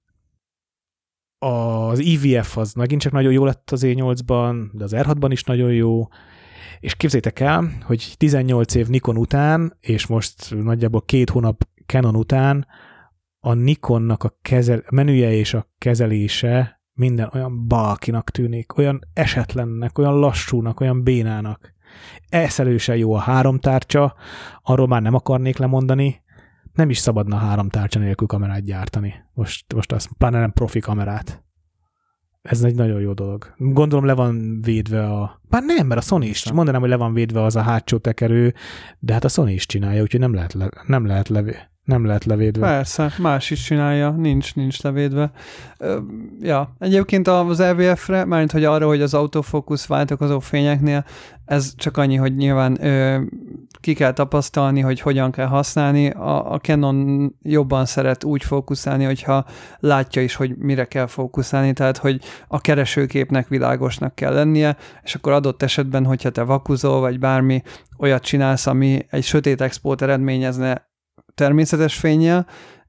Az i vé ef az megint csak nagyon jó lett az E nyolcban, de az er hatban is nagyon jó. És képzeljétek el, hogy tizennyolc év Nikon után, és most nagyjából két hónap Canon után a Nikonnak a kezel, menüje és a kezelése minden olyan balkinak tűnik, olyan esetlennek, olyan lassúnak, olyan bénának. Eszelősen jó a három tárcsa, arról már nem akarnék lemondani, nem is szabadna három tárcsa nélkül kamerát gyártani. Most, most azt pláne nem profi kamerát. Ez egy nagyon jó dolog. Gondolom le van védve a... Bár nem, mert a Sony is, mondanám, hogy le van védve az a hátsó tekerő, de hát a Sony is csinálja, úgyhogy nem lehet, le, nem lehet, levé, nem lehet levédve. Persze, más is csinálja, nincs, nincs levédve. Ö, ja, egyébként az E V F-re, mármint hogy arra, hogy az autofókusz váltakozó fényeknél, ez csak annyi, hogy nyilván ö, ki kell tapasztalni, hogy hogyan kell használni. A, a Canon jobban szeret úgy fókuszálni, hogyha látja is, hogy mire kell fókuszálni, tehát hogy a keresőképnek világosnak kell lennie, és akkor adott esetben, hogyha te vakuzol, vagy bármi olyat csinálsz, ami egy sötét expót eredményezne természetes fénnyel,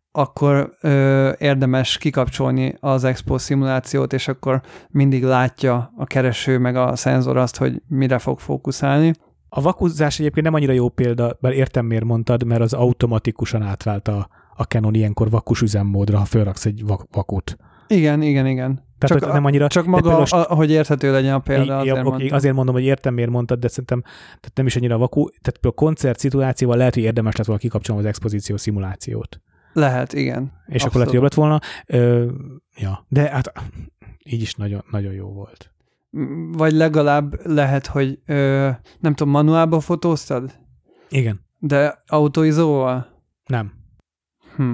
akkor ö, érdemes kikapcsolni az expo szimulációt, és akkor mindig látja a kereső meg a szenzor azt, hogy mire fog fókuszálni. A vakuzás egyébként nem annyira jó példa, bár értem miért mondtad, mert az automatikusan átvált a, a Canon ilyenkor vakus üzemmódra, ha felraksz egy vak- vakut. Igen, igen, igen. Tehát csak, nem annyira, csak maga, most, ahogy érthető legyen a példa, azért, ja, okay, azért mondom, hogy értem, miért mondtad, de szerintem tehát nem is annyira vakú. Tehát a koncert szituációval lehet, hogy érdemes lett volna kikapcsolni az expozíció szimulációt. Lehet, igen. És abszolút. Akkor lehet, jobb lett volna. Ö, ja, de hát így is nagyon, nagyon jó volt. Vagy legalább lehet, hogy ö, nem tudom, manuálba fotóztad? Igen. De autoizóval? Nem. Hm.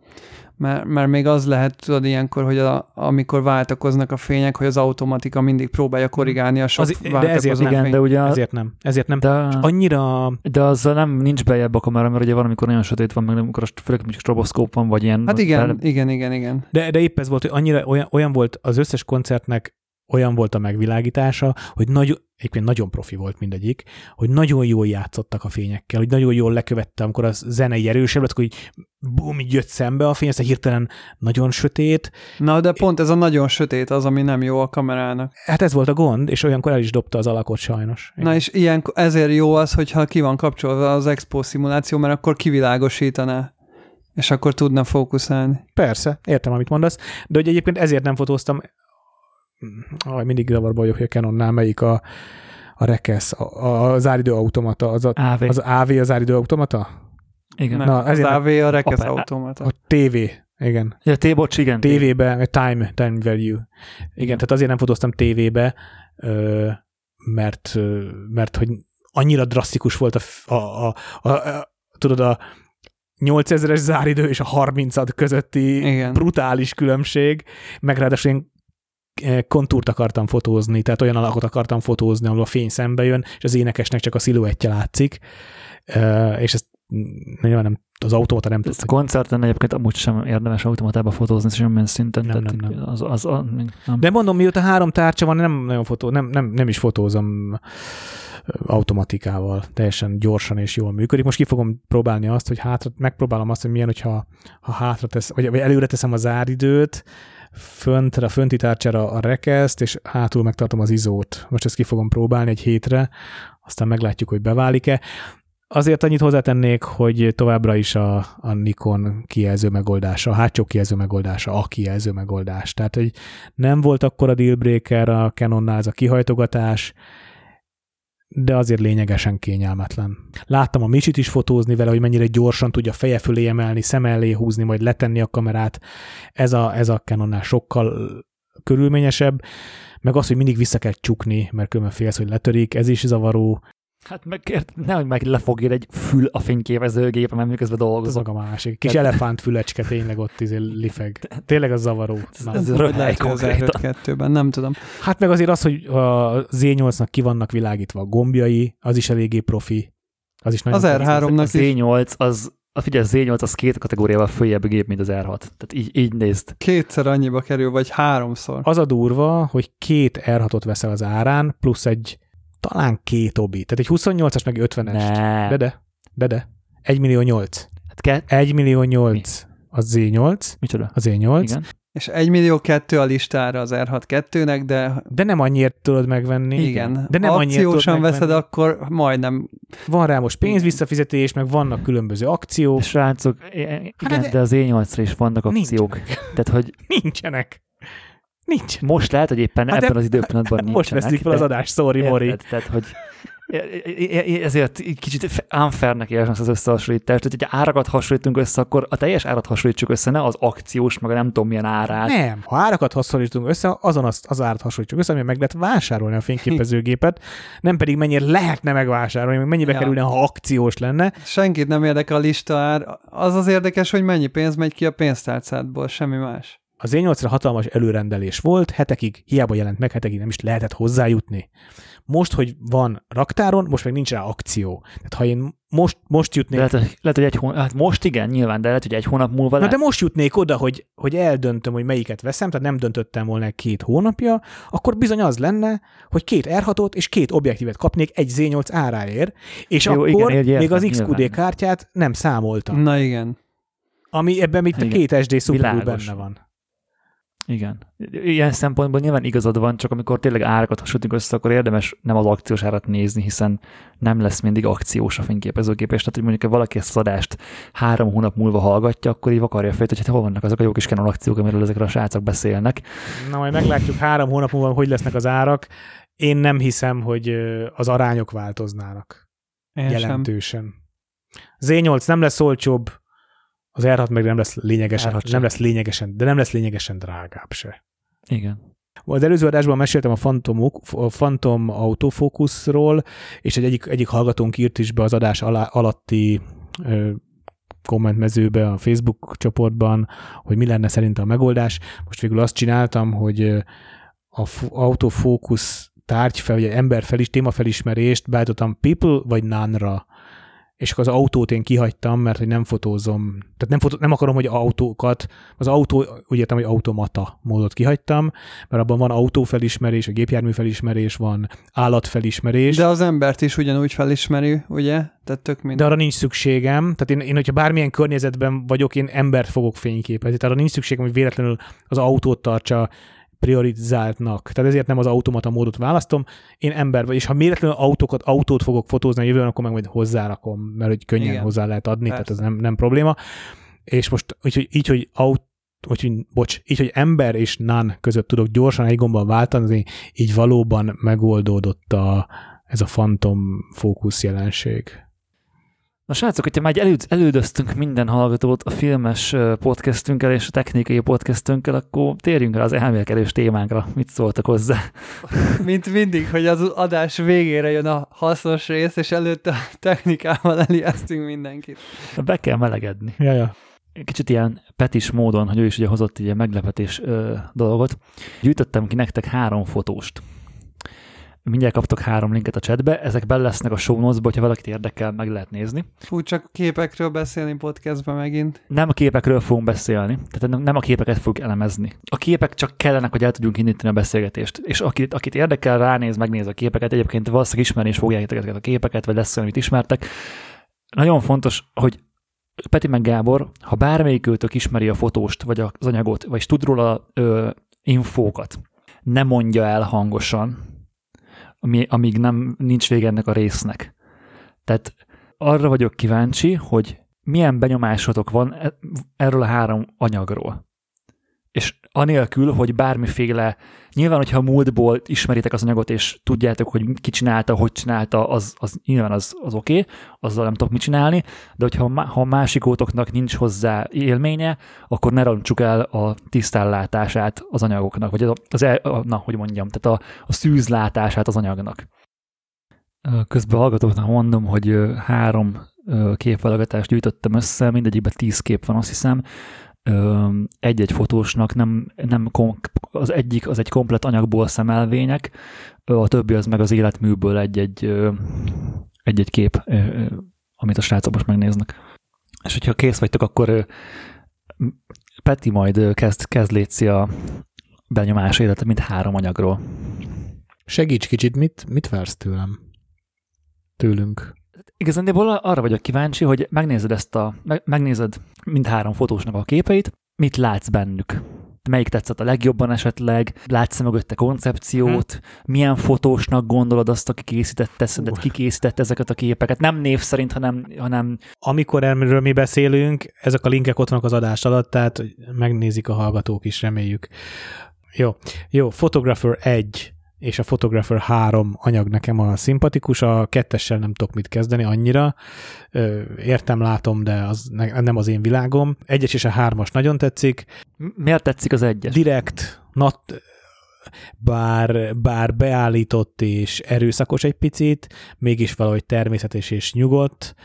Mert, mert még az lehet, tudod, ilyenkor, hogy a, amikor váltakoznak a fények, hogy az automatika mindig próbálja korrigálni a sok az, váltakozó de ezért igen, fény. de ugye... Ezért nem. Ezért nem. De, annyira... De azzal nem nincs bejebb a kamera, mert ugye van, amikor nagyon sötét van, meg amikor főleg mondjuk stroboszkóp van, vagy ilyen... Hát igen, fel... igen, igen, igen. De, de épp ez volt, hogy annyira olyan, olyan volt az összes koncertnek, olyan volt a megvilágítása, hogy nagy, egyébként nagyon profi volt mindegyik, hogy nagyon jól játszottak a fényekkel, hogy nagyon jól lekövette, amikor az zenei erősebb lett, hogy bum, így jött szembe a fény, aztán hirtelen nagyon sötét. Na, de pont ez a nagyon sötét az, ami nem jó a kamerának. Hát ez volt a gond, és olyankor el is dobta az alakot sajnos. Na, és ilyen, ezért jó az, hogyha ki van kapcsolva az expo szimuláció, mert akkor kivilágosítaná, és akkor tudna fókuszálni. Persze, értem, amit mondasz, de hogy egyébként ezért nem fotóztam. Ah, mindig zavarba vagyok, hogy a Canonnál melyik a, a rekesz, a, a záridő automata, az a, á vé. Az á vé a záridő automata? Igen. Nem, Na, az á vé a rekesz a, automata. A té vé, igen. Ja, té, bocs, igen. té vébe, time, time value. Igen, tehát azért nem fotóztam té vébe, mert, mert hogy annyira drasztikus volt a, a, a, a, a tudod, a nyolcezeres záridő és a harminc közötti igen. brutális különbség, meg ráadásul én kontúrt akartam fotózni, tehát olyan alakot akartam fotózni, ahol a fény szembe jön, és az énekesnek csak a sziluettje látszik, és ezt nyilván nem, az automata nem tudta. A koncerten egyébként amúgy sem érdemes automatába fotózni, semmilyen szinten. Nem, nem, nem. Az, az, az, nem. De mondom, mióta három tárcsa van, nem nagyon fotó, nem, nem, nem is fotózom automatikával, teljesen gyorsan és jól működik. Most ki fogom próbálni azt, hogy hátra, megpróbálom azt, hogy milyen, hogyha ha hátra tesz, vagy, vagy előre teszem a záridőt, föntre, a fönti tárcsára a rekeszt, és hátul megtartom az izót. Most ezt ki fogom próbálni egy hétre, aztán meglátjuk, hogy beválik-e. Azért annyit hozzátennék, hogy továbbra is a, a Nikon kijelző megoldása, a hátsó kijelző megoldása, a kijelző megoldás. Tehát, hogy nem volt akkor a dealbreaker a Canonnál ez a kihajtogatás, de azért lényegesen kényelmetlen. Láttam a Micsit is fotózni vele, hogy mennyire gyorsan tudja feje fölé emelni, szem elé húzni, majd letenni a kamerát. Ez a, ez a Canonnál sokkal körülményesebb, meg az, hogy mindig vissza kell csukni, mert különben félsz, hogy letörik, ez is zavaró. Hát meg, nehogy meg lefogja egy fül a fényképezőgépen, mert miközben dolgozok. Ez a másik. Kis elefánt fülecske tényleg ott izé lifeg. Tényleg az zavaró. Ez, ez röhely konkrétan. Nem tudom. Hát meg azért az, hogy a zé nyolcnak ki vannak világítva a gombjai, az is eléggé profi. Az is nagyon az er háromnak is. A zé nyolc, az, a figyelj, a zé nyolc az két kategóriával följebb gép, mint az er hat. Tehát így, így nézd. Kétszer annyiba kerül, vagy háromszor. Az a durva, hogy két er hatot veszel az árán, plusz egy talán két obi. Tehát egy huszonnyolcas meg ötvenes. Ne. De de. De de. egy millió nyolc. Hát ke- egy millió nyolc a zé nyolc. Micsoda? A zé nyolc. Igen. És egy millió kettő a listára az er hat kettőnek, de... De nem annyiért tudod megvenni. Igen. De nem akciósan veszed, akkor majdnem... Van rá most pénzvisszafizetés, meg vannak különböző akciók. Srácok, igen, hát de az zé nyolcra is vannak akciók. Nincsenek. Tehát, hogy... Nincsenek. Nincs. Most lehet, hogy éppen hát ebben az időpillanatban nincsenek. Most veszik fel az adást, sorry, Mori. Tehát, hogy ezért kicsit unfairnek érzem az összehasonlítást, hogy egy árakat hasonlítunk össze, akkor a teljes árat hasonlítsuk össze, ne az akciós, meg a nem tudom milyen árát. Nem, ha árakat hasonlítunk össze, azon az, az árat hasonlítsuk össze, ami meg lehet vásárolni a fényképezőgépet, nem pedig mennyire lehetne megvásárolni, meg mennyibe ja. kerülne, ha akciós lenne. Senkit nem érdekel a listaár, az az érdekes, hogy mennyi pénz megy ki a pénztárcádból, semmi más. Az E nyolcra hatalmas előrendelés volt, hetekig hiába jelent meg, hetekig nem is lehetett hozzájutni. Most, hogy van raktáron, most meg nincs rá akció. Tehát ha én most, most jutnék... Lehet, lehet, hogy egy hónap, hát most igen, nyilván, de lehet, hogy egy hónap múlva... Na de most jutnék oda, hogy, hogy eldöntöm, hogy melyiket veszem, tehát nem döntöttem volna két hónapja, akkor bizony az lenne, hogy két er hatot és két objektívet kapnék egy zé nyolc áráért, és Jó, akkor igen, értem, még az iksz kú dé nyilván. Kártyát nem számoltam. Na igen. Ami ebben itt a két es dé szuperul benne van. Igen. Ilyen szempontból nyilván igazad van, csak amikor tényleg árakat hasonlítunk össze, akkor érdemes nem az akciós árat nézni, hiszen nem lesz mindig akciós a fényképezőgép, és tehát, hogy mondjuk, ha valaki ezt az adást három hónap múlva hallgatja, akkor így vakarja fel, hogy hát hol vannak azok a jó kis Canon akciók, amiről ezekre a srácok beszélnek. Na, majd meglátjuk három hónap múlva, hogy lesznek az árak. Én nem hiszem, hogy az arányok változnának. Én jelentősen. Sem. zé nyolc nem lesz olcsóbb, az er hat meg nem lesz lényegesen, nem lesz lényegesen, de nem lesz lényegesen drágább se. Igen. Az előző adásban meséltem a Phantom, a Phantom autofókuszról, és egy egyik, egyik hallgatónk írt is be az adás alá, alatti ö, kommentmezőbe a Facebook csoportban, hogy mi lenne szerinte a megoldás. Most végül azt csináltam, hogy a autofókusz tárgyfel, vagy emberfelis, témafelismerést beállítottam people vagy none-ra. És akkor az autót én kihagytam, mert hogy nem fotózom, tehát nem, fotó, nem akarom, hogy autókat, az autó, úgy értem, hogy automata módot kihagytam, mert abban van autófelismerés, a gépjárműfelismerés, van állatfelismerés. De az embert is ugyanúgy felismeri, ugye? Tehát tök minden. De arra nincs szükségem, tehát én, én, hogyha bármilyen környezetben vagyok, én embert fogok fényképezni, tehát arra nincs szükségem, hogy véletlenül az autót tartsa priorizáltnak. Tehát ezért nem az automata módot választom, én ember vagy, és ha véletlenül autókat, autót fogok fotózni a jövőn, akkor meg majd hozzárakom, mert hogy könnyen Igen. hozzá lehet adni, Persze. tehát ez nem, nem probléma. És most úgy, így, hogy autó, hogy, bocs, így, hogy ember és none között tudok gyorsan egy gombbal váltani, így valóban megoldódott a, ez a Phantom fókusz jelenség. Na srácok, hogyha már elő, elődöztünk minden hallgatót a filmes podcastünkkel és a technikai podcastünkkel, akkor térjünk rá az elmélkedős témánkra. Mit szóltak hozzá? Mint mindig, hogy az adás végére jön a hasznos rész, és előtte a technikával elijesztünk mindenkit. Be kell melegedni. Ja, ja. Kicsit ilyen petis módon, hogy ő is ugye hozott ilyen meglepetés ö, dolgot. Gyűjtöttem ki nektek három fotóst. Mindjárt kaptok három linket a chatbe, ezek benne lesznek a show notes-ba, hogyha valakit érdekel, meg lehet nézni. Fú, csak képekről beszélni podcastban megint. Nem a képekről fogunk beszélni, tehát nem, nem a képeket fogjuk elemezni. A képek csak kellenek, hogy el tudjunk indítani a beszélgetést. És akit, akit érdekel, ránéz, megnéz a képeket, egyébként valószínűleg ismerni is fogják ezeket a képeket, vagy lesz olyan, amit ismertek. Nagyon fontos, hogy Peti meg Gábor, ha bármelyikőtök ismeri a fotóst, vagy az anyagot, vagy tud róla ö, infókat, ne mondja el hangosan, ami, amíg nem, nincs vége ennek a résznek. Tehát arra vagyok kíváncsi, hogy milyen benyomásotok van erről a három anyagról. És anélkül, hogy bármiféle, nyilván, hogyha a múltból ismeritek az anyagot, és tudjátok, hogy ki csinálta, hogy csinálta, az, az nyilván az, az oké, okay, azzal nem tudok mit csinálni, de hogyha ha a másikótoknak nincs hozzá élménye, akkor ne rontsuk el a tisztállátását az anyagoknak, vagy az, az el, na, hogy mondjam, tehát a, a szűzlátását az anyagnak. Közben hallgatóknak mondom, hogy három képválogatást gyűjtöttem össze, mindegyikben tíz kép van, azt hiszem. Egy-egy fotósnak nem, nem az egyik az egy komplett anyagból szemelvények, a többi az meg az életműből egy-egy, egy-egy kép, amit a srácok most megnéznek. És hogyha kész vagytok, akkor Peti majd kezd, kezd létszi a benyomás életet, mint három anyagról. Segíts kicsit, mit, mit vársz tőlem? Tőlünk? Igazándiból arra vagyok kíváncsi, hogy megnézed ezt a, megnézed mind három fotósnak a képeit, mit látsz bennük? Melyik tetszett a legjobban esetleg? Látsz mögötte koncepciót? Hmm. Milyen fotósnak gondolod azt, aki készítette, szerinted ki készítette ezeket a képeket? Nem név szerint, hanem... hanem... Amikor erről mi beszélünk, ezek a linkek ott vannak az adás alatt, tehát megnézik a hallgatók is, reméljük. Jó, jó, Photographer egy és a Photographer három anyag nekem a szimpatikus, a kettessel nem tudok mit kezdeni annyira. Értem, látom, de az ne, nem az én világom. Egyes és a hármas nagyon tetszik. Miért tetszik az egyes? Direkt, not, bár, bár beállított és erőszakos egy picit, mégis valahogy természetes és nyugodt.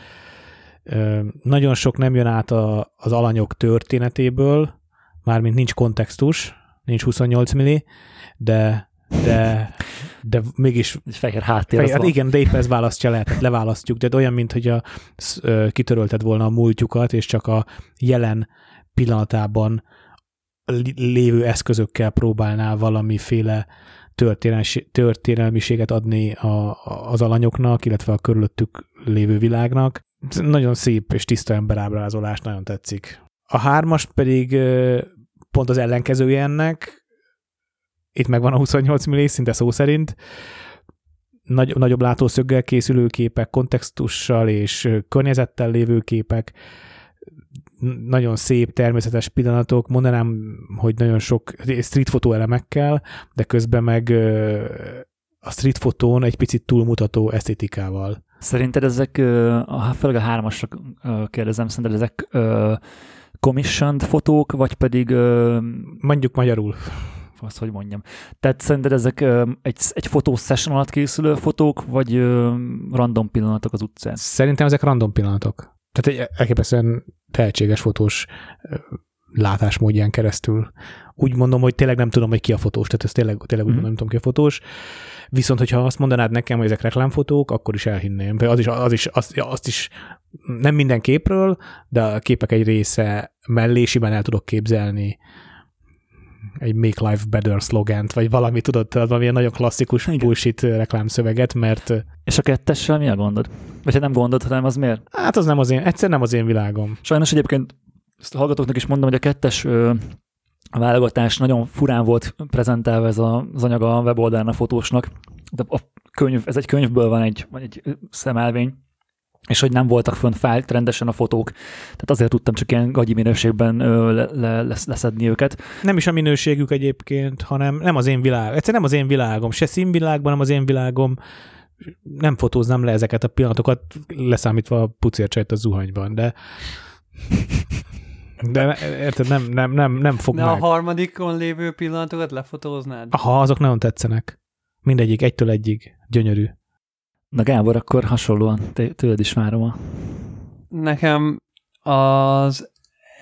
Nagyon sok nem jön át a, az alanyok történetéből, mármint nincs kontextus, nincs huszonnyolc milli, de de, de mégis... Egy fehér háttér. Fehér, hát igen, de épp ez választja le, tehát leválasztjuk, de olyan, mint hogy a, kitörölted volna a múltjukat, és csak a jelen pillanatában lévő eszközökkel próbálnál valamiféle történelmiséget adni a, az alanyoknak, illetve a körülöttük lévő világnak. Nagyon szép és tiszta emberábrázolás, nagyon tetszik. A hármas pedig pont az ellenkezője ennek, itt megvan a huszonnyolc milli, szinte szó szerint. Nagy, nagyobb látószöggel készülő képek, kontextussal és környezettel lévő képek, nagyon szép, természetes pillanatok, mondanám, hogy nagyon sok street fotó elemekkel, de közben meg a street fotón egy picit túlmutató esztétikával. Szerinted ezek, főleg a hármasra kérdezem, szerinted ezek commissioned fotók, vagy pedig... Mondjuk magyarul. Azt, hogy mondjam. Tehát szerinted ezek egy, egy fotosession alatt készülő fotók, vagy random pillanatok az utcán? Szerintem ezek random pillanatok. Tehát egy elképesztően tehetséges fotós látásmódján keresztül. Úgy mondom, hogy tényleg nem tudom, hogy ki a fotós, tehát ez tényleg, tényleg úgy mondom, nem tudom, ki a fotós. Viszont, hogyha azt mondanád nekem, hogy ezek reklámfotók, akkor is elhinném. Az is, az is, azt, azt is nem minden képről, de a képek egy része mellésiben el tudok képzelni egy Make Life Better szlogent, vagy valami, tudod, valamilyen nagyon klasszikus igen. bullshit reklámszöveget, mert... És a kettessel mi a gondod? Vagy ha nem gondod, hanem az miért? Hát az nem az én, egyszer nem az én világom. Sajnos egyébként ezt a hallgatóknak is mondom, hogy a kettes ö, a válogatás nagyon furán volt prezentálva ez a, az anyag a weboldalán a fotósnak. De a könyv, ez egy könyvből van egy, egy szemelvény, és hogy nem voltak fönn fájlt rendesen a fotók. Tehát azért tudtam csak ilyen gagyi minőségben ö, le, le, leszedni őket. Nem is a minőségük egyébként, hanem nem az én világom. Egyszerűen nem az én világom. Se színvilágban, nem az én világom. Nem fotóznám le ezeket a pillanatokat, leszámítva a pucércsajt a zuhanyban, de de érted, nem, nem, nem, nem fog de meg. A harmadikon lévő pillanatokat lefotóznád? Aha, azok nagyon tetszenek. Mindegyik, egytől egyig. Gyönyörű. Na Gábor, akkor hasonlóan tőled is várom a... Nekem az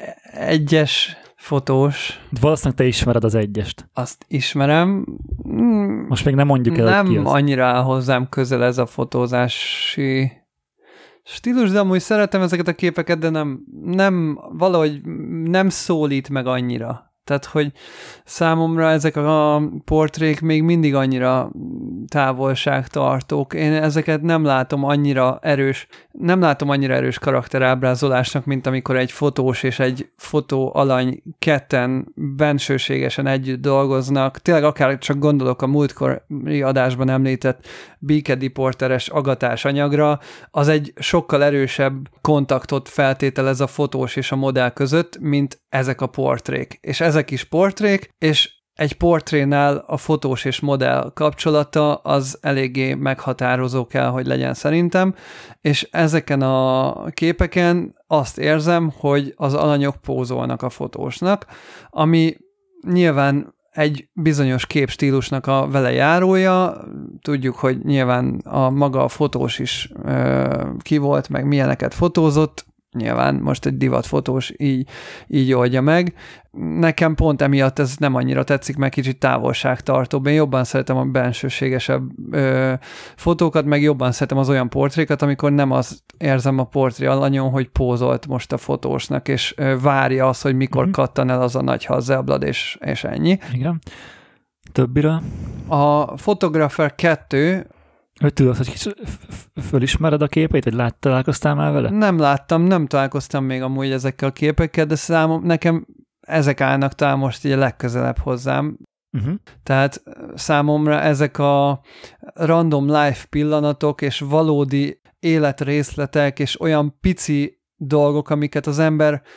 egyes fotós... Valószínűleg te ismered az egyest. Azt ismerem. Most még nem mondjuk el, nem ki az. annyira áll hozzám közel ez a fotózási stílus, de amúgy szeretem ezeket a képeket, de nem, nem valahogy nem szólít meg annyira. Tehát, hogy számomra ezek a portrék még mindig annyira távolságtartók. Én ezeket nem látom annyira erős, nem látom annyira erős karakterábrázolásnak, mint amikor egy fotós és egy fotó alany ketten bensőségesen együtt dolgoznak. Tényleg akár csak gondolok a múltkori adásban említett békediporteres agatás anyagra, az egy sokkal erősebb kontaktot feltételez a fotós és a modell között, mint ezek a portrék. És ezek is portrék, és egy portrénál a fotós és modell kapcsolata az eléggé meghatározó kell, hogy legyen szerintem, és ezeken a képeken azt érzem, hogy az alanyok pózolnak a fotósnak, ami nyilván egy bizonyos képstílusnak a vele járója, tudjuk, hogy nyilván a maga a fotós is ö, ki volt, meg milyeneket fotózott, nyilván most egy divatfotós így, így oldja meg. Nekem pont emiatt ez nem annyira tetszik, mert kicsit távolságtartóbb. Én jobban szeretem a bensőségesebb ö, fotókat, meg jobban szeretem az olyan portrékat, amikor nem azt érzem a portré alanyon, hogy pózolt most a fotósnak, és ö, várja azt, hogy mikor mm-hmm. kattan el az a nagy hazeblad, és, és ennyi. Igen. Többire? A Photographer kettő Hogy tudod, hogy fölismered a képeit, vagy lát, találkoztál már vele? Nem láttam, nem találkoztam még amúgy ezekkel a képekkel, de számom, nekem ezek állnak talán most így a legközelebb hozzám. Uh-huh. Tehát számomra ezek a random life pillanatok és valódi életrészletek és olyan pici dolgok, amiket az ember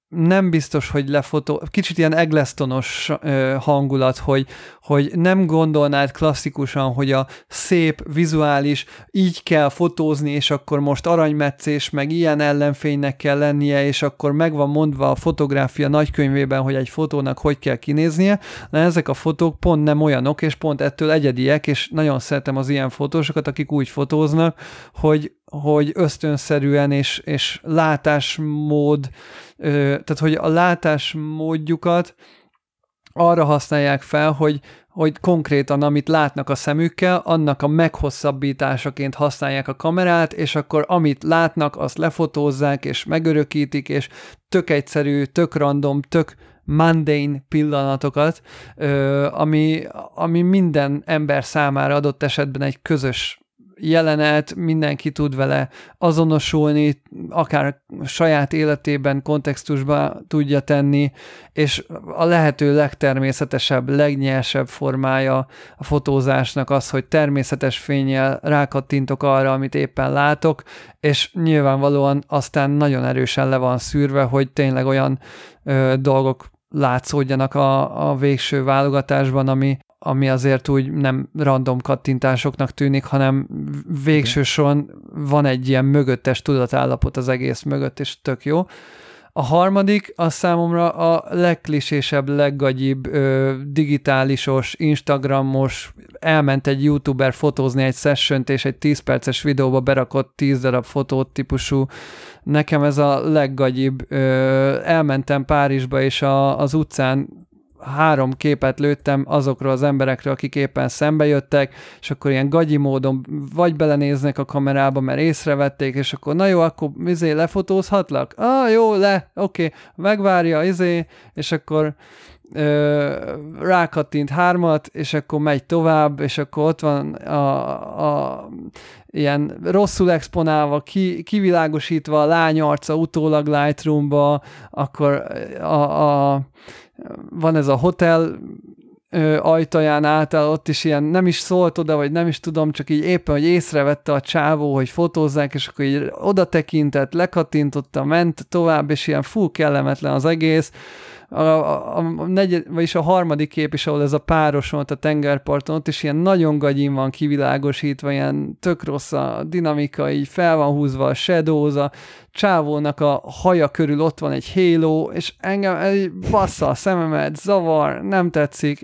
nem biztos, hogy lefotó, kicsit ilyen Egglestonos hangulat, hogy, hogy nem gondolnád klasszikusan, hogy a szép, vizuális, így kell fotózni, és akkor most aranymetszés, meg ilyen ellenfénynek kell lennie, és akkor meg van mondva a fotográfia nagykönyvében, hogy egy fotónak hogy kell kinéznie, de ezek a fotók pont nem olyanok, és pont ettől egyediek, és nagyon szeretem az ilyen fotósokat, akik úgy fotóznak, hogy hogy ösztönszerűen és, és látásmód, tehát hogy a látásmódjukat arra használják fel, hogy, hogy konkrétan, amit látnak a szemükkel, annak a meghosszabbításaként használják a kamerát, és akkor amit látnak, azt lefotózzák, és megörökítik, és tök egyszerű, tök random, tök mundane pillanatokat, ami, ami minden ember számára adott esetben egy közös jelenet, mindenki tud vele azonosulni, akár saját életében, kontextusba tudja tenni, és a lehető legtermészetesebb, legnyersebb formája a fotózásnak az, hogy természetes fénnyel rákattintok arra, amit éppen látok, és nyilvánvalóan aztán nagyon erősen le van szűrve, hogy tényleg olyan ö, dolgok látszódjanak a, a végső válogatásban, ami ami azért úgy nem random kattintásoknak tűnik, hanem végső soron van egy ilyen mögöttes tudatállapot az egész mögött, és tök jó. A harmadik, az számomra a legklisésebb, leggagyibb, ö, digitálisos, instagramos, elment egy youtuber fotózni egy sessiont, és egy tíz perces videóba berakott tíz darab fotót típusú. Nekem ez a leggagyibb. Ö, elmentem Párizsba, és a, az utcán három képet lőttem azokról az emberekről, akik éppen szembe jöttek, és akkor ilyen gagyi módon vagy belenéznek a kamerába, mert észrevették, és akkor na jó, akkor izé lefotózhatlak? Ah, jó, le, oké, okay. Megvárja, izé, és akkor ö, rákattint hármat, és akkor megy tovább, és akkor ott van a, a ilyen rosszul exponálva, ki, kivilágosítva a lány arca utólag Lightroomba, akkor a, a van ez a hotel ö, ajtaján által, ott is ilyen nem is szólt oda, vagy nem is tudom, csak így éppen, hogy észrevette a csávó, hogy fotózzák, és akkor így oda tekintett, lekattintotta, ment tovább, és ilyen fú kellemetlen az egész. A, a, a negyed, vagyis a harmadik kép is, ahol ez a páros volt a tengerparton, ott is ilyen nagyon gagyin van kivilágosítva, ilyen tök rossz a dinamika, így fel van húzva a shadows, a csávónak a haja körül ott van egy halo, és engem egy bassza a szememet, zavar, nem tetszik,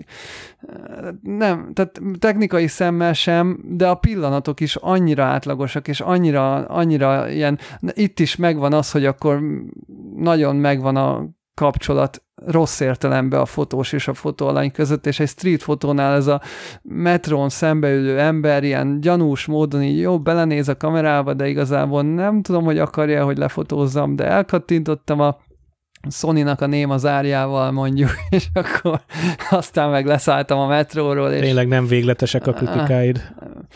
nem, tehát technikai szemmel sem, de a pillanatok is annyira átlagosak, és annyira, annyira ilyen, itt is megvan az, hogy akkor nagyon megvan a kapcsolat rossz értelemben a fotós és a fotóalany között, és egy street fotónál ez a metrón szembeülő ember ilyen gyanús módon így jó, belenéz a kamerába, de igazából nem tudom, hogy akarja, hogy lefotózzam, de elkattintottam a Sony-nak a néma zárjával mondjuk, és akkor aztán meg leszálltam a metróról. És... Tényleg nem végletesek a kritikáid.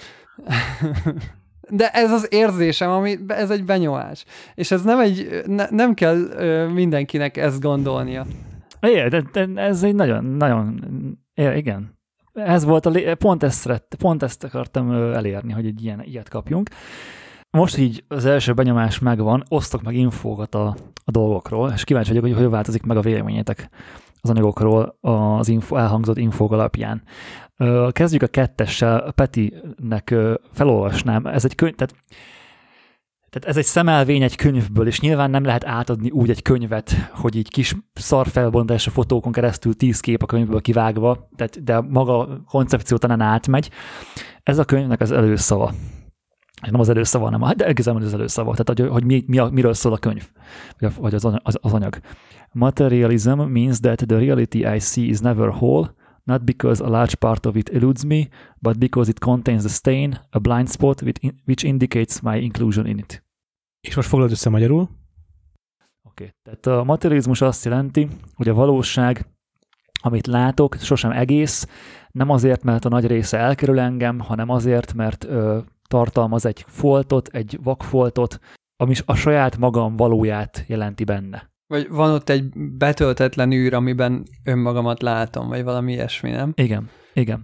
De ez az érzésem, ami, ez egy benyomás. És ez nem egy, ne, nem kell ö, mindenkinek ezt gondolnia. Igen, de, de ez egy nagyon, nagyon, igen. Ez volt a, pont ezt, szeret, pont ezt akartam elérni, hogy egy ilyen, ilyet kapjunk. Most így az első benyomás megvan, osztok meg infókat a, a dolgokról, és kíváncsi vagyok, hogy hogy változik meg a véleményetek az anyagokról az info, elhangzott infók alapján. Kezdjük a kettessel, Petinek felolvasnám. Ez egy könyv, tehát, tehát ez egy szemelvény egy könyvből, és nyilván nem lehet átadni úgy egy könyvet, hogy így kis szarfelbontás a fotókon keresztül tíz kép a könyvből kivágva, tehát, de maga a koncepció talán átmegy. Ez a könyvnek az előszava. Nem az előszava, hanem de egészen az előszava, tehát hogy, hogy mi, mi a, miről szól a könyv, vagy az, az, az anyag. Materialism means that the reality I see is never whole, not because a large part of it eludes me, but because it contains a stain, a blind spot which indicates my inclusion in it. És most foglald össze magyarul. Oké, okay. Tehát a materializmus azt jelenti, hogy a valóság, amit látok, sosem egész, nem azért, mert a nagy része elkerül engem, hanem azért, mert ö, tartalmaz egy foltot, egy vakfoltot, ami a saját magam valóját jelenti benne. Vagy van ott egy betöltetlen űr, amiben önmagamat látom, vagy valami ilyesmi, nem? Igen, igen.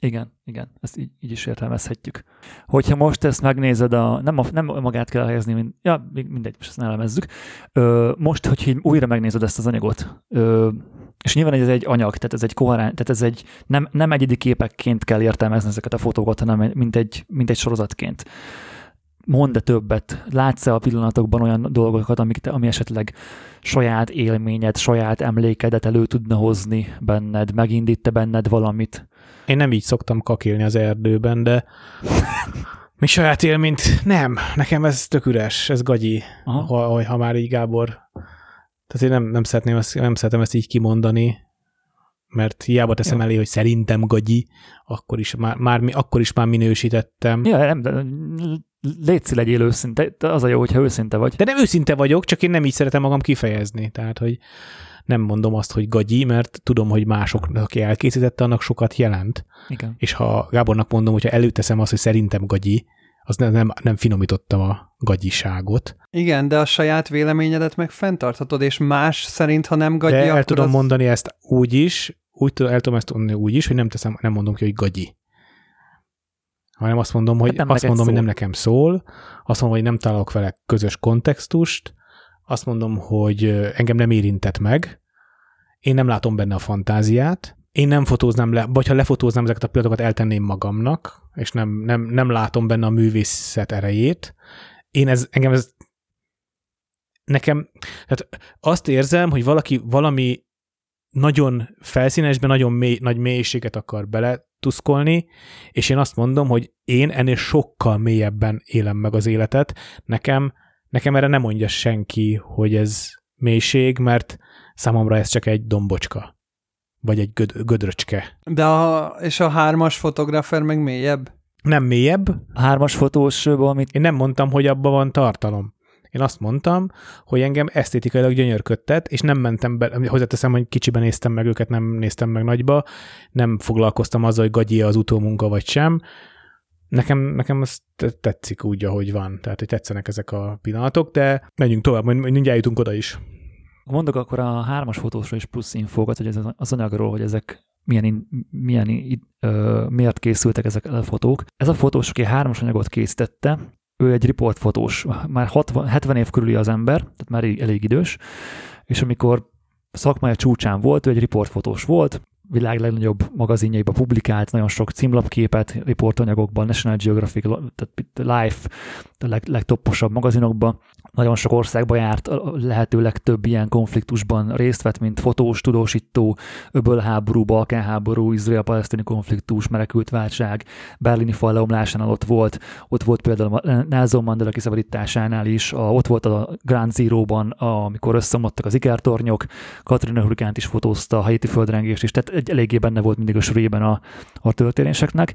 Igen, igen, ezt így, így is értelmezhetjük. Hogyha most ezt megnézed, a, nem, a, nem magát kell helyezni, mint, ja, mindegy, most ezt ne elemezzük. Ö, most, hogyha újra megnézed ezt az anyagot, ö, és nyilván ez egy anyag, tehát ez egy koherens, tehát ez egy, nem, nem egyedi képekként kell értelmezni ezeket a fotókat, hanem mint egy, mint egy sorozatként. Mondd-e többet, látsz-e a pillanatokban olyan dolgokat, amik te, ami esetleg saját élményed, saját emlékedet elő tudna hozni benned, megindít-e benned valamit? Én nem így szoktam kakilni az erdőben, de mi saját élményt? Nem, nekem ez tök üres, ez gagyi, ha, ha már így Gábor. Tehát én nem, nem, szeretném ezt, nem szeretem ezt így kimondani, mert hiába teszem ja. elé, hogy szerintem gagyi, akkor is már, már, akkor is már minősítettem. Ja, nem, de létszi, legyél őszinte, az a jó, hogyha őszinte vagy. De nem őszinte vagyok, csak én nem így szeretem magam kifejezni, tehát, hogy nem mondom azt, hogy gagyi, mert tudom, hogy mások, aki elkészítette, annak sokat jelent. Igen. És ha Gábornak mondom, hogyha előteszem azt, hogy szerintem gagyi, az nem, nem, nem finomítottam a gagyiságot. Igen, de a saját véleményedet meg fenntarthatod, és más szerint, ha nem gagyi, de el akkor tudom az... mondani ezt úgy is, úgy el tudom ezt mondani úgy is, hogy nem teszem, nem mondom ki, hogy gagyi. Hanem azt mondom, hogy, hát azt mondom, hogy nem nekem szól, azt mondom, hogy nem találok vele közös kontextust, azt mondom, hogy engem nem érintett meg, én nem látom benne a fantáziát, én nem fotóznám le, vagy ha lefotóznám ezeket a pillanatokat, eltenném magamnak, és nem, nem, nem látom benne a művészet erejét. Én ez, engem ez, nekem, tehát azt érzem, hogy valaki valami nagyon felszínesben, nagyon mély, nagy mélységet akar beletuszkolni, és én azt mondom, hogy én ennél sokkal mélyebben élem meg az életet. Nekem, nekem erre nem mondja senki, hogy ez mélység, mert számomra ez csak egy dombocska. Vagy egy göd, gödröcske. De a, és a hármas fotografer meg mélyebb? Nem mélyebb. A hármas fotósból, amit... Én nem mondtam, hogy abban van tartalom. Én azt mondtam, hogy engem esztétikailag gyönyörködtet, és nem mentem be, hozzáteszem, hogy kicsiben néztem meg őket, nem néztem meg nagyba, nem foglalkoztam azzal, hogy gagyi az utómunka vagy sem. Nekem, nekem ez tetszik úgy, ahogy van. Tehát, hogy tetszenek ezek a pillanatok, de menjünk tovább, majd mindjárt jutunk oda is. Mondok akkor a hármas fotósról is plusz infókat, hogy ez az anyagról, hogy ezek milyen, milyen ö, miért készültek ezek a fotók. Ez a fotós, aki hármas anyagot készítette, ő egy riportfotós, már hatvan, hetven év körüli az ember, tehát már elég, elég idős, és amikor szakmája csúcsán volt, ő egy riportfotós volt, világ legnagyobb magazinjaiba publikált, nagyon sok címlapképet, riportanyagokban, National Geographic, tehát Life, a leg, legtopposabb magazinokban, nagyon sok országba járt, lehető legtöbb ilyen konfliktusban részt vett, mint fotós, tudósító, öbölháború, balkánháború, izrael-palesztini konfliktus, menekültválság, berlini fal leomlásánál ott volt, ott volt például a Nelson Mandela kiszabadításánál is, a, ott volt a Ground Zero-ban, amikor összeomlottak az ikertornyok, Katrina hurikánt is fotózta, a haiti földrengést is, tehát egy eléggé benne volt mindig a sorében a, a történéseknek,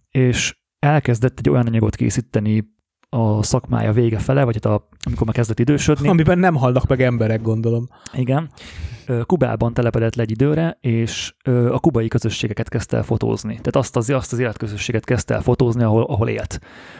és elkezdett egy olyan anyagot készíteni a szakmája vége fele, vagy hát a, amikor már kezdett idősödni. Amiben nem halnak meg emberek, gondolom. Igen. Kubában telepedett le egy időre, és a kubai közösségeket kezdte el fotózni. Tehát azt az, azt az életközösséget kezdte el fotózni, ahol, ahol élt.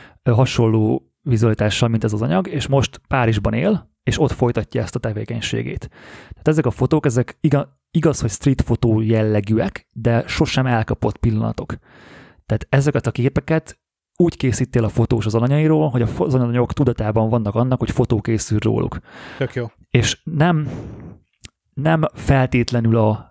Hasonló vizualitással, mint ez az anyag, és most Párizsban él, és ott folytatja ezt a tevékenységét. Tehát ezek a fotók, ezek igaz, igaz hogy street fotó jellegűek, de sosem elkapott pillanatok. Tehát ezeket a képeket úgy készítél a fotós az alanyairól, hogy az alanyok tudatában vannak annak, hogy fotó készül róluk. Tök jó. És nem, nem feltétlenül a,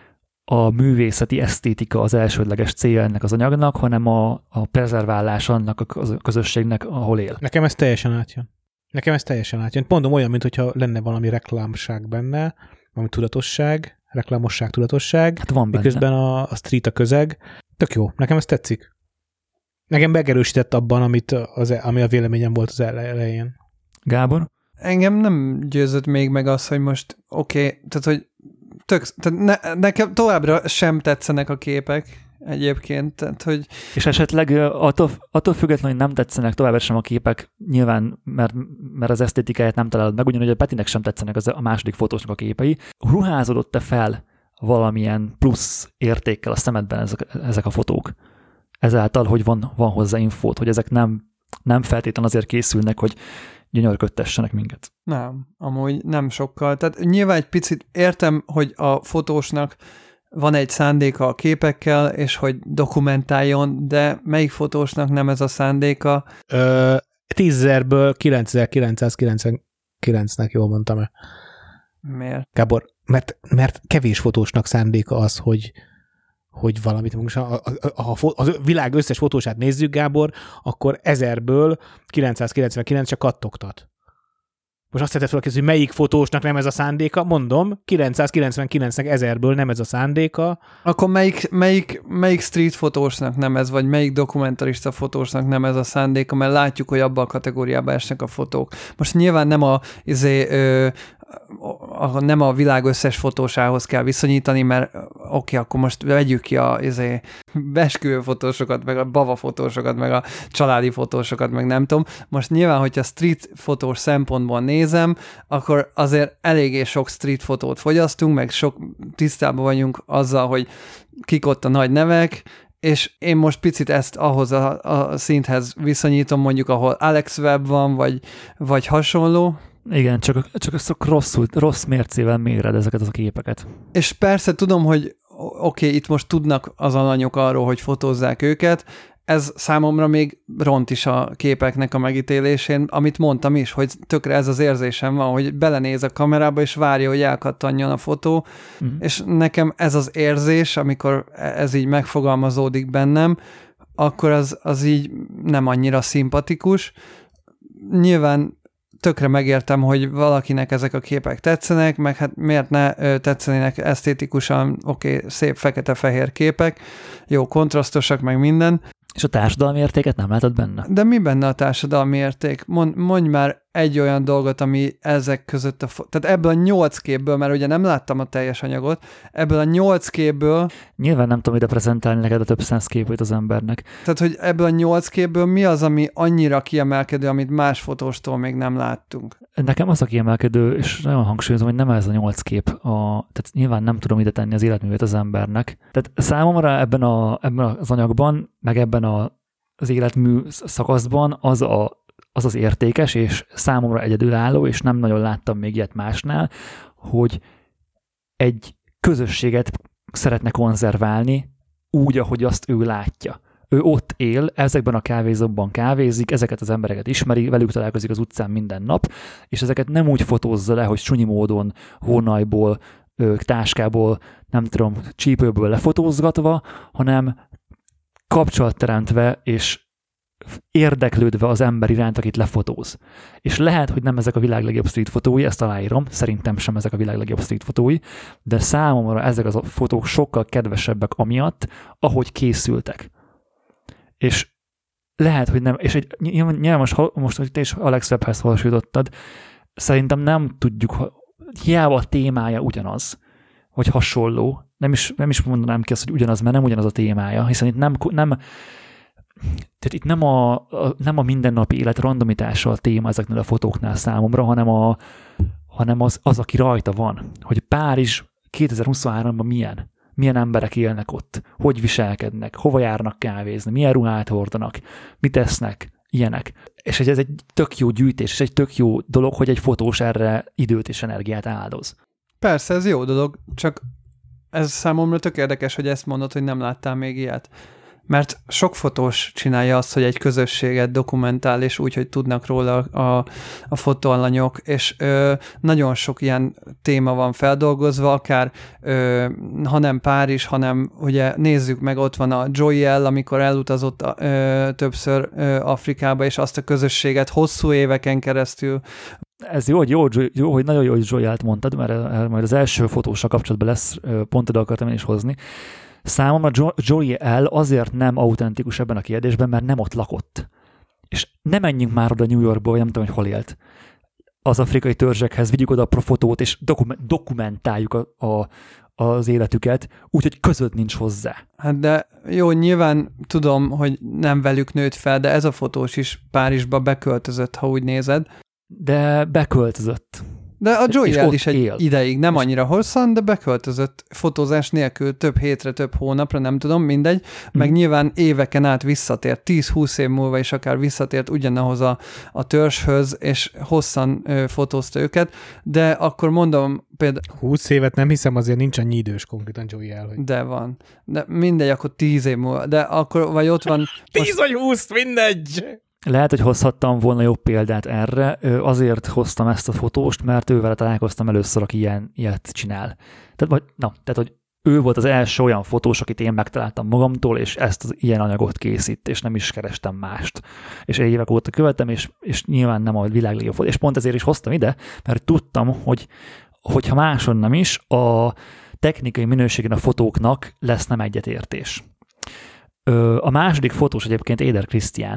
a művészeti esztétika az elsődleges célja ennek az anyagnak, hanem a, a prezerválás annak a közösségnek, ahol él. Nekem ez teljesen átjön. Nekem ez teljesen átjön. Mondom, olyan, mintha lenne valami reklámság benne, valami tudatosság, reklámosság, tudatosság. Hát van benne. Miközben a, a street a közeg. Tök jó. Nekem ez tetszik. Nekem megerősített abban, amit az, ami a véleményem volt az elején. Gábor? Engem nem győzött még meg az, hogy most oké, okay, tehát hogy tök, tehát ne, nekem továbbra sem tetszenek a képek egyébként, tehát hogy... És esetleg attól, attól függetlenül, hogy nem tetszenek továbbra sem a képek, nyilván, mert, mert az esztétikáját nem találod meg, ugyanúgy a Petinek sem tetszenek az, a második fotósnak a képei. Ruházódott-e fel valamilyen plusz értékkel a szemedben ezek, ezek a fotók? Ezáltal, hogy van, van hozzá infót, hogy ezek nem, nem feltétlenül azért készülnek, hogy gyönyörködtessenek minket. Nem, amúgy nem sokkal. Tehát nyilván egy picit értem, hogy a fotósnak van egy szándéka a képekkel, és hogy dokumentáljon, de melyik fotósnak nem ez a szándéka? Ö, tízezerből kilencezer-kilencszázkilencvenkilencnek jól mondtam-e. Miért? Gábor, mert, mert kevés fotósnak szándéka az, hogy, hogy valamit, most ha a, a, a világ összes fotósát nézzük, Gábor, akkor ezerből kilencszázkilencvenkilenc csak kattogtat. Most azt tetted fel, hogy melyik fotósnak nem ez a szándéka? Mondom, kilencszázkilencvenkilencnek ezerből nem ez a szándéka. Akkor melyik, melyik, melyik street fotósnak nem ez, vagy melyik dokumentarista fotósnak nem ez a szándéka, mert látjuk, hogy abban a kategóriába esnek a fotók. Most nyilván nem a, izé, ö, a, nem a világ összes fotósához kell viszonyítani, mert oké, okay, akkor most vegyük ki a izé, besküvő fotósokat, meg a bava fotósokat, meg a családi fotósokat, meg nem tudom. Most nyilván, hogyha street fotós szempontból nézem, akkor azért eléggé sok street fotót fogyasztunk, meg sok tisztában vagyunk azzal, hogy kik ott a nagy nevek, és én most picit ezt ahhoz a, a szinthez viszonyítom, mondjuk, ahol Alex Webb van, vagy, vagy hasonló. Igen, csak, csak ezt rosszul, rossz mércével méred ezeket a képeket. És persze tudom, hogy oké, okay, itt most tudnak az alanyok arról, hogy fotózzák őket, ez számomra még ront is a képeknek a megítélésén, amit mondtam is, hogy tökre ez az érzésem van, hogy belenéz a kamerába, és várja, hogy elkattanjon a fotó, mm. és nekem ez az érzés, amikor ez így megfogalmazódik bennem, akkor az, az így nem annyira szimpatikus. Nyilván tökre megértem, hogy valakinek ezek a képek tetszenek, meg hát miért ne tetszenének esztétikusan, oké, okay, szép fekete-fehér képek, jó kontrasztosak, meg minden. És a társadalmi értéket nem látod benne? De mi benne a társadalmi érték? Mond, mondj már egy olyan dolgot, ami ezek között a... Fo- Tehát ebből a nyolc képből, mert ugye nem láttam a teljes anyagot, ebből a nyolc képből... Nyilván nem tudom ide prezentálni neked a több száz képét az embernek. Tehát, hogy ebből a nyolc képből mi az, ami annyira kiemelkedő, amit más fotóstól még nem láttunk? Nekem az a kiemelkedő, és nagyon hangsúlyozom, hogy nem ez a nyolc kép. A, tehát nyilván nem tudom ide tenni az életművét az embernek. Tehát számomra ebben, a, ebben az anyagban, meg ebben a, az életmű szakaszban az a az az értékes, és számomra egyedülálló, és nem nagyon láttam még ilyet másnál, hogy egy közösséget szeretne konzerválni úgy, ahogy azt ő látja. Ő ott él, ezekben a kávézókban kávézik, ezeket az embereket ismeri, velük találkozik az utcán minden nap, és ezeket nem úgy fotózza le, hogy sunyi módon, hónajból, táskából, nem tudom, csípőből lefotózgatva, hanem kapcsolatteremtve, és érdeklődve az ember iránt, akit lefotóz. És lehet, hogy nem ezek a világ legjobb street fotói, ezt aláírom, szerintem sem ezek a világ legjobb street fotói, de számomra ezek az a fotók sokkal kedvesebbek amiatt, ahogy készültek. És lehet, hogy nem, és egy, nyilván most, most, hogy te is Alex Webbhez hasonlítottad, szerintem nem tudjuk, hiába a témája ugyanaz, vagy hasonló, nem is, nem is mondanám ki azt, hogy ugyanaz, mert nem ugyanaz a témája, hiszen itt nem, nem tehát itt nem a, a, nem a mindennapi élet randomitása a téma ezeknél a fotóknál számomra, hanem, a, hanem az, az, aki rajta van. Hogy Párizs kétezer-huszonháromban milyen? Milyen emberek élnek ott? Hogy viselkednek? Hova járnak kávézni? Milyen ruhát hordanak? Mit esznek? Ilyenek. És ez egy tök jó gyűjtés, és egy tök jó dolog, hogy egy fotós erre időt és energiát áldoz. Persze, ez jó dolog, csak ez számomra tök érdekes, hogy ezt mondod, hogy nem láttál még ilyet. Mert sok fotós csinálja azt, hogy egy közösséget dokumentál, és úgy, hogy tudnak róla a, a fotóalanyok, és ö, nagyon sok ilyen téma van feldolgozva, akár ö, ha nem Párizs, hanem ugye nézzük meg, ott van a Joey L, amikor elutazott ö, többször ö, Afrikába, és azt a közösséget hosszú éveken keresztül. Ez jó, hogy, jó, jó, hogy nagyon jó, hogy Joey-t mondtad, mert majd az első fotóssal kapcsolatban lesz, pont oda akartam én is hozni. Számomra Joey L azért nem autentikus ebben a kérdésben, mert nem ott lakott. És nem menjünk már oda New Yorkba, nem tudom, hogy hol élt. Az afrikai törzsekhez vigyük oda a fotót, és dokument, dokumentáljuk a, a, az életüket, úgyhogy között nincs hozzá. Hát de jó, nyilván tudom, hogy nem velük nőtt fel, de ez a fotós is Párizsba beköltözött, ha úgy nézed. De beköltözött. De a Joey is egy él. ideig, nem annyira hosszan, de beköltözött fotózás nélkül több hétre, több hónapra, nem tudom, mindegy, meg mm. nyilván éveken át visszatért, tíz-húsz év múlva is akár visszatért ugyanahoz a, a törzshöz, és hosszan ö, fotózta őket, de akkor mondom például... húsz évet nem hiszem, azért nincs annyi idős konkrétan Joey el, hogy... De van. De mindegy, akkor tíz év múlva, de akkor, vagy ott van... tíz vagy húsz, mindegy! Lehet, hogy hozhattam volna jobb példát erre, azért hoztam ezt a fotóst, mert ővel találkoztam először, aki ilyen, ilyet csinál. Tehát, vagy, na, tehát, hogy ő volt az első olyan fotós, akit én megtaláltam magamtól, és ezt az ilyen anyagot készít, és nem is kerestem mást. És évek óta követem, és, és nyilván nem a világ legjobb fotó. És pont ezért is hoztam ide, mert tudtam, hogy hogyha máson nem is, a technikai minőségen a fotóknak lesz nem egyetértés. A második fotós egyébként Éder Krisztián.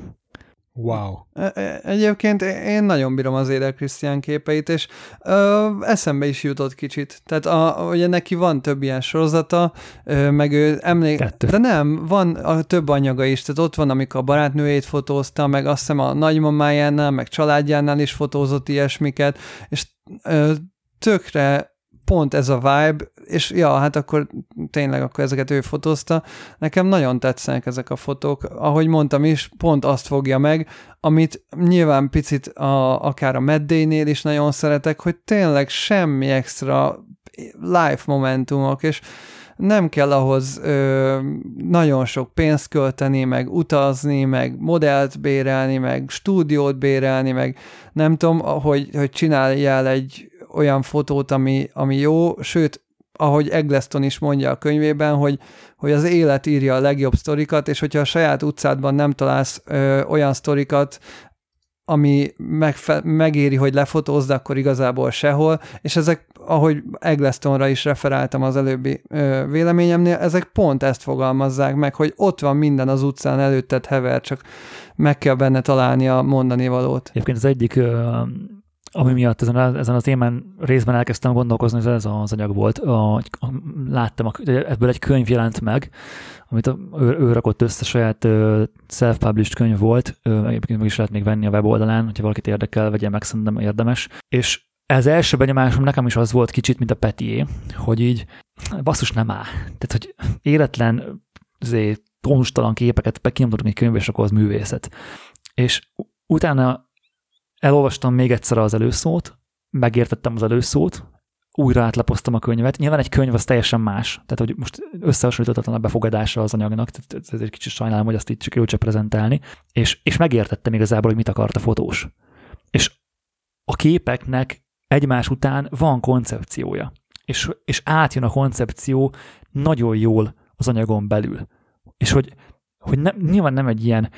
Wow. Egyébként én nagyon bírom az Éder Krisztián képeit, és ö, eszembe is jutott kicsit. Tehát a, ugye neki van több ilyen sorozata, ö, meg ő emlék... Kettő. De nem, van a több anyaga is, tehát ott van, amikor a barátnőjét fotózta, meg azt hiszem a nagymamájánál, meg családjánál is fotózott ilyesmiket, és ö, tökre pont ez a vibe, és ja, hát akkor tényleg akkor ezeket ő fotózta. Nekem nagyon tetszenek ezek a fotók. Ahogy mondtam is, pont azt fogja meg, amit nyilván picit a, akár a Mad Day-nél is nagyon szeretek, hogy tényleg semmi extra life momentumok, és nem kell ahhoz ö, nagyon sok pénzt költeni, meg utazni, meg modellt bérelni, meg stúdiót bérelni, meg nem tudom, hogy, hogy csináljál egy olyan fotót, ami, ami jó, sőt, ahogy Eggleston is mondja a könyvében, hogy, hogy az élet írja a legjobb sztorikat, és hogyha a saját utcádban nem találsz ö, olyan sztorikat, ami megfe- megéri, hogy lefotózd, akkor igazából sehol, és ezek, ahogy Egglestonra is referáltam az előbbi ö, véleményemnél, ezek pont ezt fogalmazzák meg, hogy ott van minden az utcán előtted hever, csak meg kell benne találni a mondani valót. Egyébként az egyik ö, ami miatt ezen, a, ezen az témán részben elkezdtem gondolkozni, ez az anyag volt. A, láttam, a, ebből egy könyv jelent meg, amit a, ő, ő rakott össze, saját uh, self-published könyv volt, uh, egyébként meg is lehet még venni a weboldalán, hogyha valakit érdekel, vegye meg, szerintem érdemes. És ez első benyomásom nekem is az volt kicsit, mint a Petié, hogy így basszus nem áll. Tehát, hogy éretlen, azért tónustalan képeket kinyomtatunk egy könyvbe, és akkor az művészet. És utána elolvastam még egyszer az előszót, megértettem az előszót, újra átlapoztam a könyvet. Nyilván egy könyv az teljesen más, tehát hogy most összehasonlíthatatlan a befogadása az anyagnak, tehát ez egy kicsit sajnálom, hogy azt így csak csak prezentálni, és, és megértettem igazából, hogy mit akart a fotós. És a képeknek egymás után van koncepciója, és, és átjön a koncepció nagyon jól az anyagon belül. És hogy, hogy ne, nyilván nem egy ilyen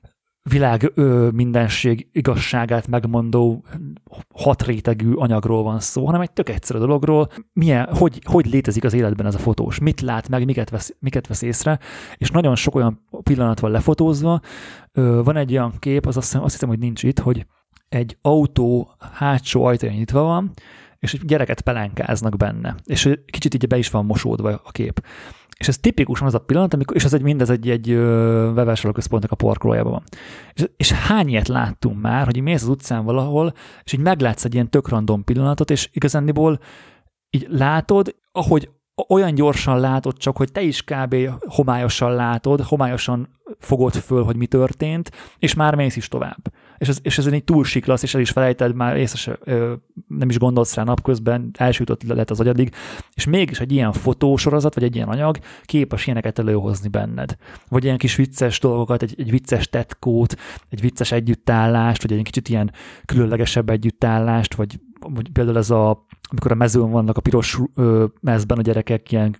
világ ö, mindenség igazságát megmondó hat rétegű anyagról van szó, hanem egy tök egyszerű dologról, milyen, hogy, hogy létezik az életben ez a fotós, mit lát meg, miket vesz, miket vesz észre, és nagyon sok olyan pillanat van lefotózva. Ö, van egy olyan kép, az azt hiszem, azt hiszem, hogy nincs itt, hogy egy autó hátsó ajtaja nyitva van, és egy gyereket pelenkáznak benne, és kicsit így be is van mosódva a kép. És ez tipikusan az a pillanat, amikor, és ez egy mindez egy, egy bevásárlóközpontnak a parkolójában van. És, és hány ilyet láttunk már, hogy így mész az utcán valahol, és így meglátsz egy ilyen tök random pillanatot, és igazándiból így látod, ahogy olyan gyorsan látod csak, hogy te is kb. Homályosan látod, homályosan fogod föl, hogy mi történt, és már mész is tovább. És, ez, és ezen így túl siklasz, és el is felejted, már észre se, ö, nem is gondolsz rá napközben, elsütött lett az agyadig, és mégis egy ilyen fotósorozat, vagy egy ilyen anyag képes ilyeneket előhozni benned. Vagy ilyen kis vicces dolgokat, egy, egy vicces tetkót, egy vicces együttállást, vagy egy kicsit ilyen különlegesebb együttállást, vagy, vagy például ez a, amikor a mezőn vannak a piros ö, mezben a gyerekek ilyen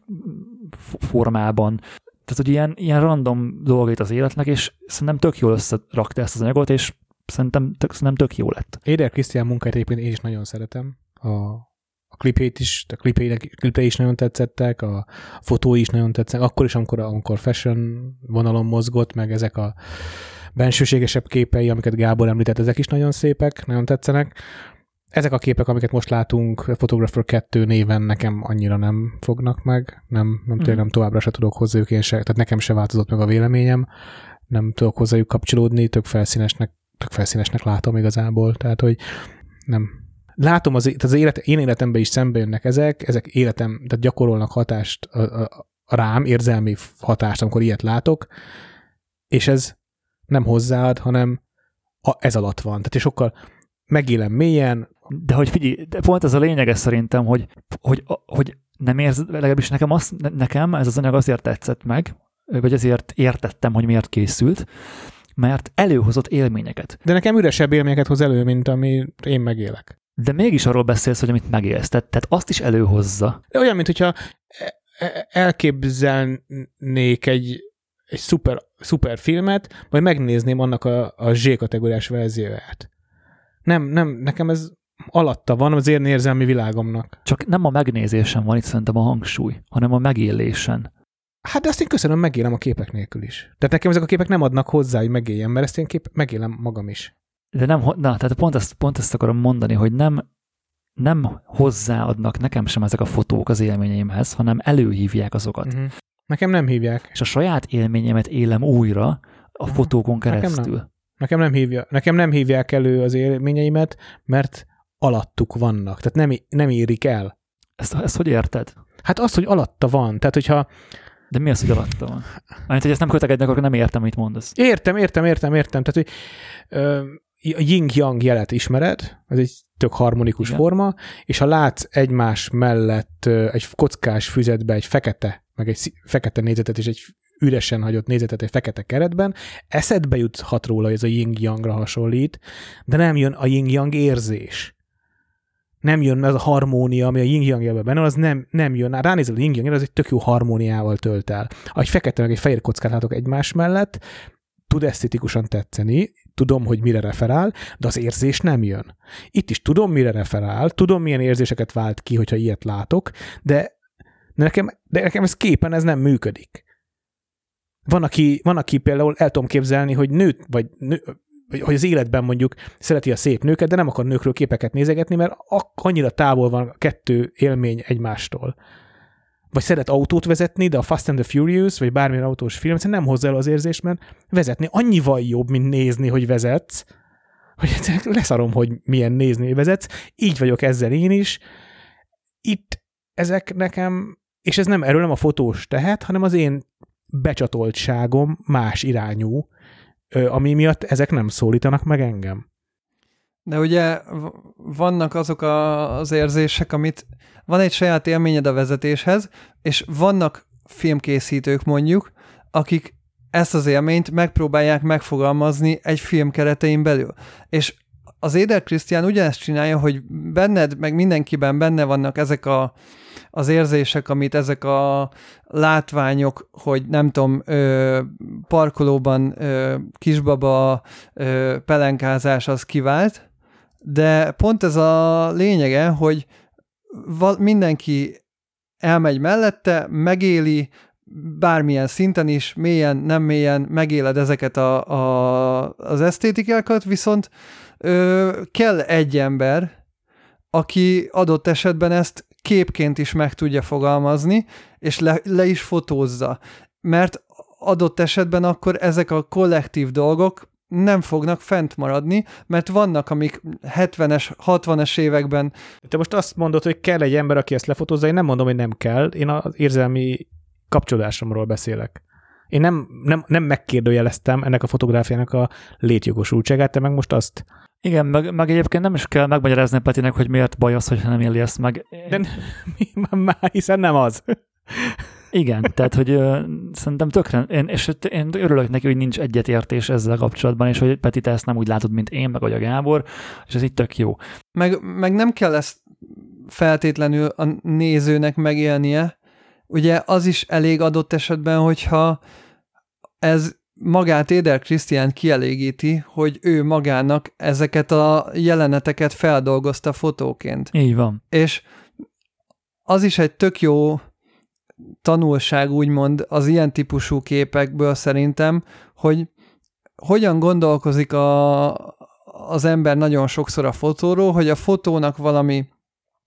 formában. Tehát, hogy ilyen, ilyen random dolgait az életnek, és szerintem tök jól összerakta ezt az anyagot, és szerintem tök, szerintem tök jó lett. Éder Krisztián munkáját egyébként én is nagyon szeretem. A, a klipét is, a klipei is nagyon tetszettek, a fotói is nagyon tetszettek, akkor is, amikor, amikor fashion vonalon mozgott, meg ezek a bensőségesebb képei, amiket Gábor említett, ezek is nagyon szépek, nagyon tetszenek. Ezek a képek, amiket most látunk, Photographer kettő néven nekem annyira nem fognak meg, nem, nem, mm. nem továbbra se tudok hozzájuk, én se, tehát nekem se változott meg a véleményem, nem tudok hozzájuk kapcsolódni, tök felszínesnek, tök felszínesnek látom igazából, tehát hogy nem, látom, az, az élet, én életemben is szembe jönnek ezek, ezek életem, tehát gyakorolnak hatást a, a, a rám, érzelmi hatást, amikor ilyet látok, és ez nem hozzáad, hanem a, ez alatt van. Tehát és sokkal megélem mélyen. De hogy figyelj, de pont ez a lényege szerintem, hogy, hogy, hogy nem érz, legalábbis nekem, az, nekem ez az anyag azért tetszett meg, vagy azért értettem, hogy miért készült, mert előhozott élményeket. De nekem üresebb élményeket hoz elő, mint amit én megélek. De mégis arról beszélsz, hogy amit megélsz. Tehát, tehát azt is előhozza. De olyan, mint hogyha elképzelnék egy, egy szuper, szuper filmet, majd megnézném annak a, a Z-kategóriás verzióját. Nem, nem, nekem ez alatta van az én érzelmi világomnak. Csak nem a megnézésen van itt szerintem a hangsúly, hanem a megélésen. Hát de azt én köszönöm, megélem a képek nélkül is. Tehát nekem ezek a képek nem adnak hozzá, hogy megéljem, mert ezt én kép megélem magam is. De nem, na, tehát pont ezt, pont ezt akarom mondani, hogy nem, nem hozzáadnak nekem sem ezek a fotók az élményeimhez, hanem előhívják azokat. Uh-huh. Nekem nem hívják. És a saját élményemet élem újra a uh-huh. fotókon keresztül. Nekem nem. Nekem nem, hívja, nekem nem hívják elő az élményeimet, mert alattuk vannak. Tehát nem, nem érik el. Ezt, ezt hogy érted? Hát az, hogy alatta van. Tehát, hogyha... De mi az, hogy alatta van? Mert hogy ezt nem kötegednek, akkor nem értem, mit mondasz. Értem, értem, értem, értem. Tehát, hogy ö, a yin-yang jelet ismered, ez egy tök harmonikus igen. forma, és ha látsz egymás mellett ö, egy kockás füzetbe egy fekete, meg egy fekete nézetet és egy üresen hagyott nézetet egy fekete keretben, eszedbe juthat róla, hogy ez a yin-yangra hasonlít, de nem jön a yin-yang érzés. Nem jön az a harmónia, ami a yin-yang jelben benne, az nem, nem jön. Ránézel a yin-yang, az egy tök jó harmóniával tölt el. Egy fekete meg egy fehér kockát látok egymás mellett, tud esztetikusan tetszeni, tudom, hogy mire referál, de az érzés nem jön. Itt is tudom, mire referál, tudom, milyen érzéseket vált ki, hogyha ilyet látok, de, de, nekem, de nekem ez képen ez nem működik. Van aki, van, aki például el tudom képzelni, hogy nőt, vagy nő, hogy az életben mondjuk szereti a szép nőket, de nem akar nőkről képeket nézegetni, mert annyira távol van a kettő élmény egymástól. Vagy szeret autót vezetni, de a Fast and the Furious, vagy bármilyen autós film, nem hozzá el az érzést, mert vezetni annyival jobb, mint nézni, hogy vezetsz, hogy leszarom, hogy milyen nézni, hogy vezetsz. Így vagyok ezzel én is. Itt ezek nekem, és ez nem erről nem a fotós tehet, hanem az én becsatoltságom más irányú, ami miatt ezek nem szólítanak meg engem. De ugye vannak azok a, az érzések, amit van egy saját élményed a vezetéshez, és vannak filmkészítők mondjuk, akik ezt az élményt megpróbálják megfogalmazni egy film keretein belül. És az Éder Krisztián ugyanezt csinálja, hogy benned, meg mindenkiben benne vannak ezek a, az érzések, amit ezek a látványok, hogy nem tudom, ö, parkolóban ö, kisbaba ö, pelenkázás az kivált, de pont ez a lényege, hogy val- mindenki elmegy mellette, megéli, bármilyen szinten is, mélyen, nem mélyen megéled ezeket a, a, az esztétikákat, viszont ö, kell egy ember, aki adott esetben ezt képként is meg tudja fogalmazni, és le, le is fotózza. Mert adott esetben akkor ezek a kollektív dolgok nem fognak fent maradni, mert vannak, amik hetvenes, hatvanas években... Te most azt mondod, hogy kell egy ember, aki ezt lefotózza, én nem mondom, hogy nem kell, én az érzelmi kapcsolódásomról beszélek. Én nem, nem, nem megkérdőjeleztem ennek a fotográfiának a létjogosultságát, te meg most azt... Igen, meg, meg egyébként nem is kell megmagyarázni Petinek, hogy miért baj az, hogyha nem éli ezt meg. De már hiszen nem az. Igen, tehát, hogy ö, szerintem tökre, én, és én örülök neki, hogy nincs egyetértés ezzel kapcsolatban, és hogy Peti, te ezt nem úgy látod, mint én, meg vagy a Gábor, és ez így tök jó. Meg, meg nem kell ezt feltétlenül a nézőnek megélnie. Ugye az is elég adott esetben, hogyha ez magát Éder Krisztián kielégíti, hogy ő magának ezeket a jeleneteket feldolgozta fotóként. Így van. És az is egy tök jó tanulság, úgymond az ilyen típusú képekből szerintem, hogy hogyan gondolkozik a, az ember nagyon sokszor a fotóról, hogy a fotónak valami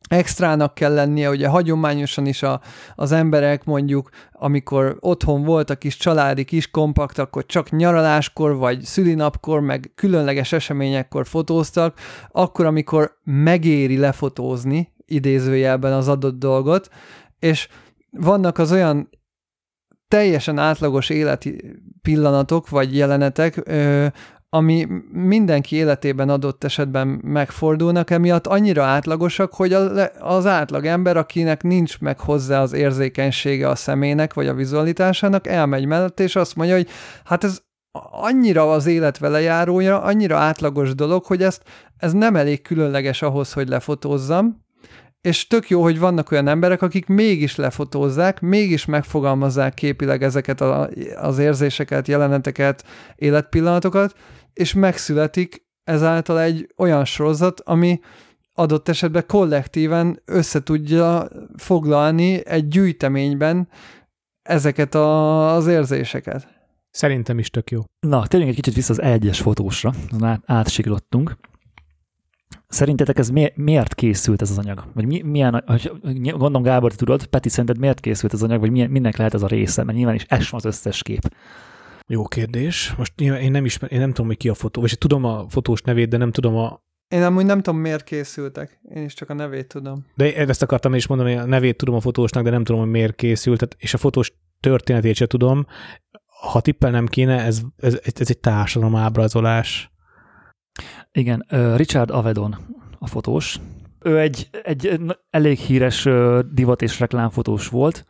extrának kell lennie, ugye hagyományosan is a, az emberek mondjuk, amikor otthon volt a kis családi kis kompakt, akkor csak nyaraláskor, vagy szülinapkor, meg különleges eseményekkor fotóztak, akkor, amikor megéri lefotózni, idézőjelben az adott dolgot, és vannak az olyan teljesen átlagos életi pillanatok, vagy jelenetek, ö, ami mindenki életében adott esetben megfordulnak, emiatt annyira átlagosak, hogy az átlag ember, akinek nincs meg hozzá az érzékenysége a szemének, vagy a vizualitásának, elmegy mellett, és azt mondja, hogy hát ez annyira az élet velejárója, annyira átlagos dolog, hogy ezt, ez nem elég különleges ahhoz, hogy lefotózzam, és tök jó, hogy vannak olyan emberek, akik mégis lefotózzák, mégis megfogalmazzák képileg ezeket a, az érzéseket, jeleneteket, életpillanatokat, és megszületik ezáltal egy olyan sorozat, ami adott esetben kollektíven össze tudja foglalni egy gyűjteményben ezeket a, az érzéseket. Szerintem is tök jó. Na, térjünk egy kicsit vissza az egyes fotósra, át, átsiklottunk. Szerintetek ez mi, miért készült ez az anyag? Vagy mi, milyen, gondolom Gábor, te tudod, Peti, szerinted miért készült ez az anyag, vagy milyen, mindenki lehet ez a része, mert nyilván is ez van az összes kép. Jó kérdés. Most én nem ismer, én nem tudom, hogy ki a fotó, vagy tudom a fotós nevét, de nem tudom a... Én amúgy nem tudom, miért készültek. Én is csak a nevét tudom. De ezt akartam is mondani, hogy a nevét tudom a fotósnak, de nem tudom, hogy miért készült, tehát, és a fotós történetét sem tudom. Ha tippelnem kéne, ez, ez, ez egy társadalom ábrázolás. Igen, Richard Avedon a fotós. Ő egy, egy elég híres divat- és reklámfotós volt.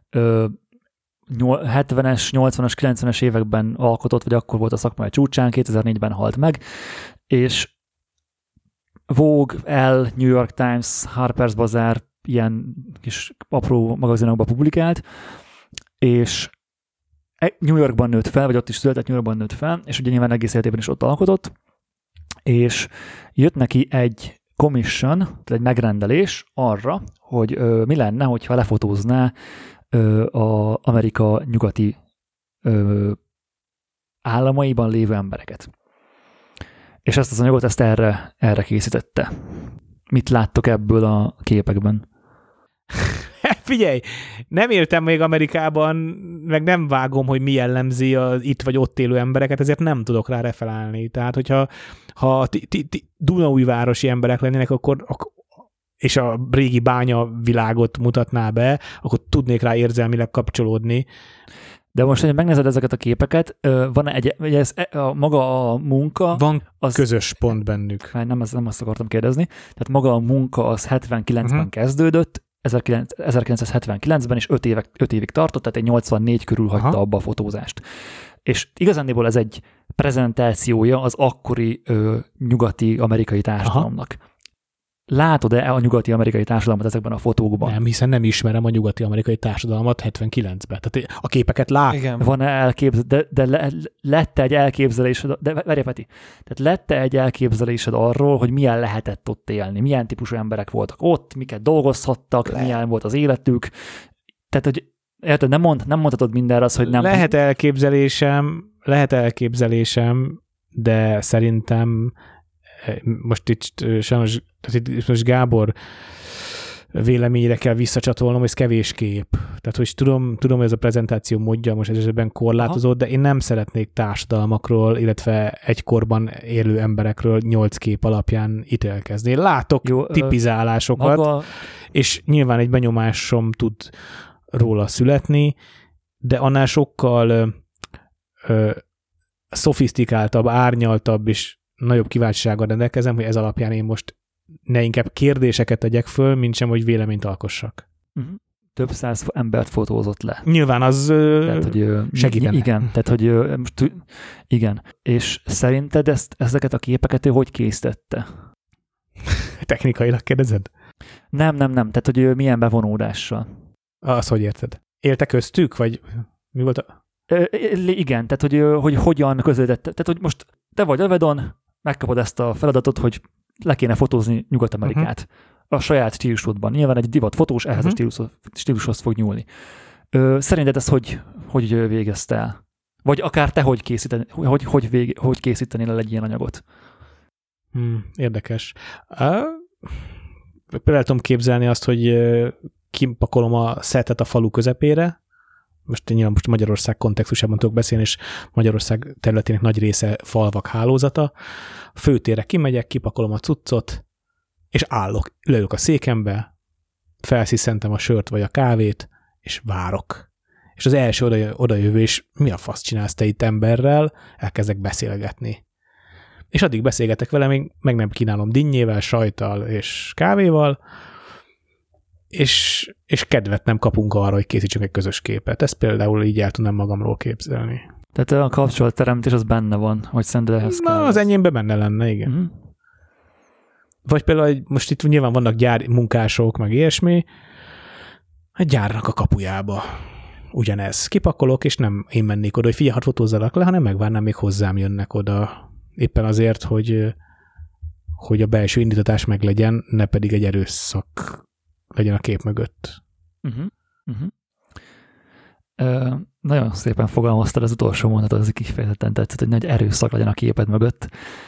hetvenes, nyolcvanas, kilencvenes években alkotott, vagy akkor volt a szakmai csúcsán, kétezer-négyben halt meg, és Vogue, Elle, New York Times, Harper's Bazaar ilyen kis apró magazinokba publikált, és New Yorkban nőtt fel, vagy ott is született, New Yorkban nőtt fel, és ugye nyilván egész életében is ott alkotott, és jött neki egy commission, tehát egy megrendelés arra, hogy ö, mi lenne, hogyha lefotózná az Amerika nyugati ö, államaiban lévő embereket. És ezt az anyagot ezt erre, erre készítette. Mit láttok ebből a képekben? Figyelj, nem éltem még Amerikában, meg nem vágom, hogy mi jellemzi az itt vagy ott élő embereket, ezért nem tudok rá referálni. Tehát, hogyha ha ti, ti, ti Dunaújvárosi emberek lennének, akkor, akkor és a régi bánya világot mutatná be, akkor tudnék rá érzelmileg kapcsolódni. De most, hogy megnézed ezeket a képeket, van egy, ez, a, maga a munka... Van az, közös pont bennük. Nem, ezt, nem azt akartam kérdezni. Tehát maga a munka az hetvenkilencben uh-huh. kezdődött, ezerkilencszázhetvenkilencben, és öt évig, öt évig tartott, tehát egy nyolcvannégy körül hagyta Aha. abba a fotózást. És igazándiból ez egy prezentációja az akkori ö, nyugati amerikai társadalomnak. Aha. Látod-e a nyugati amerikai társadalmat ezekben a fotókban? Nem, hiszen nem ismerem a nyugati amerikai társadalmat hetvenkilencben. Tehát a képeket lát. Igen. Van-e elképzelés, de, de le, lett egy elképzelésed, de várj, Peti, tehát lett egy elképzelésed arról, hogy milyen lehetett ott élni, milyen típusú emberek voltak ott, miket dolgozhattak, Le. milyen volt az életük. Tehát, hogy érted, nem, mond, nem mondhatod mindenre az, hogy nem... Lehet elképzelésem, lehet elképzelésem, de szerintem most itt sajnos, tehát itt most Gábor véleményre kell visszacsatolnom, hogy ez kevés kép. Tehát, hogy tudom, tudom, hogy ez a prezentáció módja most esetben korlátozott, de én nem szeretnék társadalmakról, illetve egykorban élő emberekről nyolc kép alapján ítélkezni. Én látok Jó, tipizálásokat, maga... és nyilván egy benyomásom tud róla születni, de annál sokkal ö, ö, szofisztikáltabb, árnyaltabb és nagyobb kíváncsisággal rendelkezem, hogy ez alapján én most ne inkább kérdéseket tegyek föl, mint sem, hogy véleményt alkossak. Uh-huh. Több száz embert fotózott le. Nyilván az tehát, hogy, segítene. Igen, tehát, hogy most, igen. És szerinted ezt, ezeket a képeket ő hogy készítette? Technikailag kérdezed? Nem, nem, nem. Tehát, hogy milyen bevonódással. Azt hogy érted? Élte köztük, vagy mi volt a... Igen, tehát, hogy, hogy hogyan közöldette. Tehát, hogy most te vagy Avedon, megkapod ezt a feladatot, hogy le kéne fotózni Nyugat-Amerikát uh-huh. a saját stílusodban. Nyilván egy divat fotós ehhez uh-huh. a stílushoz, stílushoz fog nyúlni. Ö, szerinted ezt hogy, hogy végezte el? Vagy akár te hogy, készíteni, hogy, hogy, vég, hogy készítenél el egy ilyen anyagot? Hmm, érdekes. Uh, Például el tudom képzelni azt, hogy kipakolom a szettet a falu közepére, most nyilván most Magyarország kontextusában tudok beszélni, és Magyarország területének nagy része falvak hálózata. A főtérre kimegyek, kipakolom a cuccot, és állok, leülök a székembe, felsziszentem a sört vagy a kávét, és várok. És az első oda, odajövő, és mi a fasz csinálsz te itt emberrel, elkezdek beszélgetni. És addig beszélgetek vele, még meg nem kínálom dinnyével, sajttal és kávéval, és, és kedvet nem kapunk arra, hogy készítsünk egy közös képet. Ezt például így el tudnám magamról képzelni. Tehát a kapcsolatteremtés az benne van, hogy szerinted ehhez Na, kell. az enyémben benne lenne, igen. Uh-huh. Vagy például most itt nyilván vannak gyár munkások, meg ilyesmi, egy gyárnak a kapujába. Ugyanez. Kipakolok, és nem én mennék oda, hogy figyelj, hadd fotózzalak le, hanem megvárnám, még hozzám jönnek oda. Éppen azért, hogy, hogy a belső indítatás meglegyen, ne pedig egy erőszak legyen a kép mögött. Uh-huh. Uh-huh. Ö, nagyon szépen fogalmaztad az utolsó mondatot, az kifejezetten tetszett, hogy nagy erőszak legyen a képed mögött.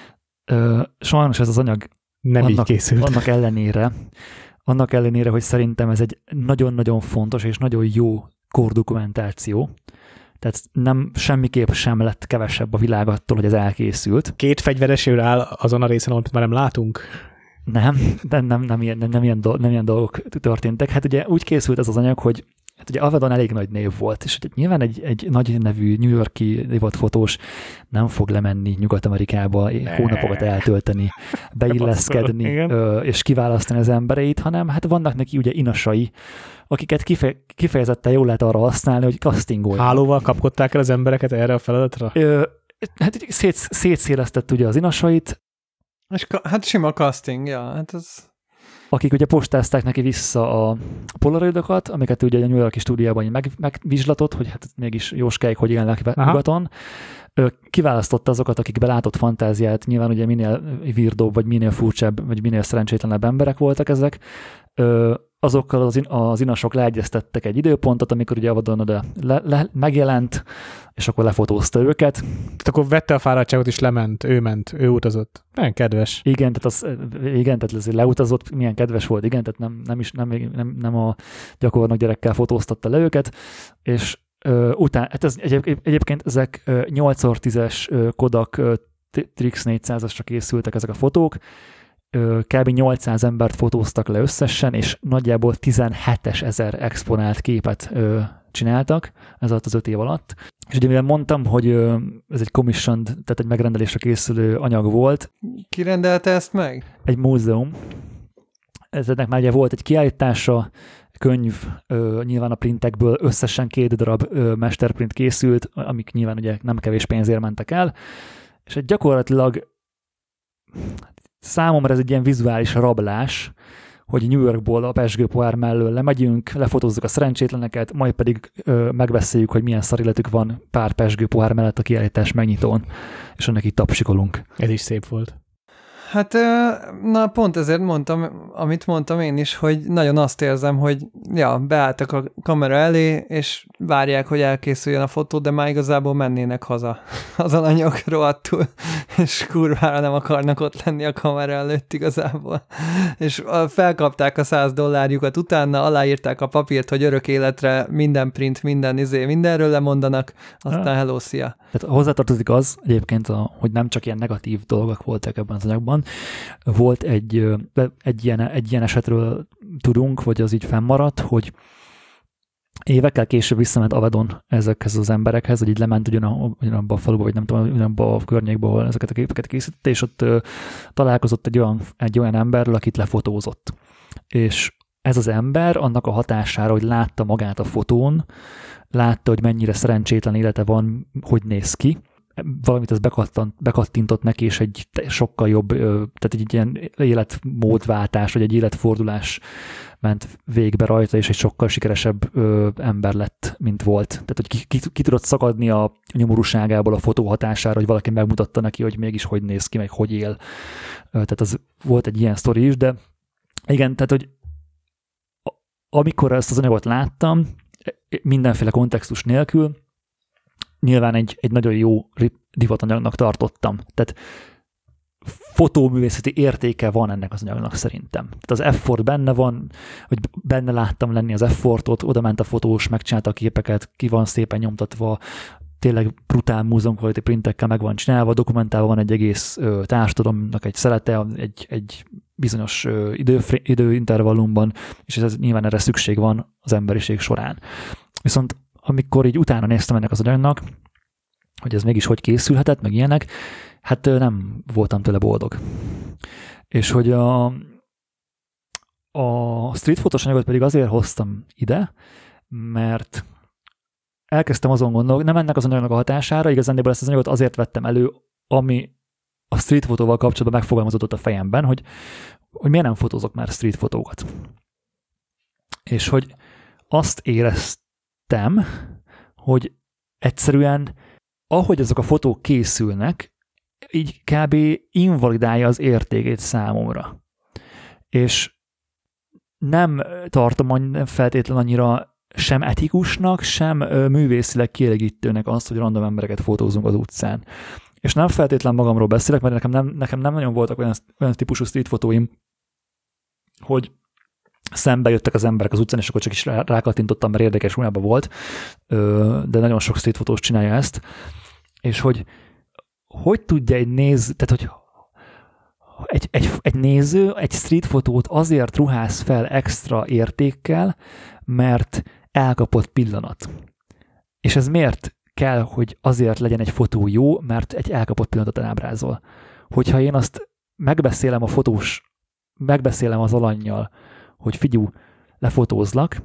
Ö, sajnos ez az anyag nem annak, így készült. Annak ellenére, annak ellenére, hogy szerintem ez egy nagyon-nagyon fontos és nagyon jó kordokumentáció. Tehát nem, semmiképp sem lett kevesebb a világ attól, hogy ez elkészült. Két fegyveresőr áll azon a részen, amit már nem látunk? Nem, de nem, nem, ilyen, nem, nem, ilyen do, nem ilyen dolgok történtek. Hát ugye úgy készült ez az anyag, hogy hát ugye Avedon elég nagy név volt, és nyilván egy, egy nagy nevű New York-i divatfotós nem fog lemenni Nyugat-Amerikába, hónapokat eltölteni, beilleszkedni és kiválasztani az embereit, hanem hát vannak neki ugye inasai, akiket kife, kifejezetten jól lehet arra használni, hogy castingolják. Hálóval kapkodták el az embereket erre a feladatra? Ö, hát szét, szétszélesztett ugye az inasait. És ka- hát sima casting, ja, hát ez... Akik ugye postázták neki vissza a polaroidokat, amiket ugye a New York-i stúdiában meg, megvizslatott, hogy hát mégis jóskáig, hogy élnek nyugaton. Kiválasztotta azokat, akik belátott fantáziát, nyilván ugye minél virdóbb, vagy minél furcsább, vagy minél szerencsétlenebb emberek voltak ezek. Azokkal az, in- az inasok leegyeztettek egy időpontot, amikor ugye Avedon oda le- le- megjelent, és akkor lefotózta őket. Tehát akkor vette a fáradtságot, és lement, ő ment, ő utazott. Nagyon kedves. Igen, tehát, az, igen, tehát az leutazott, milyen kedves volt, igen, tehát nem, nem, is, nem, nem, nem a gyakornok gyerekkel fotóztatta le őket, és ö, után, hát ez egyéb, egyébként ezek nyolc szor tízes Kodak Trix négyszázasra készültek ezek a fotók, kb. nyolcszáz embert fotóztak le összesen, és nagyjából tizenhetes ezer exponált képet ö, csináltak ez alatt az öt év alatt. És ugye mivel mondtam, hogy ö, ez egy commissioned, tehát egy megrendelésre készülő anyag volt. Ki rendelte ezt meg? Egy múzeum. Eznek már ugye volt egy kiállítása, könyv, ö, nyilván a printekből összesen két darab ö, mesterprint készült, amik nyilván ugye nem kevés pénzért mentek el, és egy gyakorlatilag számomra ez egy ilyen vizuális rablás, hogy New Yorkból a pezsgőpohár mellől lemegyünk, lefotózzuk a szerencsétleneket, majd pedig ö, megbeszéljük, hogy milyen szarilletük van pár pezsgőpohár mellett a kiállítás megnyitón, és ennek így tapsikolunk. Ez is szép volt. Hát, na pont ezért mondtam, amit mondtam én is, hogy nagyon azt érzem, hogy ja, beálltak a kamera elé, és várják, hogy elkészüljön a fotó, de már igazából mennének haza az alanyok rohadtul, és kurvára nem akarnak ott lenni a kamera előtt igazából. És felkapták a száz dollárjukat utána, aláírták a papírt, hogy örök életre minden print, minden izé, mindenről lemondanak, aztán hello, szia. Tehát hozzátartozik az egyébként, a, hogy nem csak ilyen negatív dolgok voltak ebben az anyagban. Volt egy, egy, ilyen, egy ilyen esetről tudunk, vagy az így fennmaradt, hogy évekkel később visszament Avedon ezekhez az emberekhez, hogy így lement ugyanabba a faluba, vagy nem tudom, ugyanabba a környékbe, ahol ezeket a képeket készítette, és ott ö, találkozott egy olyan, egy olyan emberrel, akit lefotózott. És ez az ember annak a hatására, hogy látta magát a fotón, látta, hogy mennyire szerencsétlen élete van, hogy néz ki, valamit ez bekattintott neki, és egy sokkal jobb, tehát egy ilyen életmódváltás, vagy egy életfordulás ment végbe rajta, és egy sokkal sikeresebb ember lett, mint volt. Tehát, hogy ki, ki, ki tudott szakadni a nyomorúságából a fotó hatására, hogy valaki megmutatta neki, hogy mégis hogy néz ki, meg hogy él. Tehát az volt egy ilyen sztori is, de igen, tehát, hogy amikor ezt az anyagot láttam, mindenféle kontextus nélkül, nyilván egy, egy nagyon jó divatanyagnak tartottam. Tehát fotóművészeti értéke van ennek az anyagnak szerintem. Tehát az effort benne van, hogy benne láttam lenni az effortot, oda ment a fotós, megcsinálta a képeket, ki van szépen nyomtatva, tényleg brutál múzeum quality printekkel meg van csinálva, dokumentálva van egy egész ö, társadalomnak egy szelete, egy, egy bizonyos ö, idő, időintervallumban, és ez nyilván erre szükség van az emberiség során. Viszont amikor így utána néztem ennek az anyagnak, hogy ez mégis hogy készülhetett, meg ilyenek, hát ö, nem voltam tőle boldog. És hogy a, a street fotós anyagot pedig azért hoztam ide, mert elkezdtem azon gondolni, nem ennek az anyagnak a hatására, igazándiból ezt az anyagot azért vettem elő, ami a street fotóval kapcsolatban megfogalmazódott a fejemben, hogy, hogy miért nem fotózok már street fotókat. És hogy azt éreztem, hogy egyszerűen, ahogy ezek a fotók készülnek, így kb. Invalidálja az értékét számomra. És nem tartom feltétlenül annyira sem etikusnak, sem művészileg kielégítőnek azt, hogy random embereket fotózunk az utcán. És nem feltétlen magamról beszélek, mert nekem nem, nekem nem nagyon voltak olyan, olyan típusú street fotóim, hogy szembe jöttek az emberek az utcán, és akkor csak is rákattintottam, mert érdekes újában volt, de nagyon sok street fotós csinálja ezt, és hogy hogy tudja egy néző, tehát hogy egy, egy, egy néző egy street fotót azért ruház fel extra értékkel, mert elkapott pillanat. És ez miért kell, hogy azért legyen egy fotó jó, mert egy elkapott pillanatot ábrázol. Hogyha én azt megbeszélem a fotós, megbeszélem az alannyal, hogy figyú, lefotózlak,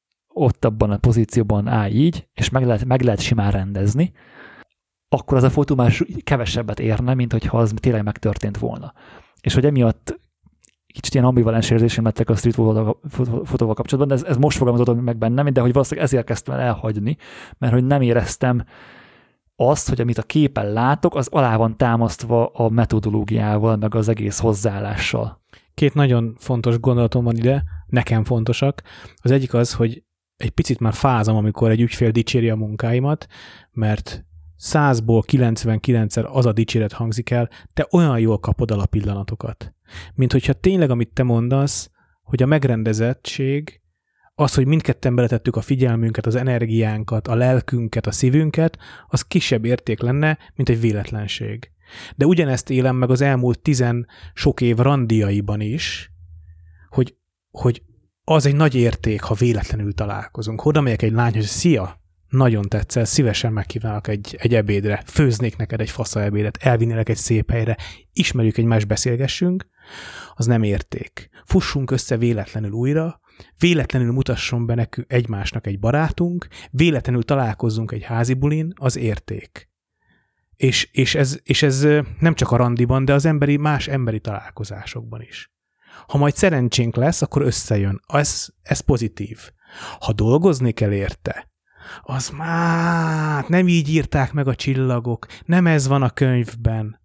ott abban a pozícióban állj így, és meg lehet, meg lehet simán rendezni, akkor az a fotó már kevesebbet érne, mint hogyha az tényleg megtörtént volna. És hogy emiatt kicsit ilyen ambivalens érzésem lettek a street fotóval kapcsolatban, de ez, ez most fogalmazódott meg bennem, de hogy valószínűleg ezért kezdtem el elhagyni, mert hogy nem éreztem azt, hogy amit a képen látok, az alá van támasztva a metodológiával, meg az egész hozzáállással. Két nagyon fontos gondolatom van ide, nekem fontosak. Az egyik az, hogy egy picit már fázom, amikor egy ügyfél dicséri a munkáimat, mert százból kilencvenkilencszer az a dicséret hangzik el, te olyan jól kapod el a pillanatokat. Mint hogyha tényleg, amit te mondasz, hogy a megrendezettség, az, hogy mindketten beletettük a figyelmünket, az energiánkat, a lelkünket, a szívünket, az kisebb érték lenne, mint egy véletlenség. De ugyanezt élem meg az elmúlt tizen sok év randiaiban is, hogy, hogy az egy nagy érték, ha véletlenül találkozunk. Oda megyek egy lányhoz, szia! Nagyon tetszel, szívesen megkívánok egy, egy ebédre, főznék neked egy fasza ebédet, elvinnélek egy szép helyre, ismerjük egymást, beszélgessünk, az nem érték. Fussunk össze véletlenül újra, véletlenül mutasson be nekünk egymásnak egy barátunk, véletlenül találkozzunk egy házi bulin, az érték. És, és, ez, és ez nem csak a randiban, de az emberi, más emberi találkozásokban is. Ha majd szerencsénk lesz, akkor összejön. Ez, ez pozitív. Ha dolgozni kell érte, az már nem így írták meg a csillagok, nem ez van a könyvben.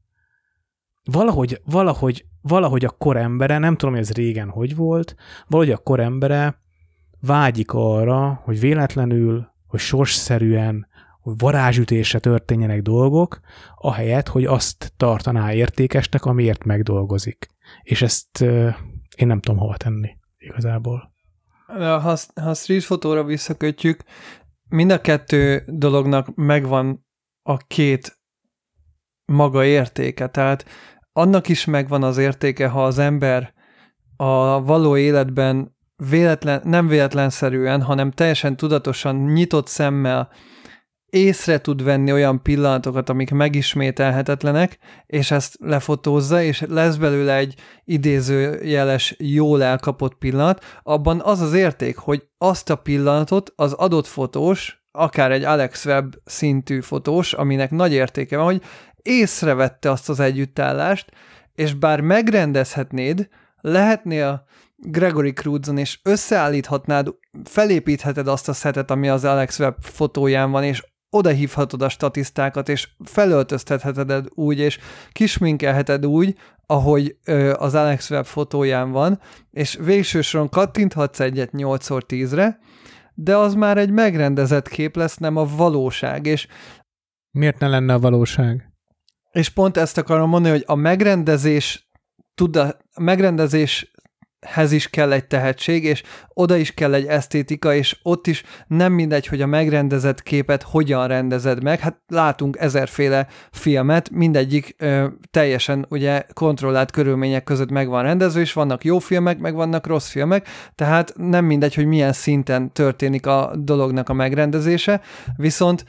Valahogy, valahogy, valahogy a korembere, nem tudom, hogy ez régen hogy volt, valahogy a korembere vágyik arra, hogy véletlenül, hogy sorsszerűen, hogy varázsütésre történjenek dolgok, ahelyett, hogy azt tartaná értékesnek, amiért megdolgozik. És ezt euh, én nem tudom hova tenni igazából. Ha, ha street fotóra visszakötjük, mind a kettő dolognak megvan a két maga értéke. Tehát annak is megvan az értéke, ha az ember a való életben véletlen, nem véletlenszerűen, hanem teljesen tudatosan, nyitott szemmel észre tud venni olyan pillanatokat, amik megismételhetetlenek, és ezt lefotózza, és lesz belőle egy idézőjeles, jól elkapott pillanat, abban az az érték, hogy azt a pillanatot az adott fotós, akár egy Alex Webb szintű fotós, aminek nagy értéke van, hogy észrevette azt az együttállást, és bár megrendezhetnéd, lehetnél Gregory Crewdson, és összeállíthatnád, felépítheted azt a szetet, ami az Alex Webb fotóján van, és odahívhatod a statisztákat, és felöltöztetheted úgy, és kisminkelheted úgy, ahogy ö, az Alex Webb fotóján van, és végső soron kattinthatsz egyet nyolcszor tízre, de az már egy megrendezett kép lesz, nem a valóság. És miért ne lenne a valóság? És pont ezt akarom mondani, hogy a megrendezés tud a megrendezéshez is kell egy tehetség, és oda is kell egy esztétika, és ott is nem mindegy, hogy a megrendezett képet hogyan rendezed meg. Hát látunk ezerféle filmet, mindegyik ö, teljesen ugye kontrollált körülmények között meg van rendezve, és vannak jó filmek, meg vannak rossz filmek, tehát nem mindegy, hogy milyen szinten történik a dolognak a megrendezése, viszont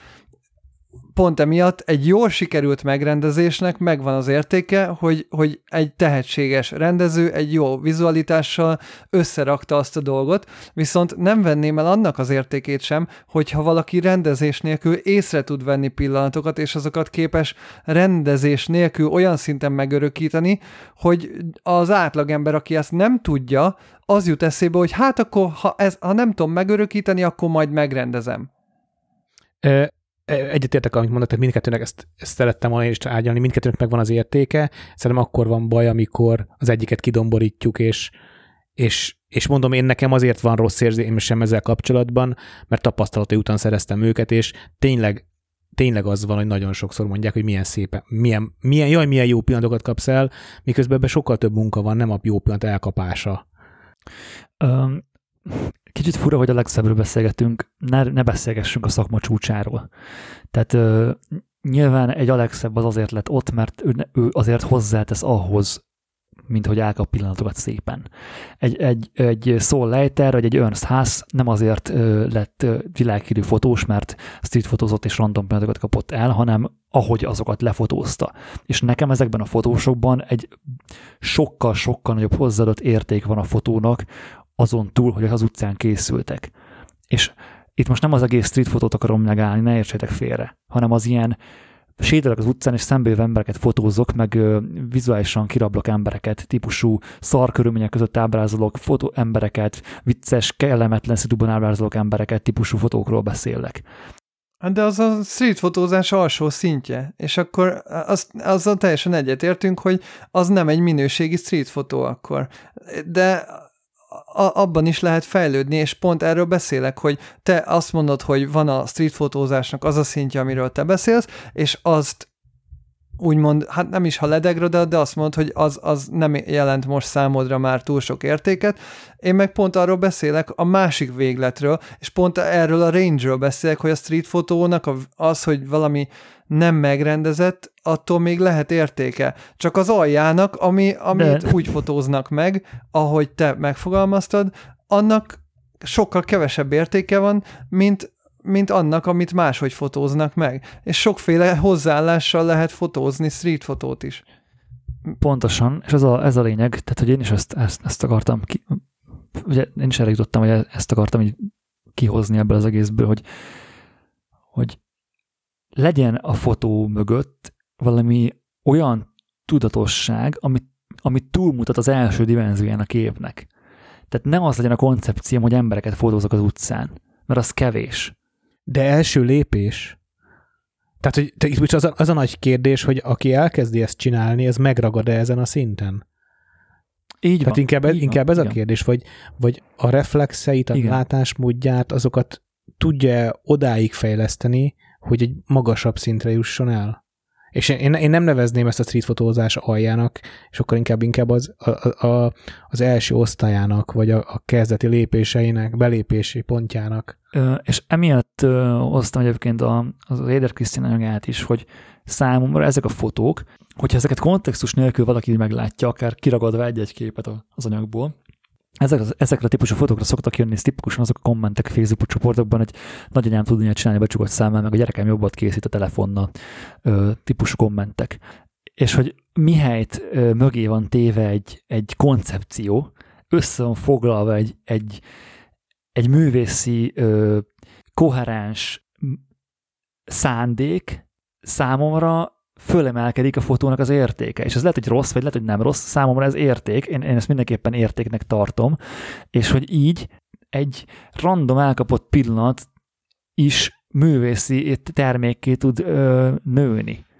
pont emiatt egy jól sikerült megrendezésnek megvan az értéke, hogy, hogy egy tehetséges rendező egy jó vizualitással összerakta azt a dolgot, viszont nem venném el annak az értékét sem, hogyha valaki rendezés nélkül észre tud venni pillanatokat, és azokat képes rendezés nélkül olyan szinten megörökíteni, hogy az átlagember, aki ezt nem tudja, az jut eszébe, hogy hát akkor, ha, ez, ha nem tudom megörökíteni, akkor majd megrendezem. Ö- Egyetértek, amit mondott, tehát mindkettőnek ezt, ezt szerettem volna is ágyalni, mindkettőnek megvan az értéke, szerintem akkor van baj, amikor az egyiket kidomborítjuk, és, és, és mondom, én nekem azért van rossz érzésem ezzel kapcsolatban, mert tapasztalatai után szereztem őket, és tényleg, tényleg az van, hogy nagyon sokszor mondják, hogy milyen szépen, milyen, milyen, jaj, milyen jó pillanatokat kapsz el, miközben ebben sokkal több munka van, nem a jó pillanat elkapása. Um. Kicsit fura, hogy a legszebbről beszélgetünk, ne, ne beszélgessünk a szakma csúcsáról. Tehát ö, nyilván egy a legszebb az azért lett ott, mert ő, ő azért hozzátesz ahhoz, mint hogy elkap pillanatokat szépen. Egy, egy, egy Saul Leiter, vagy egy Ernst Haas nem azért ö, lett ö, világhírű fotós, mert street fotózott és random pillanatokat kapott el, hanem ahogy azokat lefotózta. És nekem ezekben a fotósokban egy sokkal-sokkal nagyobb hozzáadott érték van a fotónak, azon túl, hogy az utcán készültek. És itt most nem az egész street fotót akarom megállni, ne értsétek félre, hanem az ilyen sétálok az utcán, és szembejövő embereket fotózok, meg ö, vizuálisan kirablok embereket, típusú szar körülmények között ábrázolok fotó embereket, vicces, kellemetlen szituban ábrázolok embereket, típusú fotókról beszélek. De az a street fotózás alsó szintje, és akkor az, azzal teljesen egyetértünk, hogy az nem egy minőségi street fotó akkor. De A, abban is lehet fejlődni, és pont erről beszélek, hogy te azt mondod, hogy van a street fotózásnak az a szintje, amiről te beszélsz, és azt úgymond, hát nem is ha ledegradál, de azt mondod, hogy az, az nem jelent most számodra már túl sok értéket. Én meg pont arról beszélek a másik végletről, és pont erről a range-ről beszélek, hogy a street fotónak az, hogy valami nem megrendezett, attól még lehet értéke. Csak az aljának, ami, amit de. úgy fotóznak meg, ahogy te megfogalmaztad, annak sokkal kevesebb értéke van, mint, mint annak, amit máshogy fotóznak meg. És sokféle hozzáállással lehet fotózni street fotót is. Pontosan, és ez a, ez a lényeg, tehát hogy én is ezt, ezt, ezt akartam ki, ugye én is erre jutottam, hogy ezt akartam így kihozni ebből az egészből, hogy, hogy legyen a fotó mögött valami olyan tudatosság, ami, ami túlmutat az első dimenzióján a képnek. Tehát nem az legyen a koncepcióm, hogy embereket fotózok az utcán, mert az kevés. De első lépés. Tehát, hogy te, itt az a, az a nagy kérdés, hogy aki elkezdi ezt csinálni, ez megragad-e ezen a szinten? Így Tehát van, inkább, így inkább van, ez igen. a kérdés, vagy, vagy a reflexeit, a igen. látásmódját, azokat tudja odáig fejleszteni, hogy egy magasabb szintre jusson el. És én, én nem nevezném ezt a street fotózás aljának, és akkor inkább, inkább az, a, a, az első osztályának, vagy a, a kezdeti lépéseinek, belépési pontjának. Ö, és emiatt ö, hoztam egyébként a, az Éder Krisztina anyagát is, hogy számomra ezek a fotók, hogyha ezeket kontextus nélkül valaki meglátja, akár kiragadva egy-egy képet az anyagból, Ezek, ezekre a típusú fotókra szoktak jönni, tipikusan azok a kommentek Facebook csoportokban, hogy nagyanyám tud ilyet csinálni becsukott számmel, meg a gyerekem jobbat készít a telefonnal ö, típusú kommentek. És hogy mihelyt ö, mögé van téve egy, egy koncepció, össze van foglalva egy, egy, egy művészi ö, koherens szándék, számomra fölemelkedik a fotónak az értéke. És ez lehet, hogy rossz, vagy lehet, hogy nem rossz. Számomra ez érték. Én, én ezt mindenképpen értéknek tartom. És hogy így egy random elkapott pillanat is művészi termékké tud ö, nőni.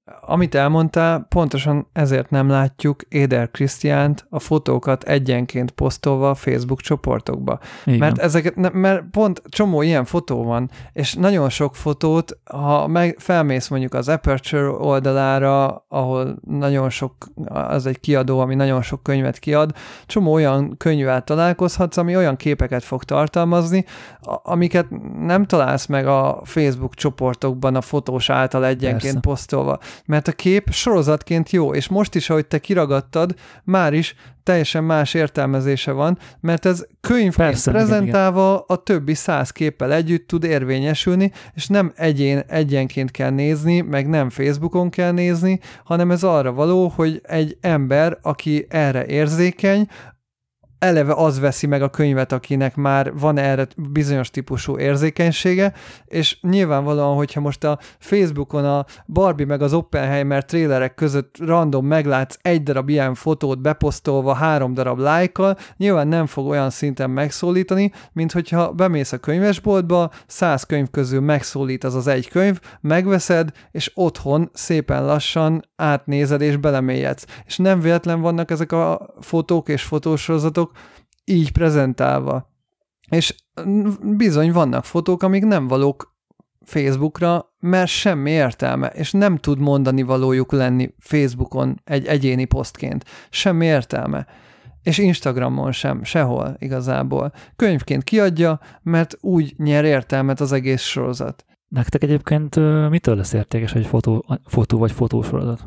amit elmondtál, pontosan ezért nem látjuk Éder Krisztiánt a fotókat egyenként posztolva a Facebook csoportokba. Igen. Mert ezeket, mert pont csomó ilyen fotó van, és nagyon sok fotót, ha meg felmész mondjuk az Aperture oldalára, ahol nagyon sok, az egy kiadó, ami nagyon sok könyvet kiad, csomó olyan könyvvel találkozhatsz, ami olyan képeket fog tartalmazni, amiket nem találsz meg a Facebook csoportokban a fotós által egyenként Persze. posztolva. Mert a kép sorozatként jó, és most is, ahogy te kiragadtad, már is teljesen más értelmezése van, mert ez könyvként prezentálva igen, igen. a többi száz képpel együtt tud érvényesülni, és nem egyén, egyenként kell nézni, meg nem Facebookon kell nézni, hanem ez arra való, hogy egy ember, aki erre érzékeny, eleve az veszi meg a könyvet, akinek már van erre bizonyos típusú érzékenysége, és nyilvánvalóan, hogyha most a Facebookon a Barbie meg az Oppenheimer trélerek között random meglátsz egy darab ilyen fotót beposztolva három darab lájkkal, nyilván nem fog olyan szinten megszólítani, mint hogyha bemész a könyvesboltba, száz könyv közül megszólít az az egy könyv, megveszed, és otthon szépen lassan átnézed és belemélyedsz. És nem véletlen vannak ezek a fotók és fotósorozatok így prezentálva. És bizony vannak fotók, amik nem valók Facebookra, mert semmi értelme, és nem tud mondani valójuk lenni Facebookon egy egyéni posztként. Semmi értelme. És Instagramon sem, sehol igazából. Könyvként kiadja, mert úgy nyer értelmet az egész sorozat. Nektek egyébként mitől lesz értékes egy fotó, fotó vagy fotósorozat?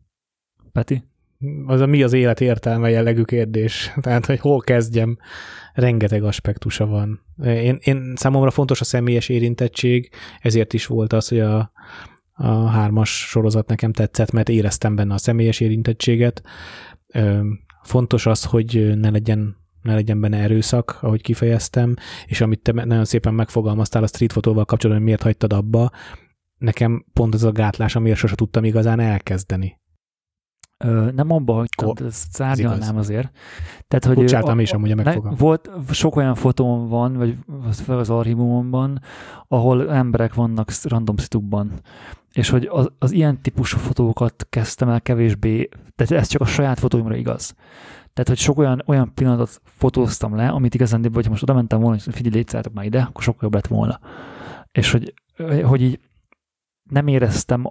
Peti? Az a mi az élet értelme jellegű kérdés. Tehát, hogy hol kezdjem, rengeteg aspektusa van. Én, én számomra fontos a személyes érintettség, ezért is volt az, hogy a, a hármas sorozat nekem tetszett, mert éreztem benne a személyes érintettséget. Fontos az, hogy ne legyen, ne legyen benne erőszak, ahogy kifejeztem, és amit te nagyon szépen megfogalmaztál a street fotóval kapcsolatban, hogy miért hagytad abba, nekem pont az a gátlás, amiért sose tudtam igazán elkezdeni. Ö, nem abba, hogy Ko- szárnyalnám azért. Tehát, hogy Bocsáltam is amúgy a megfogalmazás. Volt sok olyan fotón van, vagy az archívumomban, ahol emberek vannak random szitukban. És hogy az, az ilyen típusú fotókat kezdtem el kevésbé, tehát ez csak a saját fotóimra igaz. Tehát, hogy sok olyan, olyan pillanatot fotóztam le, amit igazán, hogyha most oda mentem volna, hogy figyelj, létszálltok már ide, akkor sokkal jobb lett volna. És hogy, hogy így nem éreztem,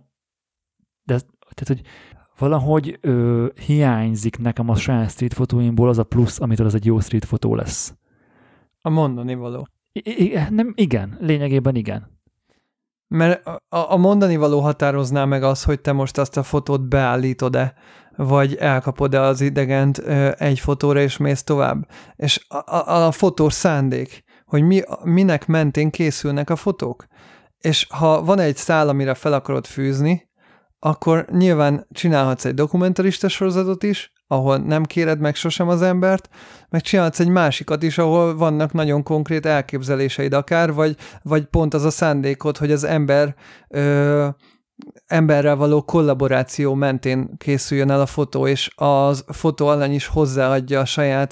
de tehát, hogy valahogy ö, hiányzik nekem a saját street fotóimból az a plusz, amitől az egy jó street fotó lesz. A mondani való. I- I- nem, igen, lényegében igen. Mert a, a mondani való határozná meg az, hogy te most azt a fotót beállítod-e, vagy elkapod-e az idegent ö, egy fotóra, és mész tovább. És a, a, a fotós szándék, hogy mi, minek mentén készülnek a fotók. És ha van egy szál, amire fel akarod fűzni, akkor nyilván csinálhatsz egy dokumentarista sorozatot is, ahol nem kéred meg sosem az embert, meg csinálhatsz egy másikat is, ahol vannak nagyon konkrét elképzeléseid akár, vagy, vagy pont az a szándékod, hogy az ember ö, emberrel való kollaboráció mentén készüljön el a fotó, és az fotó alany is hozzáadja a saját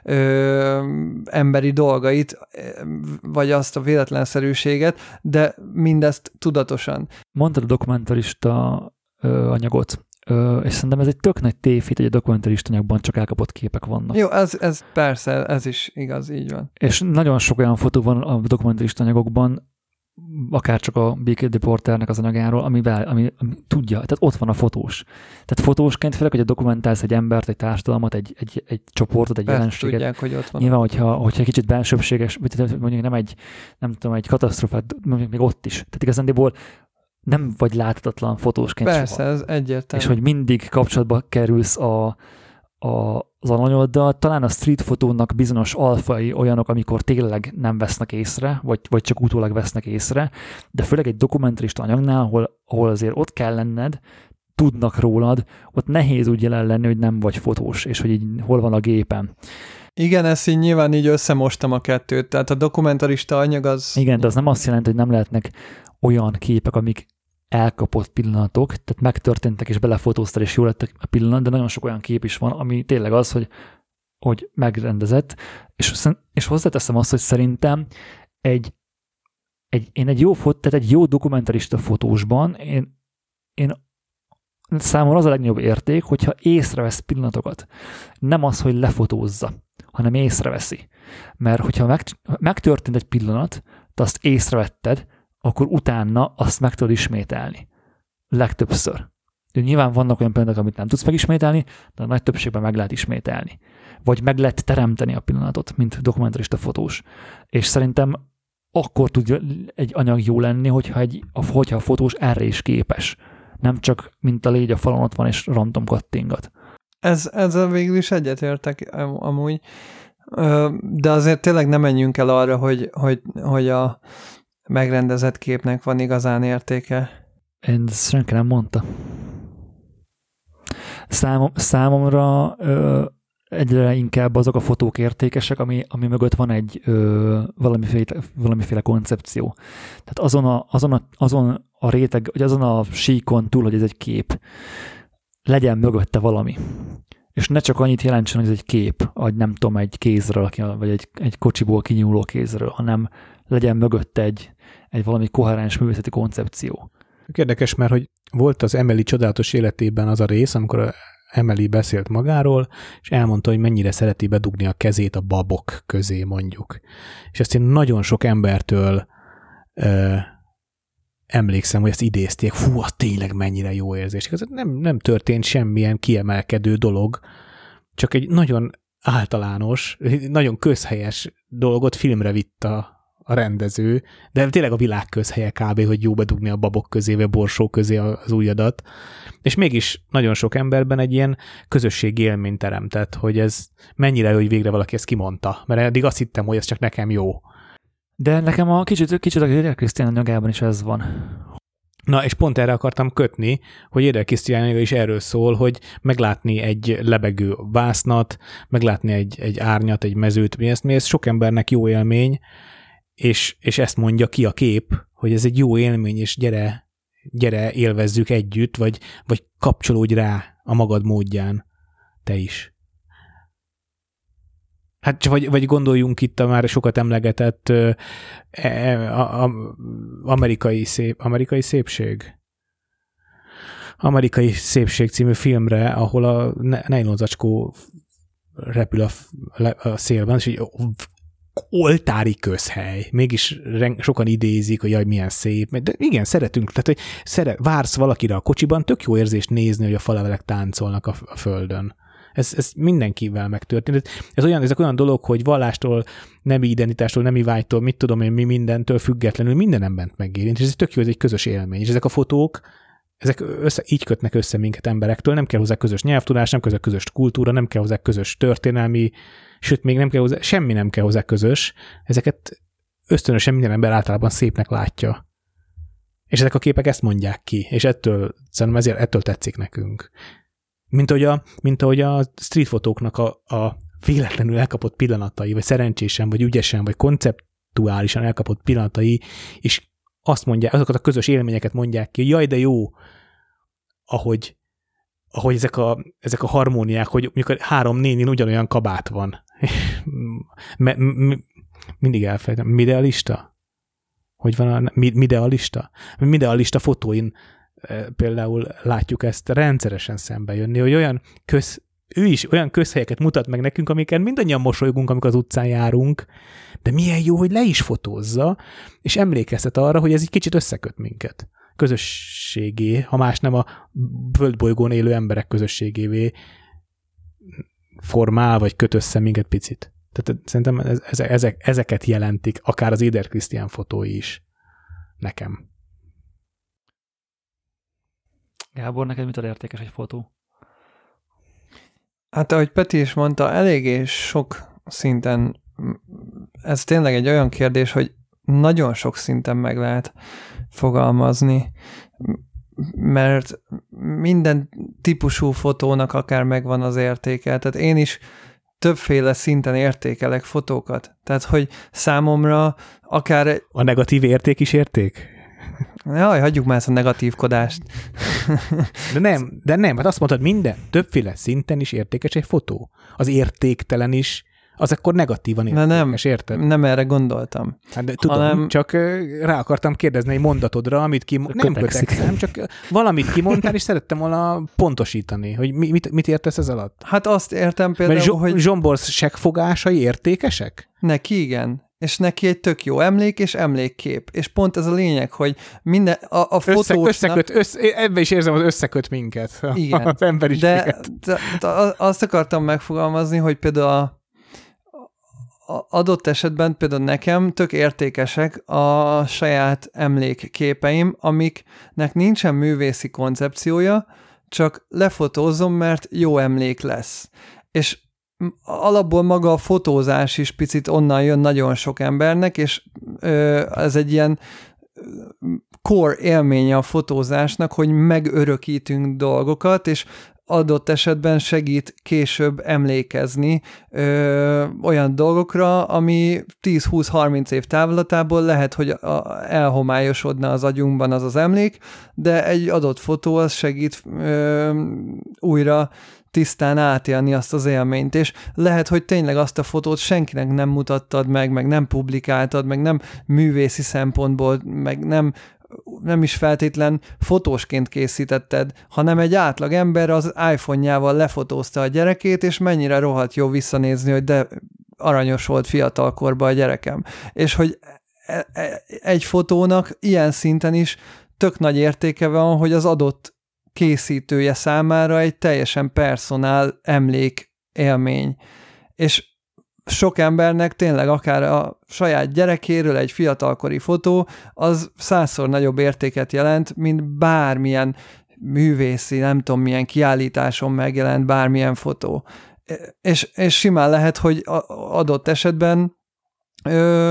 ö, emberi dolgait, vagy azt a véletlenszerűséget, de mindezt tudatosan. Mondtad a dokumentarista ö, anyagot, ö, és szerintem ez egy tök nagy tévhit, hogy a dokumentarista anyagban csak elkapott képek vannak. Jó, ez, ez persze, ez is igaz, így van. És nagyon sok olyan fotó van a dokumentarista anyagokban, akár csak a Beacon Reporternek az anyagáról, ami, be, ami, ami tudja, tehát ott van a fotós. Tehát fotósként főleg, hogy dokumentálsz egy embert, egy társadalmat, egy, egy, egy csoportot, egy Persze, jelenséget. Tudják, hogy ott van. Nyilván, hogyha, hogyha kicsit bensőbséges, mondjuk nem egy, nem tudom, egy katasztrofát, mondjuk még ott is. Tehát igazándiból nem vagy láthatatlan fotósként Persze, soha. ez egyértelmű. És hogy mindig kapcsolatba kerülsz a, a, az alanyoddal, talán a street fotónak bizonyos alfai olyanok, amikor tényleg nem vesznek észre, vagy, vagy csak utólag vesznek észre, de főleg egy dokumentarista anyagnál, ahol, ahol azért ott kell lenned, tudnak rólad, ott nehéz úgy jelen lenni, hogy nem vagy fotós, és hogy így hol van a gépen. Igen, ezt így nyilván így összemostam a kettőt, tehát a dokumentarista anyag az... Igen, de az nem azt jelenti, hogy nem lehetnek olyan képek, amik elkapott pillanatok, tehát megtörténtek, és belefotóztad, és jól lettek a pillanat, de nagyon sok olyan kép is van, ami tényleg az, hogy, hogy megrendezett, és, és hozzáteszem azt, hogy szerintem egy, egy, én egy jó fot, tehát egy jó dokumentarista fotósban én, én számomra az a legnagyobb érték, hogyha észrevesz pillanatokat. Nem az, hogy lefotózza, hanem észreveszi. Mert hogyha meg, megtörtént egy pillanat, te azt észrevetted, akkor utána azt meg tudod ismételni. Legtöbbször. De nyilván vannak olyan pillanatok, amit nem tudsz megismételni, de a nagy többségben meg lehet ismételni. Vagy meg lehet teremteni a pillanatot, mint dokumentarista fotós. És szerintem akkor tud egy anyag jó lenni, hogyha, egy, hogyha a fotós erre is képes. Nem csak, mint a légy a falon ott van, és random kattingat. Ez, ezzel végül is egyetértek amúgy. De azért tényleg nem menjünk el arra, hogy, hogy, hogy a megrendezett képnek van igazán értéke. Én ezt senki nem mondta. Számom, számomra ö, egyre inkább azok a fotók értékesek, ami, ami mögött van egy ö, valamiféle, valamiféle koncepció. Tehát azon a, azon, a, azon a réteg, vagy azon a síkon túl, hogy ez egy kép, legyen mögötte valami. És ne csak annyit jelentsen, hogy ez egy kép, vagy nem tudom, egy kézről, vagy egy, egy kocsiból kinyúló kézről, hanem legyen mögötte egy, egy valami koherens művészeti koncepció. Érdekes, mert hogy volt az Emily csodálatos életében az a rész, amikor Emily beszélt magáról, és elmondta, hogy mennyire szereti bedugni a kezét a babok közé, mondjuk. És ezt én nagyon sok embertől ö, emlékszem, hogy ezt idézték, fú, az tényleg mennyire jó érzés. Ez nem, nem történt semmilyen kiemelkedő dolog, csak egy nagyon általános, nagyon közhelyes dolgot filmre vitt a a rendező, de tényleg a világ közhelye kb., hogy jó bedugni a babok közé, vagy a borsó közé az ujjadat. És mégis nagyon sok emberben egy ilyen közösségi élményt teremtett, hogy ez mennyire jó, hogy végre valaki ezt kimondta. Mert eddig azt hittem, hogy ez csak nekem jó. De nekem a kicsit, kicsit a Éder Krisztián anyagában is ez van. Na, és pont erre akartam kötni, hogy Éder Krisztián anyaga is erről szól, hogy meglátni egy lebegő vásznat, meglátni egy, egy árnyat, egy mezőt, mi ez, mi ez sok embernek jó élmény, És, és ezt mondja ki a kép, hogy ez egy jó élmény, és gyere, gyere élvezzük együtt, vagy, vagy kapcsolódj rá a magad módján, te is. Hát vagy, vagy gondoljunk itt a már sokat emlegetett e, a, a, amerikai, szép, amerikai szépség? Amerikai szépség című filmre, ahol a nejlonzacskó repül a, a szélben, és így oltári közhely. Mégis sokan idézik, hogy jaj, milyen szép. De igen, szeretünk. Tehát, hogy szere, vársz valakire a kocsiban, tök jó érzést nézni, hogy a falevelek táncolnak a, a földön. Ez, ez mindenkivel megtörtént. Ez olyan, ezek olyan dolog, hogy vallástól, nemi identitástól, nemi vágytól, mit tudom én, mi mindentől függetlenül minden embert megérint, és ez tök jó, ez egy közös élmény. És ezek a fotók, ezek össze, így kötnek össze minket emberektől, nem kell hozzá közös nyelvtudás, nem kell hozzá közös kultúra, nem kell hozzá közös történelmi, sőt, még nem kell hozzá, semmi nem kell hozzá közös, ezeket ösztönösen minden ember általában szépnek látja. És ezek a képek ezt mondják ki, és ettől, szerintem ezért ettől tetszik nekünk. Mint ahogy a, mint ahogy a streetfotóknak a, a véletlenül elkapott pillanatai, vagy szerencsésen, vagy ügyesen, vagy konceptuálisan elkapott pillanatai, és azt mondják, azokat a közös élményeket mondják ki, jaj, de jó, ahogy, ahogy ezek, a, ezek a harmóniák, hogy mondjuk három nénin ugyanolyan kabát van. me, me, mindig elfelejtem. Midealista? Hogy van a midealista? Midealista fotóin e, például látjuk ezt rendszeresen szembe jönni, hogy olyan köz, ő is olyan közhelyeket mutat meg nekünk, amiken mindannyian mosolygunk, amikor az utcán járunk, de milyen jó, hogy le is fotózza, és emlékeztet arra, hogy ez egy kicsit összeköt minket. Közösségé, ha más nem a földbolygón élő emberek közösségévé formál, vagy köt össze minket picit. Tehát szerintem ez, ezek, ezeket jelentik, akár az Éder Krisztián fotói is nekem. Gábor, neked mit ad értékes egy fotó? Hát ahogy Peti is mondta, eléggé sok szinten, ez tényleg egy olyan kérdés, hogy nagyon sok szinten meg lehet fogalmazni, mert minden típusú fotónak akár megvan az értéke. Tehát én is többféle szinten értékelek fotókat. Tehát, hogy számomra akár... Egy... A negatív érték is érték? Jaj, hagyjuk már ezt a negatívkodást. De nem, de nem, hát azt mondtad, minden többféle szinten is értékes egy fotó. Az értéktelen is, az akkor negatívan értékes, nem, érted? Nem erre gondoltam. Hát de tudom, hanem... csak rá akartam kérdezni egy mondatodra, amit ki... nem kötekszem, csak valamit kimondtál, és szerettem volna pontosítani, hogy mit, mit értesz ez alatt? Hát azt értem például, Mert hogy... Zsombor seggfogásai értékesek? Neki igen. És neki egy tök jó emlék és emlékkép. És pont ez a lényeg, hogy minden, a, a fotósnak... Összeköt, össze, ebben is érzem, hogy összeköt minket. Igen. Az emberiséget. De, de azt akartam megfogalmazni, hogy például a, a adott esetben például nekem tök értékesek a saját emlékképeim, amiknek nincsen művészi koncepciója, csak lefotózom, mert jó emlék lesz. És alapból maga a fotózás is picit onnan jön nagyon sok embernek, és ö, ez egy ilyen core élménye a fotózásnak, hogy megörökítünk dolgokat, és adott esetben segít később emlékezni ö, olyan dolgokra, ami tíz-húsz-harminc év távlatából lehet, hogy a, elhomályosodna az agyunkban az az emlék, de egy adott fotó az segít ö, újra tisztán átélni azt az élményt, és lehet, hogy tényleg azt a fotót senkinek nem mutattad meg, meg nem publikáltad, meg nem művészi szempontból, meg nem, nem is feltétlen fotósként készítetted, hanem egy átlag ember az iPhone-jával lefotózta a gyerekét, és mennyire rohadt jó visszanézni, hogy de aranyos volt fiatalkorban a gyerekem. És hogy egy fotónak ilyen szinten is tök nagy értéke van, hogy az adott készítője számára egy teljesen personál emlék élmény. És sok embernek tényleg akár a saját gyerekéről egy fiatalkori fotó, az százszor nagyobb értéket jelent, mint bármilyen művészi, nem tudom milyen kiállításon megjelent bármilyen fotó. És, és simán lehet, hogy adott esetben ö,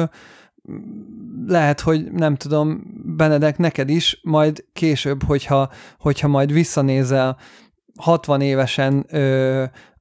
lehet, hogy nem tudom, Benedek, neked is, majd később, hogyha, hogyha majd visszanézel hatvan évesen ö,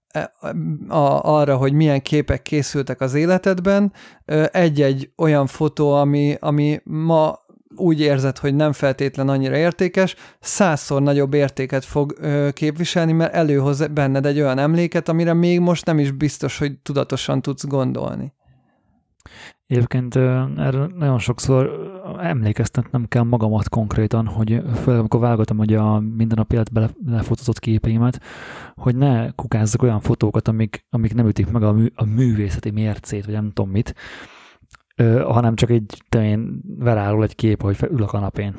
a, arra, hogy milyen képek készültek az életedben, ö, egy-egy olyan fotó, ami, ami ma úgy érzed, hogy nem feltétlen annyira értékes, százszor nagyobb értéket fog ö, képviselni, mert előhoz benned egy olyan emléket, amire még most nem is biztos, hogy tudatosan tudsz gondolni. Egyébként erre nagyon sokszor emlékeztetnem kell magamat konkrétan, hogy főleg amikor válogatom, hogy a mindennapi életben lefotózott képeimet, hogy ne kukázzak olyan fotókat, amik, amik nem ütik meg a, mű, a művészeti mércét, vagy nem tudom mit, ö, hanem csak egy tényleg verálul egy kép, hogy ül a kanapén.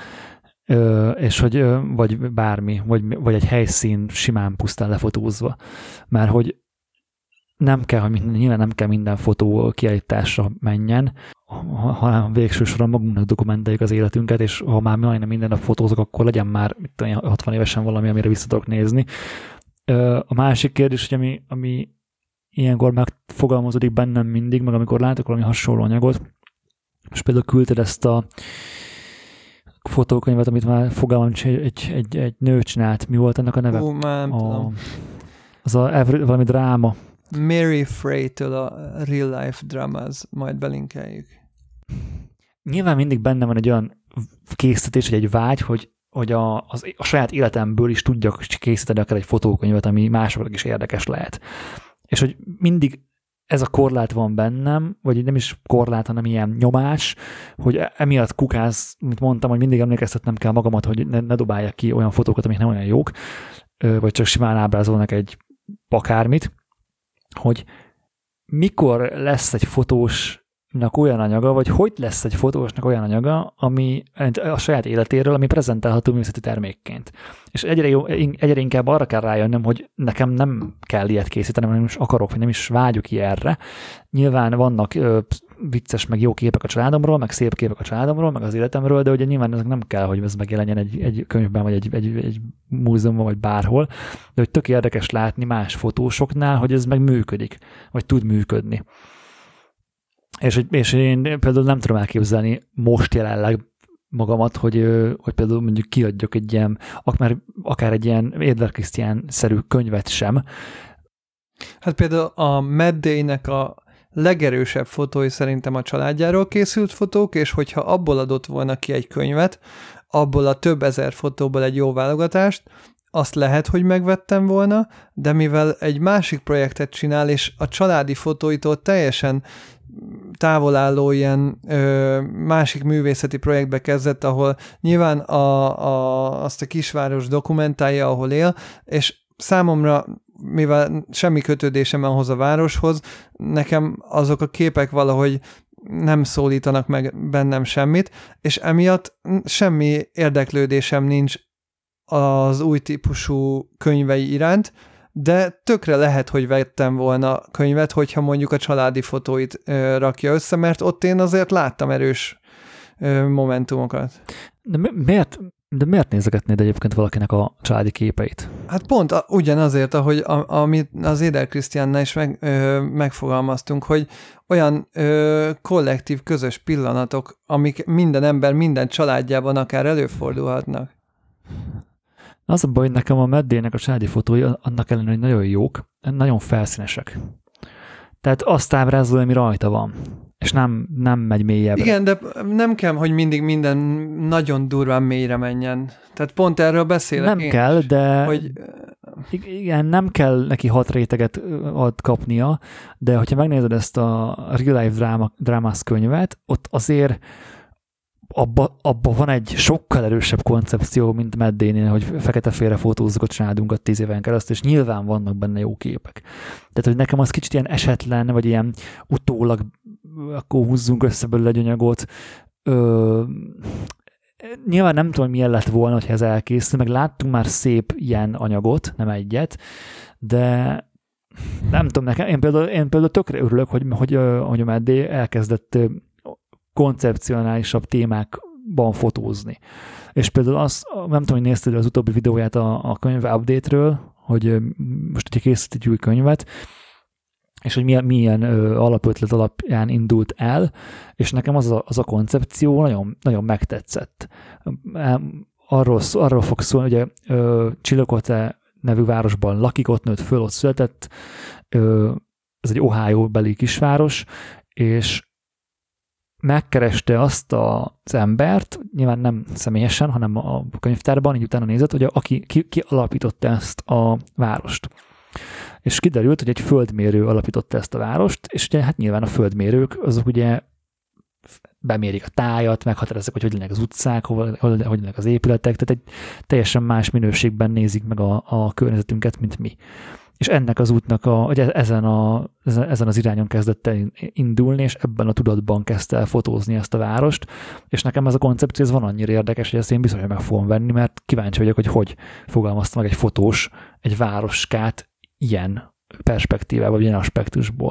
Ö, és hogy, vagy bármi, vagy, vagy egy helyszín simán pusztán lefotózva. Mert hogy nem kell, hogy minden, nyilván nem kell minden fotó kiállításra menjen, hanem végső soron magunknak dokumentáljuk az életünket, és ha már majdnem minden nap fotózok, akkor legyen már hatvan évesen valami, amire vissza tudok nézni. A másik kérdés, hogy ami, ami ilyenkor megfogalmazódik bennem mindig, meg amikor látok valami hasonló anyagot, és például küldted ezt a fotókönyvet, amit már fogalmam, egy, egy, egy, egy nő csinált. Mi volt ennek a neve? Ó, már nem a, tudom. Az a every, valami dráma. Mary Frey-től a Real Life Dramas, majd belinkeljük. Nyilván mindig benne van egy olyan készítés, vagy egy vágy, hogy, hogy a, az, a saját életemből is tudjak készíteni akár egy fotókönyvet, ami másoknak is érdekes lehet. És hogy mindig ez a korlát van bennem, vagy nem is korlát, hanem ilyen nyomás, hogy emiatt kukáz, mint mondtam, hogy mindig emlékeztetnem kell magamat, hogy ne, ne dobáljak ki olyan fotókat, amik nem olyan jók, vagy csak simán ábrázolnak egy akármit, hogy mikor lesz egy fotósnak olyan anyaga, vagy hogy lesz egy fotósnak olyan anyaga, ami a saját életéről, ami prezentálható művészeti termékként. És egyre, jó, egyre inkább arra kell rájönnöm, hogy nekem nem kell ilyet készítenem, nem is akarok, vagy nem is vágyok ilyenre. Nyilván vannak ö, vicces, meg jó képek a családomról, meg szép képek a családomról, meg az életemről, de ugye nyilván ezek nem kell, hogy ez megjelenjen egy, egy könyvben, vagy egy, egy, egy múzeumban, vagy bárhol, de hogy tök érdekes látni más fotósoknál, hogy ez meg működik, vagy tud működni. És, és én például nem tudom elképzelni most jelenleg magamat, hogy, hogy például mondjuk kiadjak egy ilyen, akár, akár egy ilyen Edward Christian-szerű könyvet sem. Hát például a Mad Day-nek a legerősebb fotói szerintem a családjáról készült fotók, és hogyha abból adott volna ki egy könyvet, abból a több ezer fotóból egy jó válogatást, azt lehet, hogy megvettem volna, de mivel egy másik projektet csinál, és a családi fotóitól teljesen távolálló ilyen ö, másik művészeti projektbe kezdett, ahol nyilván a, a, azt a kisváros dokumentálja, ahol él, és számomra, mivel semmi kötődésem ahhoz a városhoz, nekem azok a képek valahogy nem szólítanak meg bennem semmit, és emiatt semmi érdeklődésem nincs az új típusú könyvei iránt, de tökre lehet, hogy vettem volna könyvet, hogyha mondjuk a családi fotóit ö, rakja össze, mert ott én azért láttam erős ö, momentumokat. De mi, miért, de miért nézegetnéd egyébként valakinek a családi képeit? Hát pont a, ugyanazért, ahogy a, amit az Éder Krisztiánnál is meg, ö, megfogalmaztunk, hogy olyan ö, kollektív, közös pillanatok, amik minden ember, minden családjában akár előfordulhatnak. Az a baj, hogy nekem a Meddének a családi fotói annak ellenére, hogy nagyon jók, nagyon felszínesek. Tehát azt ábrázol, ami rajta van, és nem, nem megy mélyebbre. Igen, de nem kell, hogy mindig minden nagyon durván mélyre menjen. Tehát pont erről beszélek Nem én kell, is, de hogy... igen, nem kell neki hat réteget ad kapnia, de hogyha megnézed ezt a Real Life Drama, Dramas könyvet, ott azért abban abba van egy sokkal erősebb koncepció, mint Meddénél, hogy fekete-félre fotózzuk a családunkat tíz éven keresztül, és nyilván vannak benne jó képek. Tehát, hogy nekem az kicsit ilyen esetlen, vagy ilyen utólag akkor húzzunk össze belőle egy anyagot. Ö, nyilván nem tudom, milyen lett volna, hogyha ez elkészül, meg láttunk már szép ilyen anyagot, nem egyet, de nem tudom, nekem, én például, én például tökre örülök, hogy, hogy, hogy a Meddé elkezdett koncepcionálisabb témákban fotózni. És például azt, nem tudom, hogy nézted az utóbbi videóját a, a könyv update-ről, hogy most ugye készít egy új könyvet, és hogy milyen, milyen ö, alapötlet alapján indult el, és nekem az a, az a koncepció nagyon, nagyon megtetszett. Arról, arról fog szólni, hogy Chillicothe nevű városban lakik, ott nőtt föl, ott született, ö, ez egy Ohio-beli kisváros, és megkereste azt az embert, nyilván nem személyesen, hanem a könyvtárban, így utána nézett, hogy aki ki, ki alapította ezt a várost. És kiderült, hogy egy földmérő alapította ezt a várost, és ugye hát nyilván a földmérők, azok ugye bemérik a tájat, meghatározzák, hogy hogy lennek az utcák, hol, hol, hogy lennek az épületek, tehát egy teljesen más minőségben nézik meg a, a környezetünket, mint mi. És ennek az útnak a, hogy ezen, a, ezen az irányon kezdett el indulni, és ebben a tudatban kezdte el fotózni ezt a várost, és nekem ez a koncepció ez van annyira érdekes, hogy ezt én bizony meg fogom venni, mert kíváncsi vagyok, hogy hogy fogalmazta meg egy fotós egy városkát ilyen perspektívával, vagy ilyen aspektusból.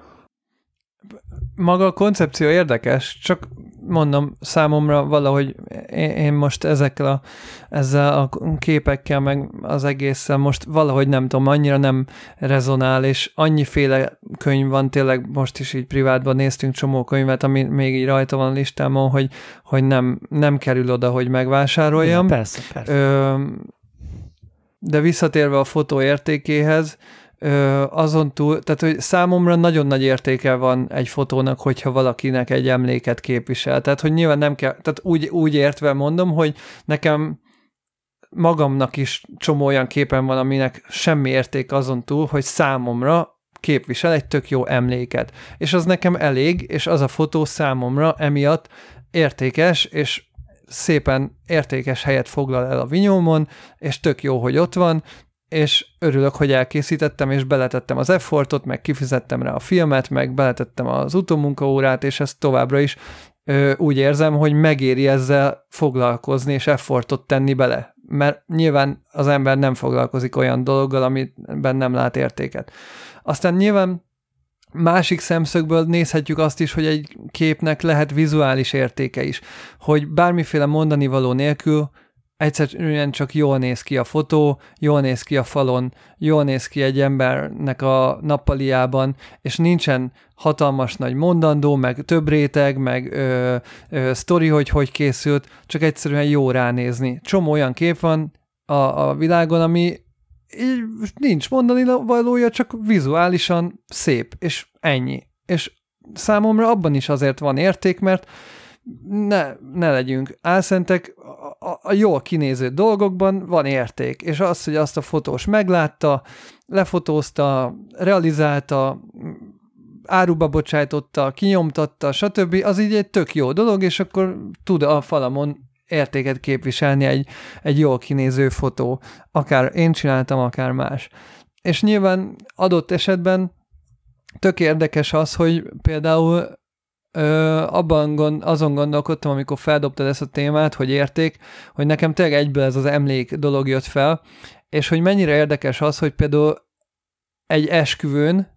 Maga a koncepció érdekes, csak mondom, számomra valahogy én most ezekkel a, ezzel a képekkel, meg az egésszel most valahogy nem tudom, annyira nem rezonál, és annyiféle könyv van, tényleg most is így privátban néztünk csomó könyvet, ami még így rajta van a listámon, hogy, hogy nem, nem kerül oda, hogy megvásároljam. Ja, persze, persze. Ö, de visszatérve a fotó értékéhez, Ö, azon túl, tehát hogy számomra nagyon nagy értéke van egy fotónak, hogyha valakinek egy emléket képvisel. Tehát, hogy nyilván nem kell, tehát úgy, úgy értve mondom, hogy nekem magamnak is csomó olyan képen van, aminek semmi érték azon túl, hogy számomra képvisel egy tök jó emléket. És az nekem elég, és az a fotó számomra emiatt értékes, és szépen értékes helyet foglal el a vinyómon, és tök jó, hogy ott van, és örülök, hogy elkészítettem, és beletettem az effortot, meg kifizettem rá a filmet, meg beletettem az utómunkaórát, és ezt továbbra is ö, úgy érzem, hogy megéri ezzel foglalkozni, és effortot tenni bele. Mert nyilván az ember nem foglalkozik olyan dologgal, amiben nem lát értéket. Aztán nyilván másik szemszögből nézhetjük azt is, hogy egy képnek lehet vizuális értéke is, hogy bármiféle mondani való nélkül egyszerűen csak jól néz ki a fotó, jól néz ki a falon, jól néz ki egy embernek a nappaliában, és nincsen hatalmas nagy mondandó, meg több réteg, meg ö, ö, sztori, hogy hogy készült, csak egyszerűen jó ránézni. Csomó olyan kép van a, a világon, ami így nincs mondani valója, csak vizuálisan szép, és ennyi. És számomra abban is azért van érték, mert ne, ne legyünk álszentek, a, a jól kinéző dolgokban van érték, és az, hogy azt a fotós meglátta, lefotózta, realizálta, áruba bocsájtotta, kinyomtatta, stb., az így egy tök jó dolog, és akkor tud a falamon értéket képviselni egy, egy jól kinéző fotó. Akár én csináltam, akár más. És nyilván adott esetben tök érdekes az, hogy például ö, abban gond, azon gondolkodtam, amikor feldobtad ezt a témát, hogy érték, hogy nekem tényleg egyből ez az emlék dolog jött fel, és hogy mennyire érdekes az, hogy például egy esküvőn,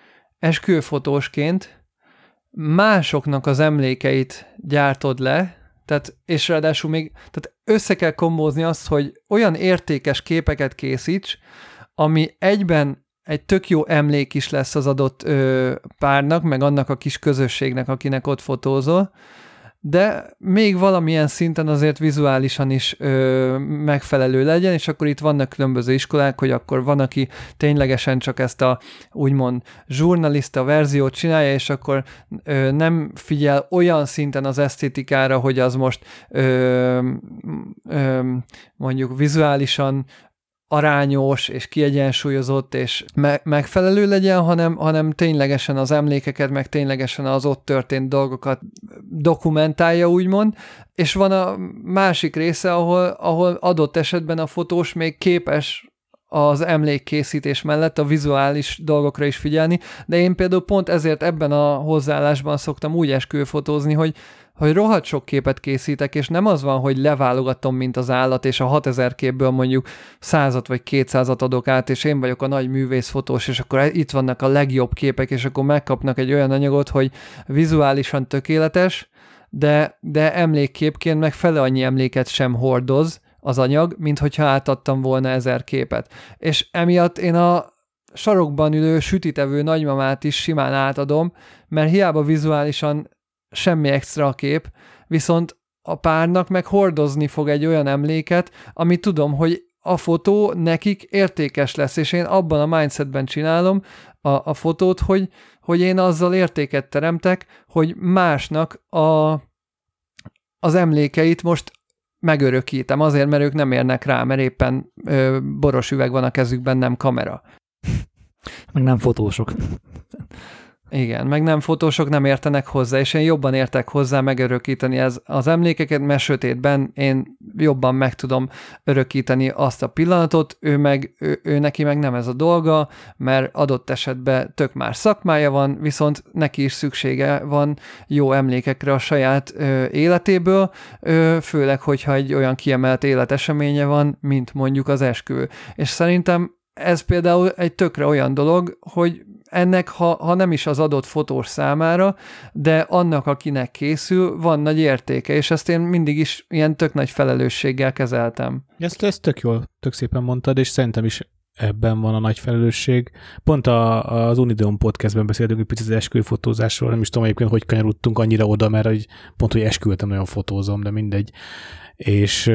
esküvőfotósként másoknak az emlékeit gyártod le, tehát, és ráadásul még tehát össze kell kombózni azt, hogy olyan értékes képeket készíts, ami egyben egy tök jó emlék is lesz az adott ö, párnak, meg annak a kis közösségnek, akinek ott fotózol, de még valamilyen szinten azért vizuálisan is ö, megfelelő legyen, és akkor itt vannak különböző iskolák, hogy akkor van, aki ténylegesen csak ezt a úgymond zsurnalista verziót csinálja, és akkor ö, nem figyel olyan szinten az esztétikára, hogy az most ö, ö, mondjuk vizuálisan arányos és kiegyensúlyozott és me- megfelelő legyen, hanem, hanem ténylegesen az emlékeket, meg ténylegesen az ott történt dolgokat dokumentálja, úgymond, és van a másik része, ahol, ahol adott esetben a fotós még képes az emlékkészítés mellett a vizuális dolgokra is figyelni, de én például pont ezért ebben a hozzáállásban szoktam úgy esküvőfotózni, hogy hogy rohadt sok képet készítek, és nem az van, hogy leválogatom, mint az állat, és a hatezer képből mondjuk százat vagy kétszázat adok át, és én vagyok a nagy művészfotós, és akkor itt vannak a legjobb képek, és akkor megkapnak egy olyan anyagot, hogy vizuálisan tökéletes, de, de emlékképként meg fele annyi emléket sem hordoz az anyag, mint hogyha átadtam volna ezer képet. És emiatt én a sarokban ülő sütitevő nagymamát is simán átadom, mert hiába vizuálisan semmi extra kép, viszont a párnak meg hordozni fog egy olyan emléket, ami tudom, hogy a fotó nekik értékes lesz, és én abban a mindsetben csinálom a, a fotót, hogy, hogy én azzal értéket teremtek, hogy másnak a, az emlékeit most megörökítem, azért, mert ők nem érnek rá, mert éppen ö, boros üveg van a kezükben, nem kamera. Meg nem fotósok. Igen, meg nem fotósok nem értenek hozzá, és én jobban értek hozzá megörökíteni ez, az emlékeket, mert sötétben én jobban meg tudom örökíteni azt a pillanatot, ő meg, ő, ő neki meg nem ez a dolga, mert adott esetben tök más szakmája van, viszont neki is szüksége van jó emlékekre a saját ö, életéből, ö, főleg, hogyha egy olyan kiemelt életeseménye van, mint mondjuk az esküvő. És szerintem ez például egy tökre olyan dolog, hogy ennek, ha, ha nem is az adott fotós számára, de annak, akinek készül, van nagy értéke, és ezt én mindig is ilyen tök nagy felelősséggel kezeltem. Ezt, ezt tök jól, tök szépen mondtad, és szerintem is ebben van a nagy felelősség. Pont a, az Unideon podcastben beszéltünk egy picit az esküvőfotózásról, nem is tudom egyébként, hogy kanyarodtunk annyira oda, mert hogy pont, hogy esküvőt nagyon fotózom, de mindegy. És,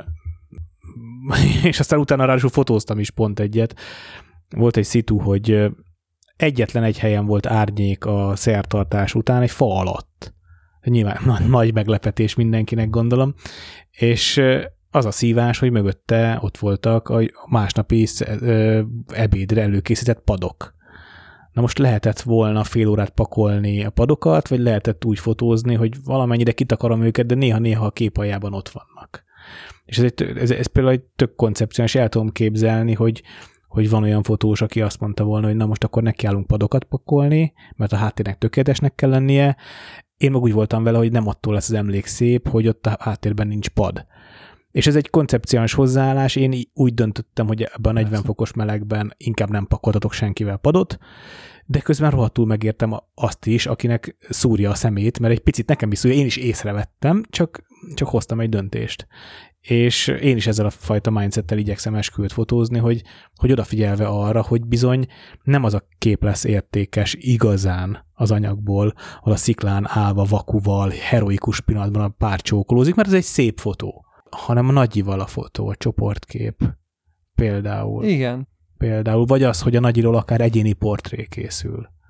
és aztán utána ráadásul fotóztam is pont egyet. Volt egy szitu, hogy egyetlen egy helyen volt árnyék a szertartás után, egy fa alatt. Nyilván nagy meglepetés mindenkinek, gondolom. És az a szívás, hogy mögötte ott voltak a másnapi ebédre előkészített padok. Na most lehetett volna fél órát pakolni a padokat, vagy lehetett úgy fotózni, hogy valamennyire kitakarom őket, de néha-néha a kép aljában ott vannak. És ez, egy, ez, ez például egy tök koncepciós, el tudom képzelni, hogy hogy van olyan fotós, aki azt mondta volna, hogy na most akkor nekiállunk padokat pakolni, mert a háttérnek tökéletesnek kell lennie. Én meg úgy voltam vele, hogy nem attól lesz az emlék szép, hogy ott a háttérben nincs pad. És ez egy koncepciós hozzáállás. Én úgy döntöttem, hogy ebben a negyven fokos melegben inkább nem pakoltatok senkivel padot, de közben rohadtul megértem azt is, akinek szúrja a szemét, mert egy picit nekem is szúrja, én is észrevettem, csak, csak hoztam egy döntést. És én is ezzel a fajta mindsettel igyekszem esküvőt fotózni, hogy, hogy odafigyelve arra, hogy bizony nem az a kép lesz értékes igazán az anyagból, ahol a sziklán állva vakuval, heroikus pillanatban a pár csókolózik, mert ez egy szép fotó, hanem a nagyival a fotó, a csoportkép például. Igen. Például, vagy az, hogy a nagyiról akár egyéni portré készül.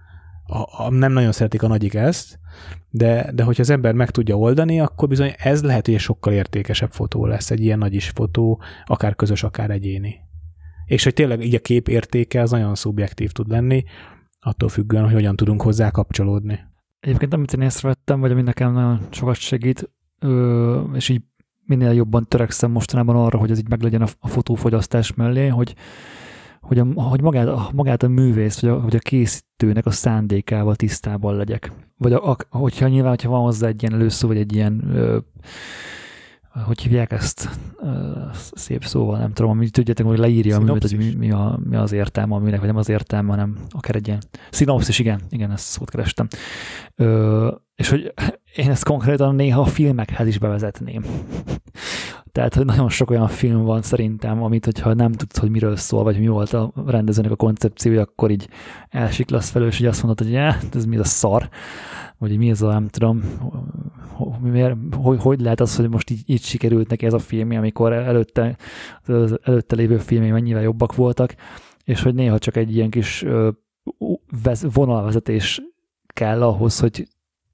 a, a, nem nagyon szeretik a nagyik ezt, de, de hogyha az ember meg tudja oldani, akkor bizony ez lehet, hogy egy sokkal értékesebb fotó lesz, egy ilyen nagy is fotó, akár közös, akár egyéni. És hogy tényleg így a kép értéke az nagyon szubjektív tud lenni, attól függően, hogy hogyan tudunk hozzá kapcsolódni. Egyébként amit én észrevettem, vagy ami nekem nagyon sokat segít, és így minél jobban törekszem mostanában arra, hogy ez így meglegyen a, a fotófogyasztás mellé, hogy, hogy, a, hogy magát, a, magát a művész, vagy a, vagy a készítőnek a szándékával tisztában legyek. Vagy a, a, hogyha nyilván, hogyha van hozzá egy ilyen előszó, vagy egy ilyen, ö, hogy hívják ezt ö, szép szóval, nem tudom, amit tudjátok, hogy leírja a művet, hogy mi, mi, a, mi az értelme a műnek, vagy nem az értelme, hanem akár egy ilyen szinopszis, igen, igen, ezt szót kerestem. Ö, és hogy én ezt konkrétan néha a filmekhez is bevezetném. Tehát, hogy nagyon sok olyan film van szerintem, amit, hogyha nem tudsz, hogy miről szól, vagy mi volt a rendezőnek a koncepciója, akkor így elsiklasz felől, és így azt mondod, hogy eh, ez mi ez a szar, vagy mi ez a, nem tudom, miért, hogy, hogy lehet az, hogy most így, így sikerült neki ez a filmje, amikor előtte, az előtte lévő filmjei mennyivel jobbak voltak, és hogy néha csak egy ilyen kis vonalvezetés kell ahhoz, hogy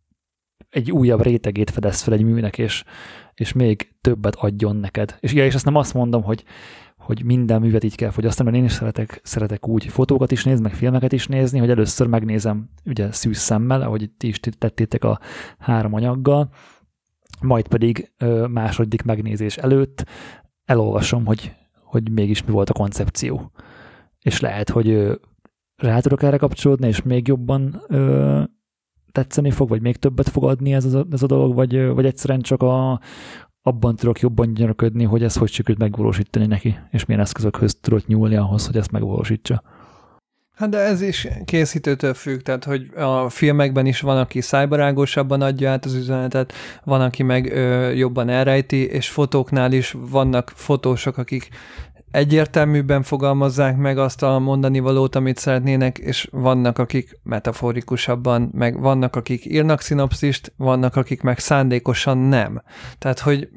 egy újabb rétegét fedez fel egy műnek, és, és még többet adjon neked. És, ja, és ezt nem azt mondom, hogy, hogy minden művet így kell fogyasztani, mert én is szeretek, szeretek úgy fotókat is nézni, meg filmeket is nézni, hogy először megnézem ugye szűz szemmel, ahogy ti is tettétek a három anyaggal, majd pedig második megnézés előtt elolvasom, hogy, hogy mégis mi volt a koncepció. És lehet, hogy rá tudok erre kapcsolódni, és még jobban ö, tetszeni fog, vagy még többet fog adni ez a, ez a dolog, vagy, vagy egyszerűen csak a, abban tudok jobban gyönyörködni, hogy ez hogy sikerült megvalósítani neki, és milyen eszközökhöz tudok nyúlni ahhoz, hogy ezt megvalósítsa. Hát de ez is készítőtől függ, tehát hogy a filmekben is van, aki szájbarágosabban adja át az üzenetet, van, aki meg ö, jobban elrejti, és fotóknál is vannak fotósok, akik egyértelműbben fogalmazzák meg azt a mondani valót, amit szeretnének, és vannak, akik metaforikusabban, meg vannak, akik írnak szinopszist, vannak, akik meg szándékosan nem. Tehát, hogy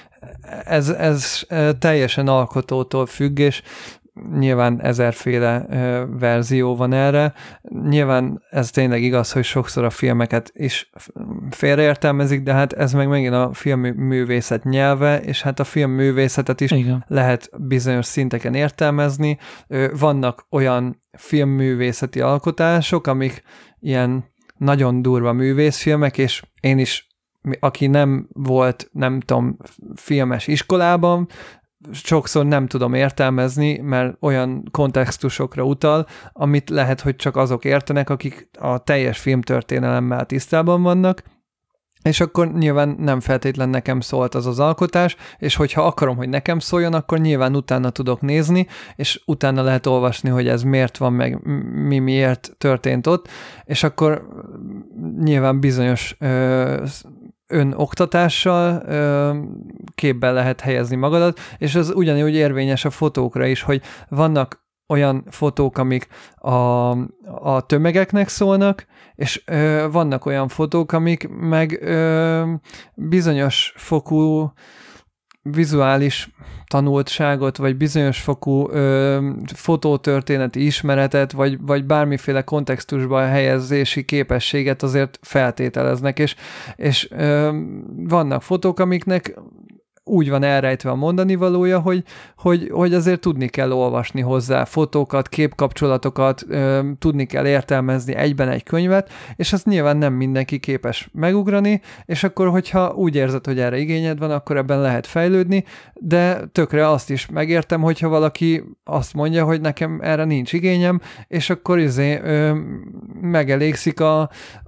ez, ez teljesen alkotótól függ, és nyilván ezerféle verzió van erre. Nyilván ez tényleg igaz, hogy sokszor a filmeket is félreértelmezik, de hát ez meg megint a filmművészet nyelve, és hát a filmművészetet is igen, lehet bizonyos szinteken értelmezni. Vannak olyan filmművészeti alkotások, amik ilyen nagyon durva művészfilmek, és én is, aki nem volt, nem tudom, filmes iskolában, sokszor nem tudom értelmezni, mert olyan kontextusokra utal, amit lehet, hogy csak azok értenek, akik a teljes filmtörténelemmel tisztában vannak, és akkor nyilván nem feltétlen nekem szólt az az alkotás, és hogyha akarom, hogy nekem szóljon, akkor nyilván utána tudok nézni, és utána lehet olvasni, hogy ez miért van, meg mi miért történt ott, és akkor nyilván bizonyos ö, önoktatással ö, képben lehet helyezni magadat, és az ugyanúgy érvényes a fotókra is, hogy vannak olyan fotók, amik a, a tömegeknek szólnak, és ö, vannak olyan fotók, amik meg ö, bizonyos fokú vizuális tanultságot, vagy bizonyos fokú ö, fotótörténeti ismeretet, vagy, vagy bármiféle kontextusba helyezési képességet azért feltételeznek, és, és ö, vannak fotók, amiknek úgy van elrejtve a mondani valója, hogy, hogy, hogy azért tudni kell olvasni hozzá fotókat, képkapcsolatokat, ö, tudni kell értelmezni egyben egy könyvet, és azt nyilván nem mindenki képes megugrani, és akkor, hogyha úgy érzed, hogy erre igényed van, akkor ebben lehet fejlődni, de tökre azt is megértem, hogyha valaki azt mondja, hogy nekem erre nincs igényem, és akkor izé ö, megelégszik a,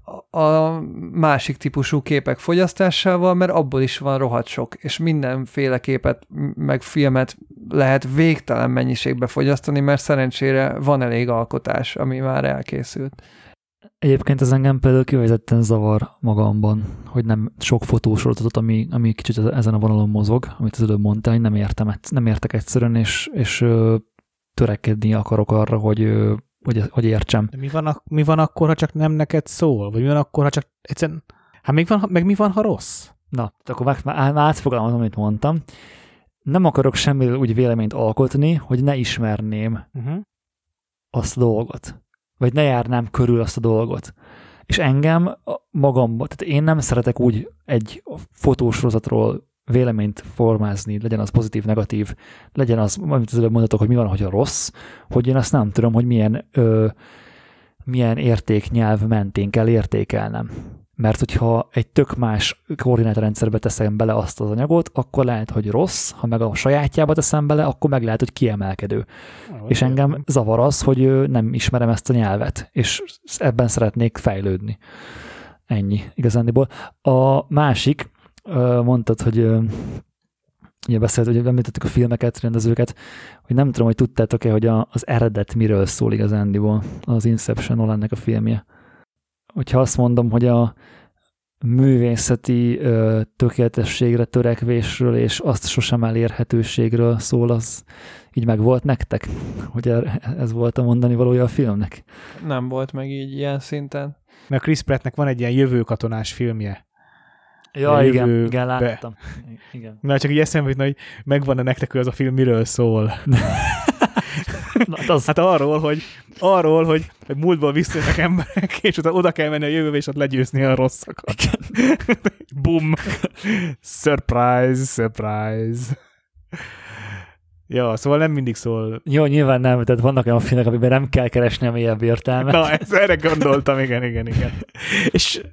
a másik típusú képek fogyasztásával, mert abból is van rohadt sok, és mindenféle képet, meg filmet lehet végtelen mennyiségbe fogyasztani, mert szerencsére van elég alkotás, ami már elkészült. Egyébként ez engem például kifejezetten zavar magamban, hogy nem sok fotósorozatot, ami, ami kicsit ezen a vonalon mozog, amit az előbb mondtál, hogy nem értem, nem értek egyszerűen, és, és ö, törekedni akarok arra, hogy ö, Hogy, hogy értsem. De mi van, ak- mi van akkor, ha csak nem neked szól? Vagy mi van akkor, ha csak egyszerűen... Hát még van, meg mi van, ha rossz? Na, akkor már, már átfogalmazom, amit mondtam. Nem akarok semmiről úgy véleményt alkotni, hogy ne ismerném uh-huh. azt a dolgot. vagy ne járnám körül azt a dolgot. És engem magamban, tehát én nem szeretek úgy egy fotósorozatról véleményt formázni, legyen az pozitív, negatív, legyen az, amit az előbb mondhatok, hogy mi van, hogyha rossz, hogy én azt nem tudom, hogy milyen, ö, milyen értéknyelv mentén kell értékelnem. Mert hogyha egy tök más koordinátorrendszerbe teszem bele azt az anyagot, akkor lehet, hogy rossz, ha meg a sajátjába teszem bele, akkor meg lehet, hogy kiemelkedő. Ah, és engem zavar az, hogy nem ismerem ezt a nyelvet, és ebben szeretnék fejlődni. Ennyi igazándiból. A másik, mondtad, hogy ugye beszélt, hogy említettük a filmeket, rendezőket, hogy nem tudom, hogy tudtátok-e, hogy az eredet miről szól igazándiból, az Inception Nolannek a filmje. Hogyha azt mondom, hogy a művészeti ö, tökéletességre törekvésről és azt sosem elérhetőségről szól, az így meg volt nektek? Hogy ez volt a mondani valója a filmnek? Nem volt meg így ilyen szinten. Mert Chris Prattnek van egy ilyen jövőkatonás filmje. Ja, igen, igen, láttam. Igen. Na, csak így eszembe jutna, hogy megvan-e nektek, hogy az a film miről szól. Na, az... Hát arról, hogy, arról, hogy, hogy múltból visszajönnek emberek, és utána oda kell menni a jövőbe, és ott legyőzni a rosszakat. Bum! Surprise, surprise. Ja, szóval nem mindig szól. Jó, nyilván nem, tehát vannak olyan filmek, amiben nem kell keresni a mélyebb értelmet. Na, ezt erre gondoltam, igen, igen, igen. És...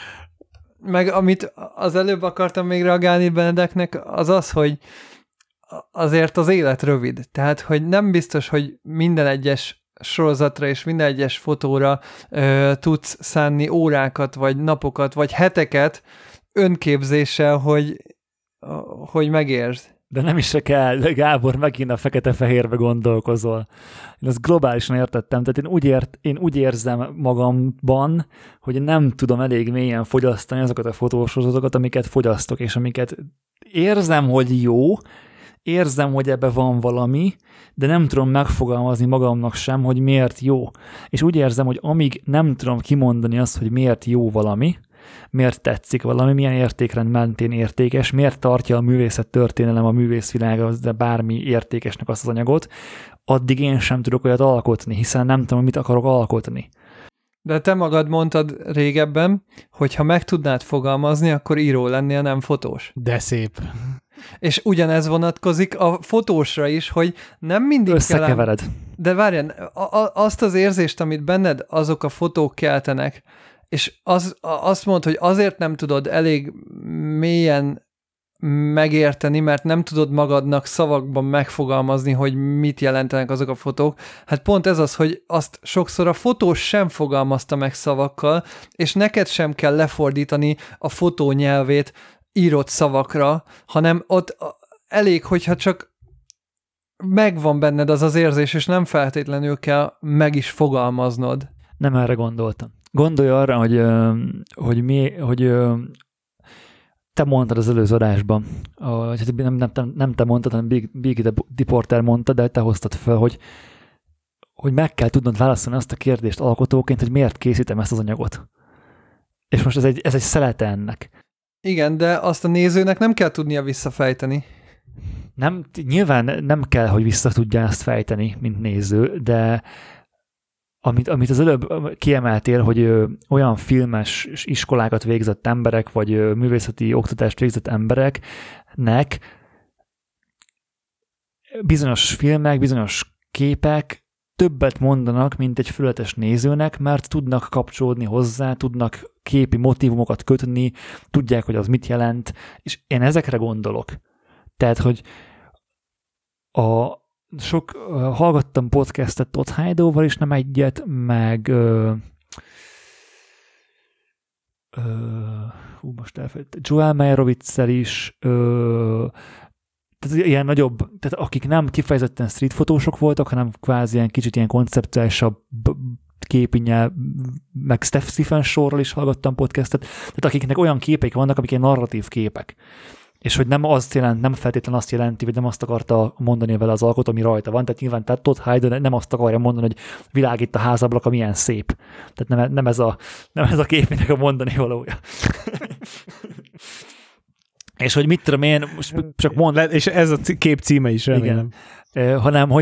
Meg amit az előbb akartam még reagálni Benedeknek, az az, hogy azért az élet rövid. Tehát, hogy nem biztos, hogy minden egyes sorozatra és minden egyes fotóra ö, tudsz szánni órákat, vagy napokat, vagy heteket önképzéssel, hogy, hogy megértsd. De nem is se kell, Gábor, megint a fekete-fehérbe gondolkozol. Én ezt globálisan értettem, tehát én úgy, ért, én úgy érzem magamban, hogy nem tudom elég mélyen fogyasztani azokat a fotósorozatokat, amiket fogyasztok, és amiket érzem, hogy jó, érzem, hogy ebbe van valami, de nem tudom megfogalmazni magamnak sem, hogy miért jó. És úgy érzem, hogy amíg nem tudom kimondani azt, hogy miért jó valami, miért tetszik valami, milyen értékrend mentén értékes, miért tartja a művészet történelem, a művészvilága, de bármi értékesnek azt az anyagot, addig én sem tudok olyat alkotni, hiszen nem tudom, mit akarok alkotni. De te magad mondtad régebben, hogy ha meg tudnád fogalmazni, akkor író lennél, nem fotós. De szép. És ugyanez vonatkozik a fotósra is, hogy nem mindig összekevered. Kell... De várjál, azt az érzést, amit benned azok a fotók keltenek, és az, azt mondod, hogy azért nem tudod elég mélyen megérteni, mert nem tudod magadnak szavakban megfogalmazni, hogy mit jelentenek azok a fotók. Hát pont ez az, hogy azt sokszor a fotós sem fogalmazta meg szavakkal, és neked sem kell lefordítani a fotó nyelvét írott szavakra, hanem ott elég, hogyha csak megvan benned az az érzés, és nem feltétlenül kell meg is fogalmaznod. Nem erre gondoltam. Gondolj arra, hogy, hogy, mi, hogy te mondtad az előző adásban, nem, nem, nem, nem te mondtad, hanem Big, Big Deporter mondta, de te hoztad fel, hogy, hogy meg kell tudnod válaszolni azt a kérdést alkotóként, hogy miért készítem ezt az anyagot. És most ez egy, ez egy szelete ennek. Igen, de azt a nézőnek nem kell tudnia visszafejteni. Nem, nyilván nem kell, hogy vissza tudja ezt fejteni, mint néző, de Amit, amit az előbb kiemeltél, hogy ö, olyan filmes iskolákat végzett emberek, vagy ö, művészeti oktatást végzett embereknek bizonyos filmek, bizonyos képek többet mondanak, mint egy fölöttes nézőnek, mert tudnak kapcsolódni hozzá, tudnak képi motívumokat kötni, tudják, hogy az mit jelent, és én ezekre gondolok. Tehát, hogy a sok uh, hallgattam podcastet Todd Heidoval is, nem egyet, meg uh, uh, hú, most elfelejtettem, Joel Meyerowitz-szel is, uh, tehát ilyen nagyobb, tehát akik nem kifejezetten street fotósok voltak, hanem kvázi ilyen kicsit ilyen konceptuálisabb képinyel, meg Steph Stephen Shore-ral is hallgattam podcastet, tehát akiknek olyan képek vannak, amik ilyen narratív képek. És hogy nem azt jelent, nem feltétlenül azt jelenti, vagy nem azt akarta mondani vele az alkotó, ami rajta van. Tehát nyilván tehát Todd Hayden nem azt akarja mondani, hogy világ itt a házablaka milyen szép. Tehát nem, nem, ez, a, nem ez a képének a mondani valója. És hogy mit tudom én, most csak mond... És ez a kép címe is, remélem. Igen. Hanem, hogy mit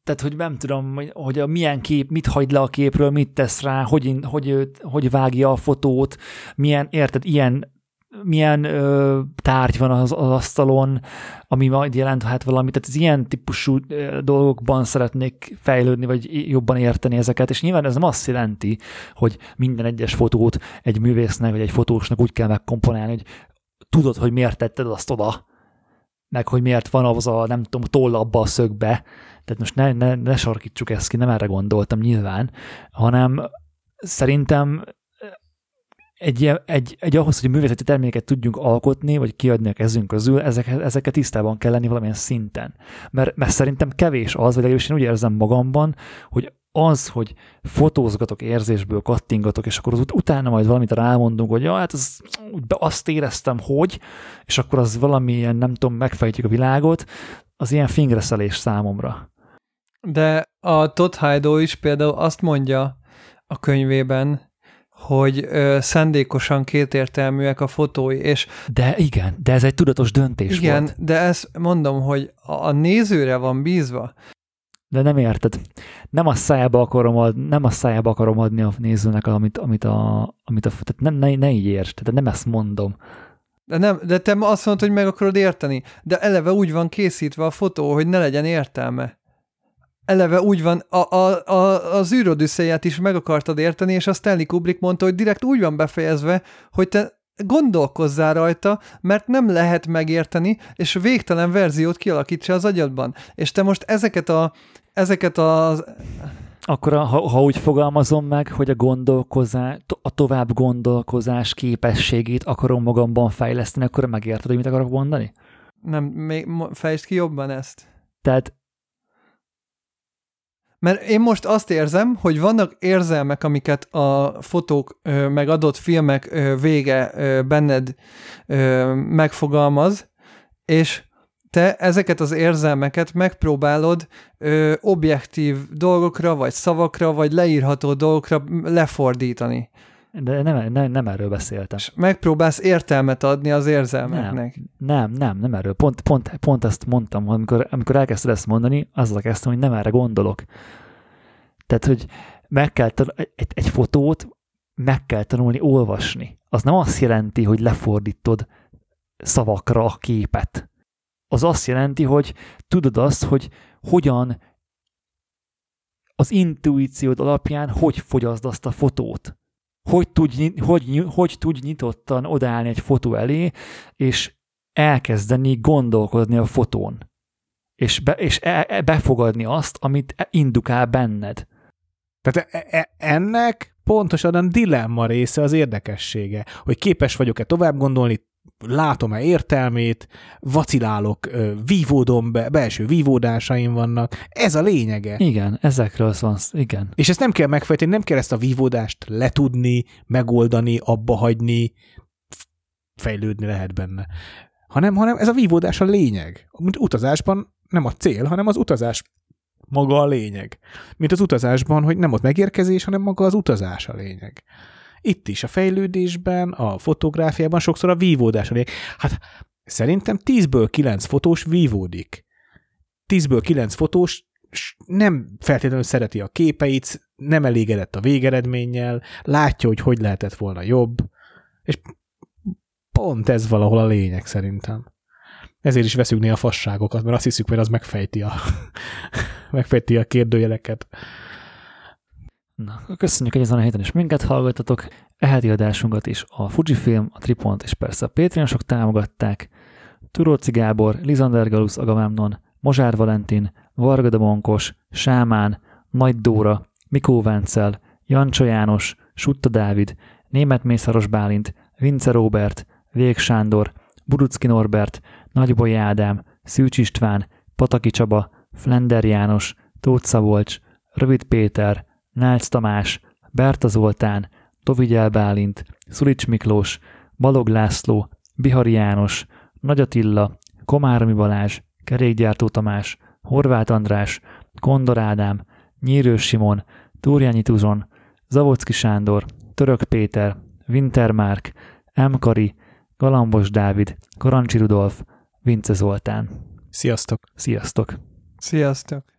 tehát, hogy nem tudom, hogy, hogy a milyen kép, mit hagy le a képről, mit tesz rá, hogy, hogy, hogy vágja a fotót, milyen, érted, ilyen milyen ö, tárgy van az, az asztalon, ami majd jelenthet valamit, tehát az ilyen típusú ö, dolgokban szeretnék fejlődni, vagy jobban érteni ezeket, és nyilván ez nem azt jelenti, hogy minden egyes fotót egy művésznek, vagy egy fotósnak úgy kell megkomponálni, hogy tudod, hogy miért tetted azt oda, meg hogy miért van az a, nem tudom, toll abba a szögbe, tehát most ne, ne, ne sarkítsuk ezt ki, nem erre gondoltam nyilván, hanem szerintem Egy, egy, egy ahhoz, hogy művészeti terméket tudjunk alkotni, vagy kiadni a kezünk közül, ezek, ezeket tisztában kell lenni valamilyen szinten. Mert, mert szerintem kevés az, vagy legalábbis én úgy érzem magamban, hogy az, hogy fotózgatok érzésből, kattingatok, és akkor az ut- utána majd valamit rámondunk, hogy ja, hát az, úgy be azt éreztem, hogy, és akkor az valamilyen, nem tudom, megfejtjük a világot, az ilyen fingreszelés számomra. De a Todd Hido is például azt mondja a könyvében, hogy ö, szándékosan kétértelműek a fotói, és... De igen, de ez egy tudatos döntés igen, volt. de ezt mondom, hogy a nézőre van bízva. De nem érted. Nem a szájába akarom adni, nem a szájába akarom adni a nézőnek, amit, amit a... Amit a tehát nem, ne, ne így érts, tehát nem ezt mondom. De, nem, de te azt mondod, hogy meg akarod érteni, de eleve úgy van készítve a fotó, hogy ne legyen értelme. Eleve úgy van, a, a, a, az űrodüsszeját is meg akartad érteni, és azt Stanley Kubrick mondta, hogy direkt úgy van befejezve, hogy te gondolkozzál rajta, mert nem lehet megérteni, és végtelen verziót kialakítsa az agyadban. És te most ezeket a... Ezeket a Akkor ha, ha úgy fogalmazom meg, hogy a gondolkozás, a tovább gondolkozás képességét akarom magamban fejleszteni, akkor megérted, hogy mit akarok mondani? Nem, még fejtsd ki jobban ezt. Tehát mert én most azt érzem, hogy vannak érzelmek, amiket a fotók, meg adott filmek vége benned megfogalmaz, és te ezeket az érzelmeket megpróbálod objektív dolgokra, vagy szavakra, vagy leírható dolgokra lefordítani. De nem, nem, nem erről beszéltem. És megpróbálsz értelmet adni az érzelmeknek. Nem, nem, nem, nem erről. Pont, pont, pont ezt mondtam, amikor, amikor elkezdted ezt mondani, azzal kezdtem, hogy nem erre gondolok. Tehát, hogy meg kell tanulni, egy, egy fotót meg kell tanulni olvasni. Az nem azt jelenti, hogy lefordítod szavakra a képet. Az azt jelenti, hogy tudod azt, hogy hogyan az intuíciód alapján hogy fogyaszd azt a fotót. Hogy tudj, hogy, hogy tudj nyitottan odaállni egy fotó elé, és elkezdeni gondolkodni a fotón. És, be, és e, befogadni azt, amit indukál benned. Tehát ennek pontosan a dilemma része az érdekessége, hogy képes vagyok-e tovább gondolni, látom-e értelmét, vacilálok, vívódom be, belső vívódásaim vannak. Ez a lényege. Igen, ezekről van, igen. És ezt nem kell megfejteni, nem kell ezt a vívódást letudni, megoldani, abba hagyni, fejlődni lehet benne. Hanem, hanem ez a vívódás a lényeg. Mint utazásban nem a cél, hanem az utazás maga a lényeg. Mint az utazásban, hogy nem ott megérkezés, hanem maga az utazás a lényeg. Itt is a fejlődésben, a fotográfiában sokszor a vívódás a lényeg. Hát szerintem tízből kilenc fotós vívódik. tízből kilenc fotós nem feltétlenül szereti a képeit, nem elégedett a végeredménnyel, látja, hogy hogy lehetett volna jobb, és pont ez valahol a lényeg szerintem. Ezért is veszünk néha fasságokat, mert azt hiszük, hogy az megfejti a, megfejti a kérdőjeleket. Na, köszönjük, hogy ezen a héten is minket hallgattatok. E heti adásunkat is a Fujifilm, a Tripont és persze a Patreonosok támogatták. Turóci Gábor, Lizander Galusz Agamemnon, Mozsár Valentin, Varga de Monkos, Sámán, Nagy Dóra, Mikó Vencel, Jancsa János, Sutta Dávid, Németh Mészáros Bálint, Vince Róbert, Vég Sándor, Burucki Norbert, Nagyboly Ádám, Szűcs István, Pataki Csaba, Flender János, Tóth Szabolcs, Rövid Péter, Nálc Tamás, Berta Zoltán, Tovigyel Bálint, Szulics Miklós, Balog László, Bihari János, Nagy Attila, Komáromi Balázs, Kerékgyártó Tamás, Horváth András, Kondor Ádám, Nyírős Simon, Túrjányi Tuzson, Zavocki Sándor, Török Péter, Wintermark, M. Kari, Galambos Dávid, Karancsi Rudolf, Vince Zoltán. Sziasztok! Sziasztok! Sziasztok!